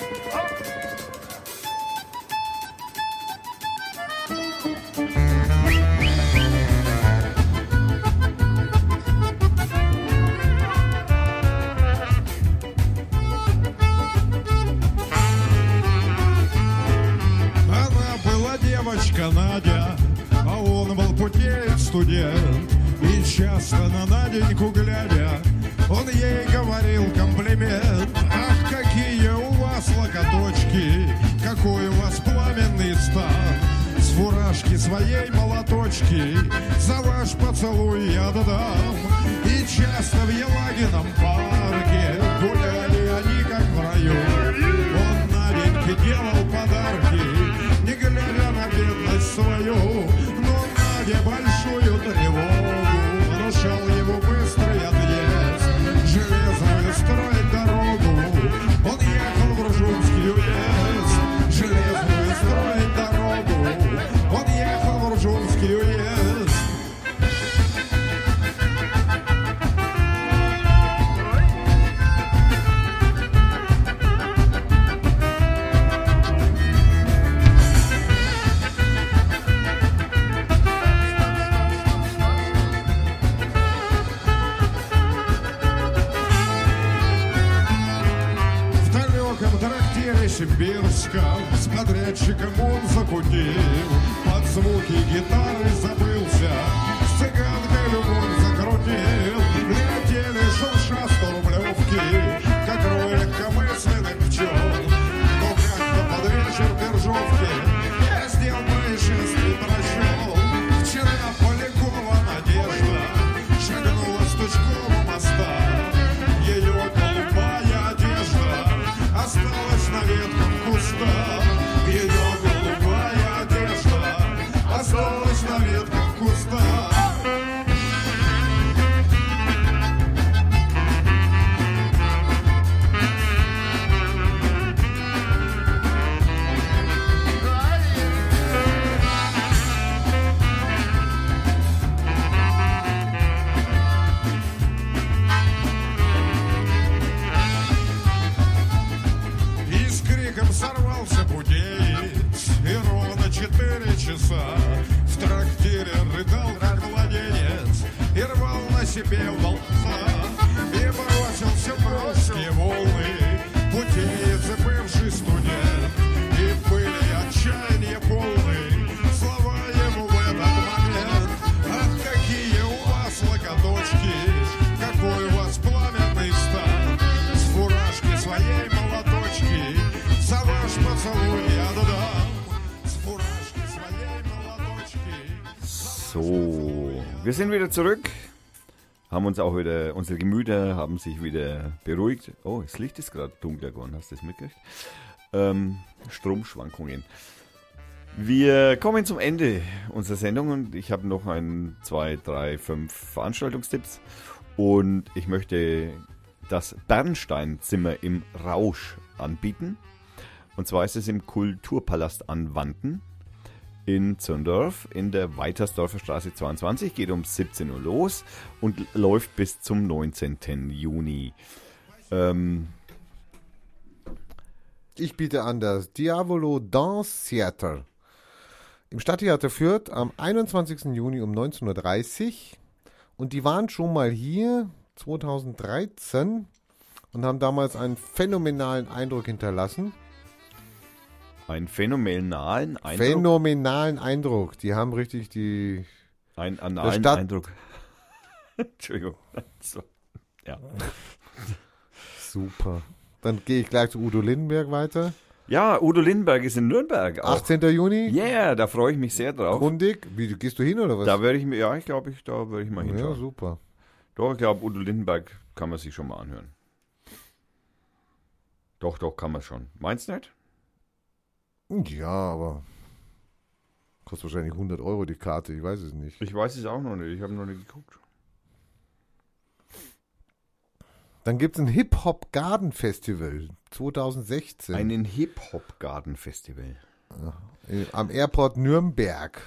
Она была девочка Надя, а он был путеец студент. И часто на Наденьку глядя, он ей говорил комплимент. Ах, какие у вас локоточки, какой у вас пламенный стан. С фуражки своей молоточки за ваш поцелуй я отдам. И часто в Елагином парке гуляли они как в раю. Он Наденьке делал подарки, не глядя на бедность свою. Но Надя большую тревогу внушал ему быстрый отъезд. Железную строить дорогу, он ехал в Ржунский уезд. Железную строить дорогу, он ехал в Ржунский уезд. В далеком трактире сибирском с подрядчиком он закутил. Под звуки гитары забылся, с цыганкой любовь закрутил. Летели шурша 100-рублевки, как рой легкомысленных пчел. Но как-то под вечер в Биржовке раздел происшествий прощел. Вчера Полякова Надежда шагнула с Тучкова моста. Ее голубая одежда осталась на ветках куста. Ее голубая одежда осталась на ветках куста. И с криком сорвался путеец, и ровно 4 часа в трактире рыдал как младенец. напивался и бросился в русские волны, путей забывший студент, и были отчаяния полны слова ему в этот момент. Ах, какие у вас локоточки, какой у вас пламенный стан, с фуражки своей молоточки за ваш поцелуй я отдам, с фуражки своей молоточки. So, wir sind wieder zurück. Haben uns auch wieder, unsere Gemüter haben sich wieder beruhigt. Oh, das Licht ist gerade dunkler geworden, hast du das mitgekriegt? Stromschwankungen. Wir kommen zum Ende unserer Sendung und ich habe noch 1, 2, 3, 5 Veranstaltungstipps. Und ich möchte das Bernsteinzimmer im Rausch anbieten. Und zwar ist es im Kulturpalast Anwanden in Zirndorf in der Weitersdorfer Straße 22. Geht um 17 Uhr los und läuft bis zum 19. Juni. Ich biete an das Diavolo Dance Theater im Stadttheater Fürth am 21. Juni um 19.30 Uhr. Und die waren schon mal hier 2013 und haben damals einen phänomenalen Eindruck hinterlassen. Einen phänomenalen Eindruck. Phänomenalen Eindruck. Die haben richtig die... Einen analen Stadt- Eindruck. Entschuldigung. So. Ja. Super. Dann gehe ich gleich zu Udo Lindenberg weiter. Ja, Udo Lindenberg ist in Nürnberg auch. 18. Juni. Yeah, da freue ich mich sehr drauf. Grundig. Wie, gehst du hin oder was? Da werde ich mir, ja, ich glaube, da würde ich mal ja, hinschauen. super. Doch, ich glaube, Udo Lindenberg kann man sich schon mal anhören. Doch, kann man schon. Meinst du nicht? Ja, aber kostet wahrscheinlich 100 Euro die Karte, ich weiß es nicht. Ich weiß es auch noch nicht, ich habe noch nicht geguckt. Dann gibt es ein Hip-Hop Garden Festival 2016 Einen Hip-Hop-Garden-Festival. am Airport Nürnberg.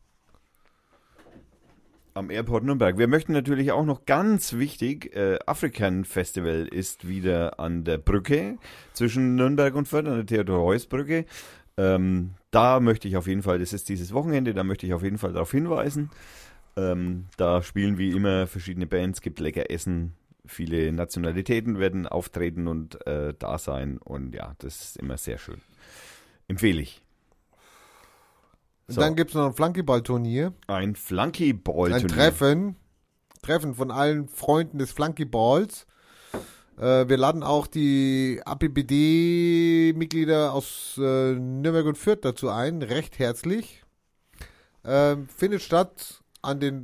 Am Airport Nürnberg. Wir möchten natürlich auch noch ganz wichtig, African Festival ist wieder an der Brücke zwischen Nürnberg und Fürth, an der Theodor-Heuss-Brücke. Da möchte ich auf jeden Fall, das ist dieses Wochenende, da möchte ich auf jeden Fall darauf hinweisen. Da spielen wie immer verschiedene Bands, gibt lecker Essen, viele Nationalitäten werden auftreten und da sein und ja, das ist immer sehr schön. Empfehle ich. So. Dann gibt es noch ein Flunkyball-Turnier. Ein Flunkyball-Turnier. Ein Treffen von allen Freunden des Flunkyballs. Wir laden auch die APBD-Mitglieder aus Nürnberg und Fürth dazu ein, recht herzlich. Findet statt an der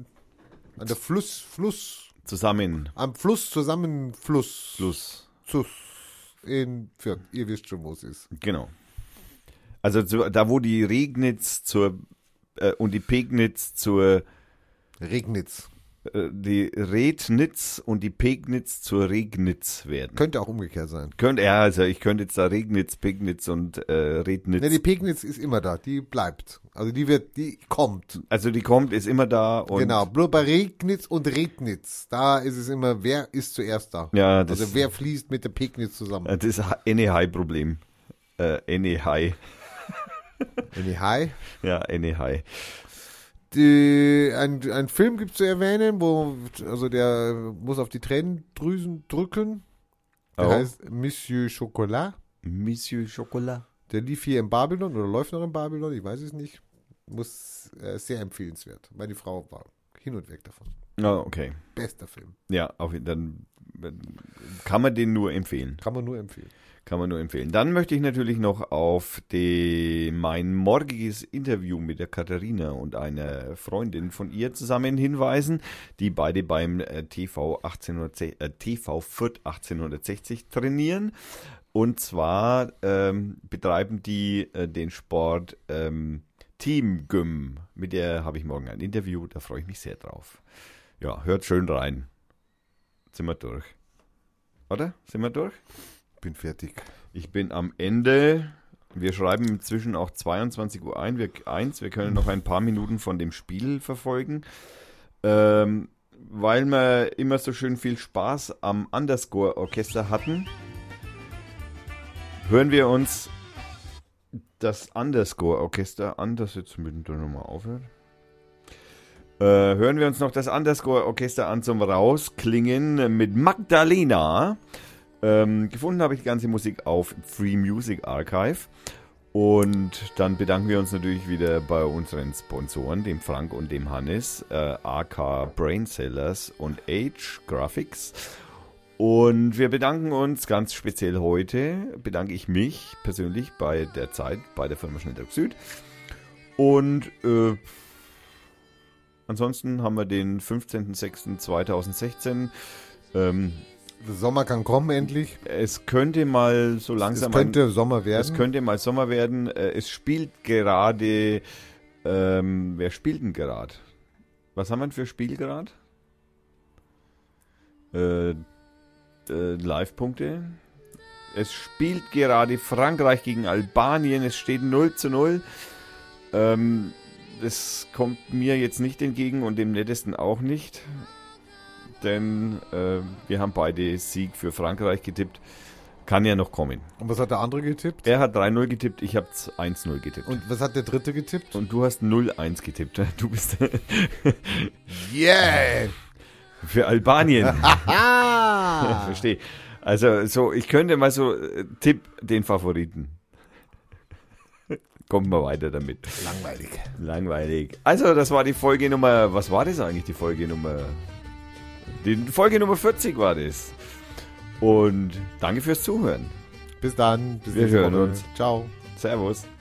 Zusammenfluss in Fürth. Ihr wisst schon, wo es ist. Genau. Also da, wo die Regnitz und die Pegnitz Regnitz. die Rednitz und die Pegnitz zur Regnitz werden. Könnte auch umgekehrt sein. Ich könnte jetzt da Regnitz, Pegnitz und Rednitz. Ne, die Pegnitz ist immer da, die bleibt. Also die kommt. Also die kommt, ist immer da. Und Genau, bloß bei Regnitz und Rednitz, da ist es immer, wer ist zuerst da? Ja, also wer fließt mit der Pegnitz zusammen? Das ist ein Problem. High. High? Ja, High. Ein Film gibt es zu erwähnen, der muss auf die Tränendrüsen drücken. Der heißt Monsieur Chocolat. Monsieur Chocolat. Der lief hier in Babylon oder läuft noch in Babylon, ich weiß es nicht. Muss sehr empfehlenswert. Meine Frau war hin und weg davon. Oh, okay. Bester Film. Ja, dann kann man den nur empfehlen. Kann man nur empfehlen. Dann möchte ich natürlich noch auf mein morgiges Interview mit der Katharina und einer Freundin von ihr zusammen hinweisen, die beide beim TV Fürth 1860 trainieren. Und zwar betreiben die den Sport Team Gym. Mit der habe ich morgen ein Interview, da freue ich mich sehr drauf. Ja, hört schön rein. Sind wir durch. Oder? Sind wir durch? Bin fertig. Ich bin am Ende. Wir schreiben inzwischen auch 22 Uhr ein. Wir können noch ein paar Minuten von dem Spiel verfolgen. Weil wir immer so schön viel Spaß am Underscore-Orchester hatten, hören wir uns das Underscore-Orchester an, das jetzt mittendrin nochmal aufhört. hören wir uns noch das Underscore-Orchester an zum Rausklingen mit Magdalena. Gefunden habe ich die ganze Musik auf Free Music Archive. Und dann bedanken wir uns natürlich wieder bei unseren Sponsoren, dem Frank und dem Hannes, AK Brainsellers und Age Graphics. Und wir bedanken uns ganz speziell heute, bedanke ich mich persönlich bei der Zeit, bei der Firma Schnelldruck Süd. Und ansonsten haben wir den 15.06.2016. Der Sommer kann kommen endlich. Es könnte mal so langsam... Es könnte Sommer werden. Es könnte mal Sommer werden. Es spielt gerade... wer spielt denn gerade? Was haben wir denn für Spiel gerade? Live-Punkte. Es spielt gerade Frankreich gegen Albanien. Es steht 0:0. Das kommt mir jetzt nicht entgegen und dem Nettesten auch nicht. Denn wir haben beide Sieg für Frankreich getippt. Kann ja noch kommen. Und was hat der andere getippt? Er hat 3-0 getippt, ich habe 1-0 getippt. Und was hat der dritte getippt? Und du hast 0-1 getippt. Du bist Yeah! für Albanien. Ah! Verstehe. Also so, ich könnte mal so Tipp den Favoriten. Kommen wir weiter damit. Langweilig. Also das war die Folge Nummer, was war das eigentlich, die Folge Nummer 40 war das. Und danke fürs Zuhören. Bis dann. Bis Wir nächste hören Woche. uns. Ciao. Servus.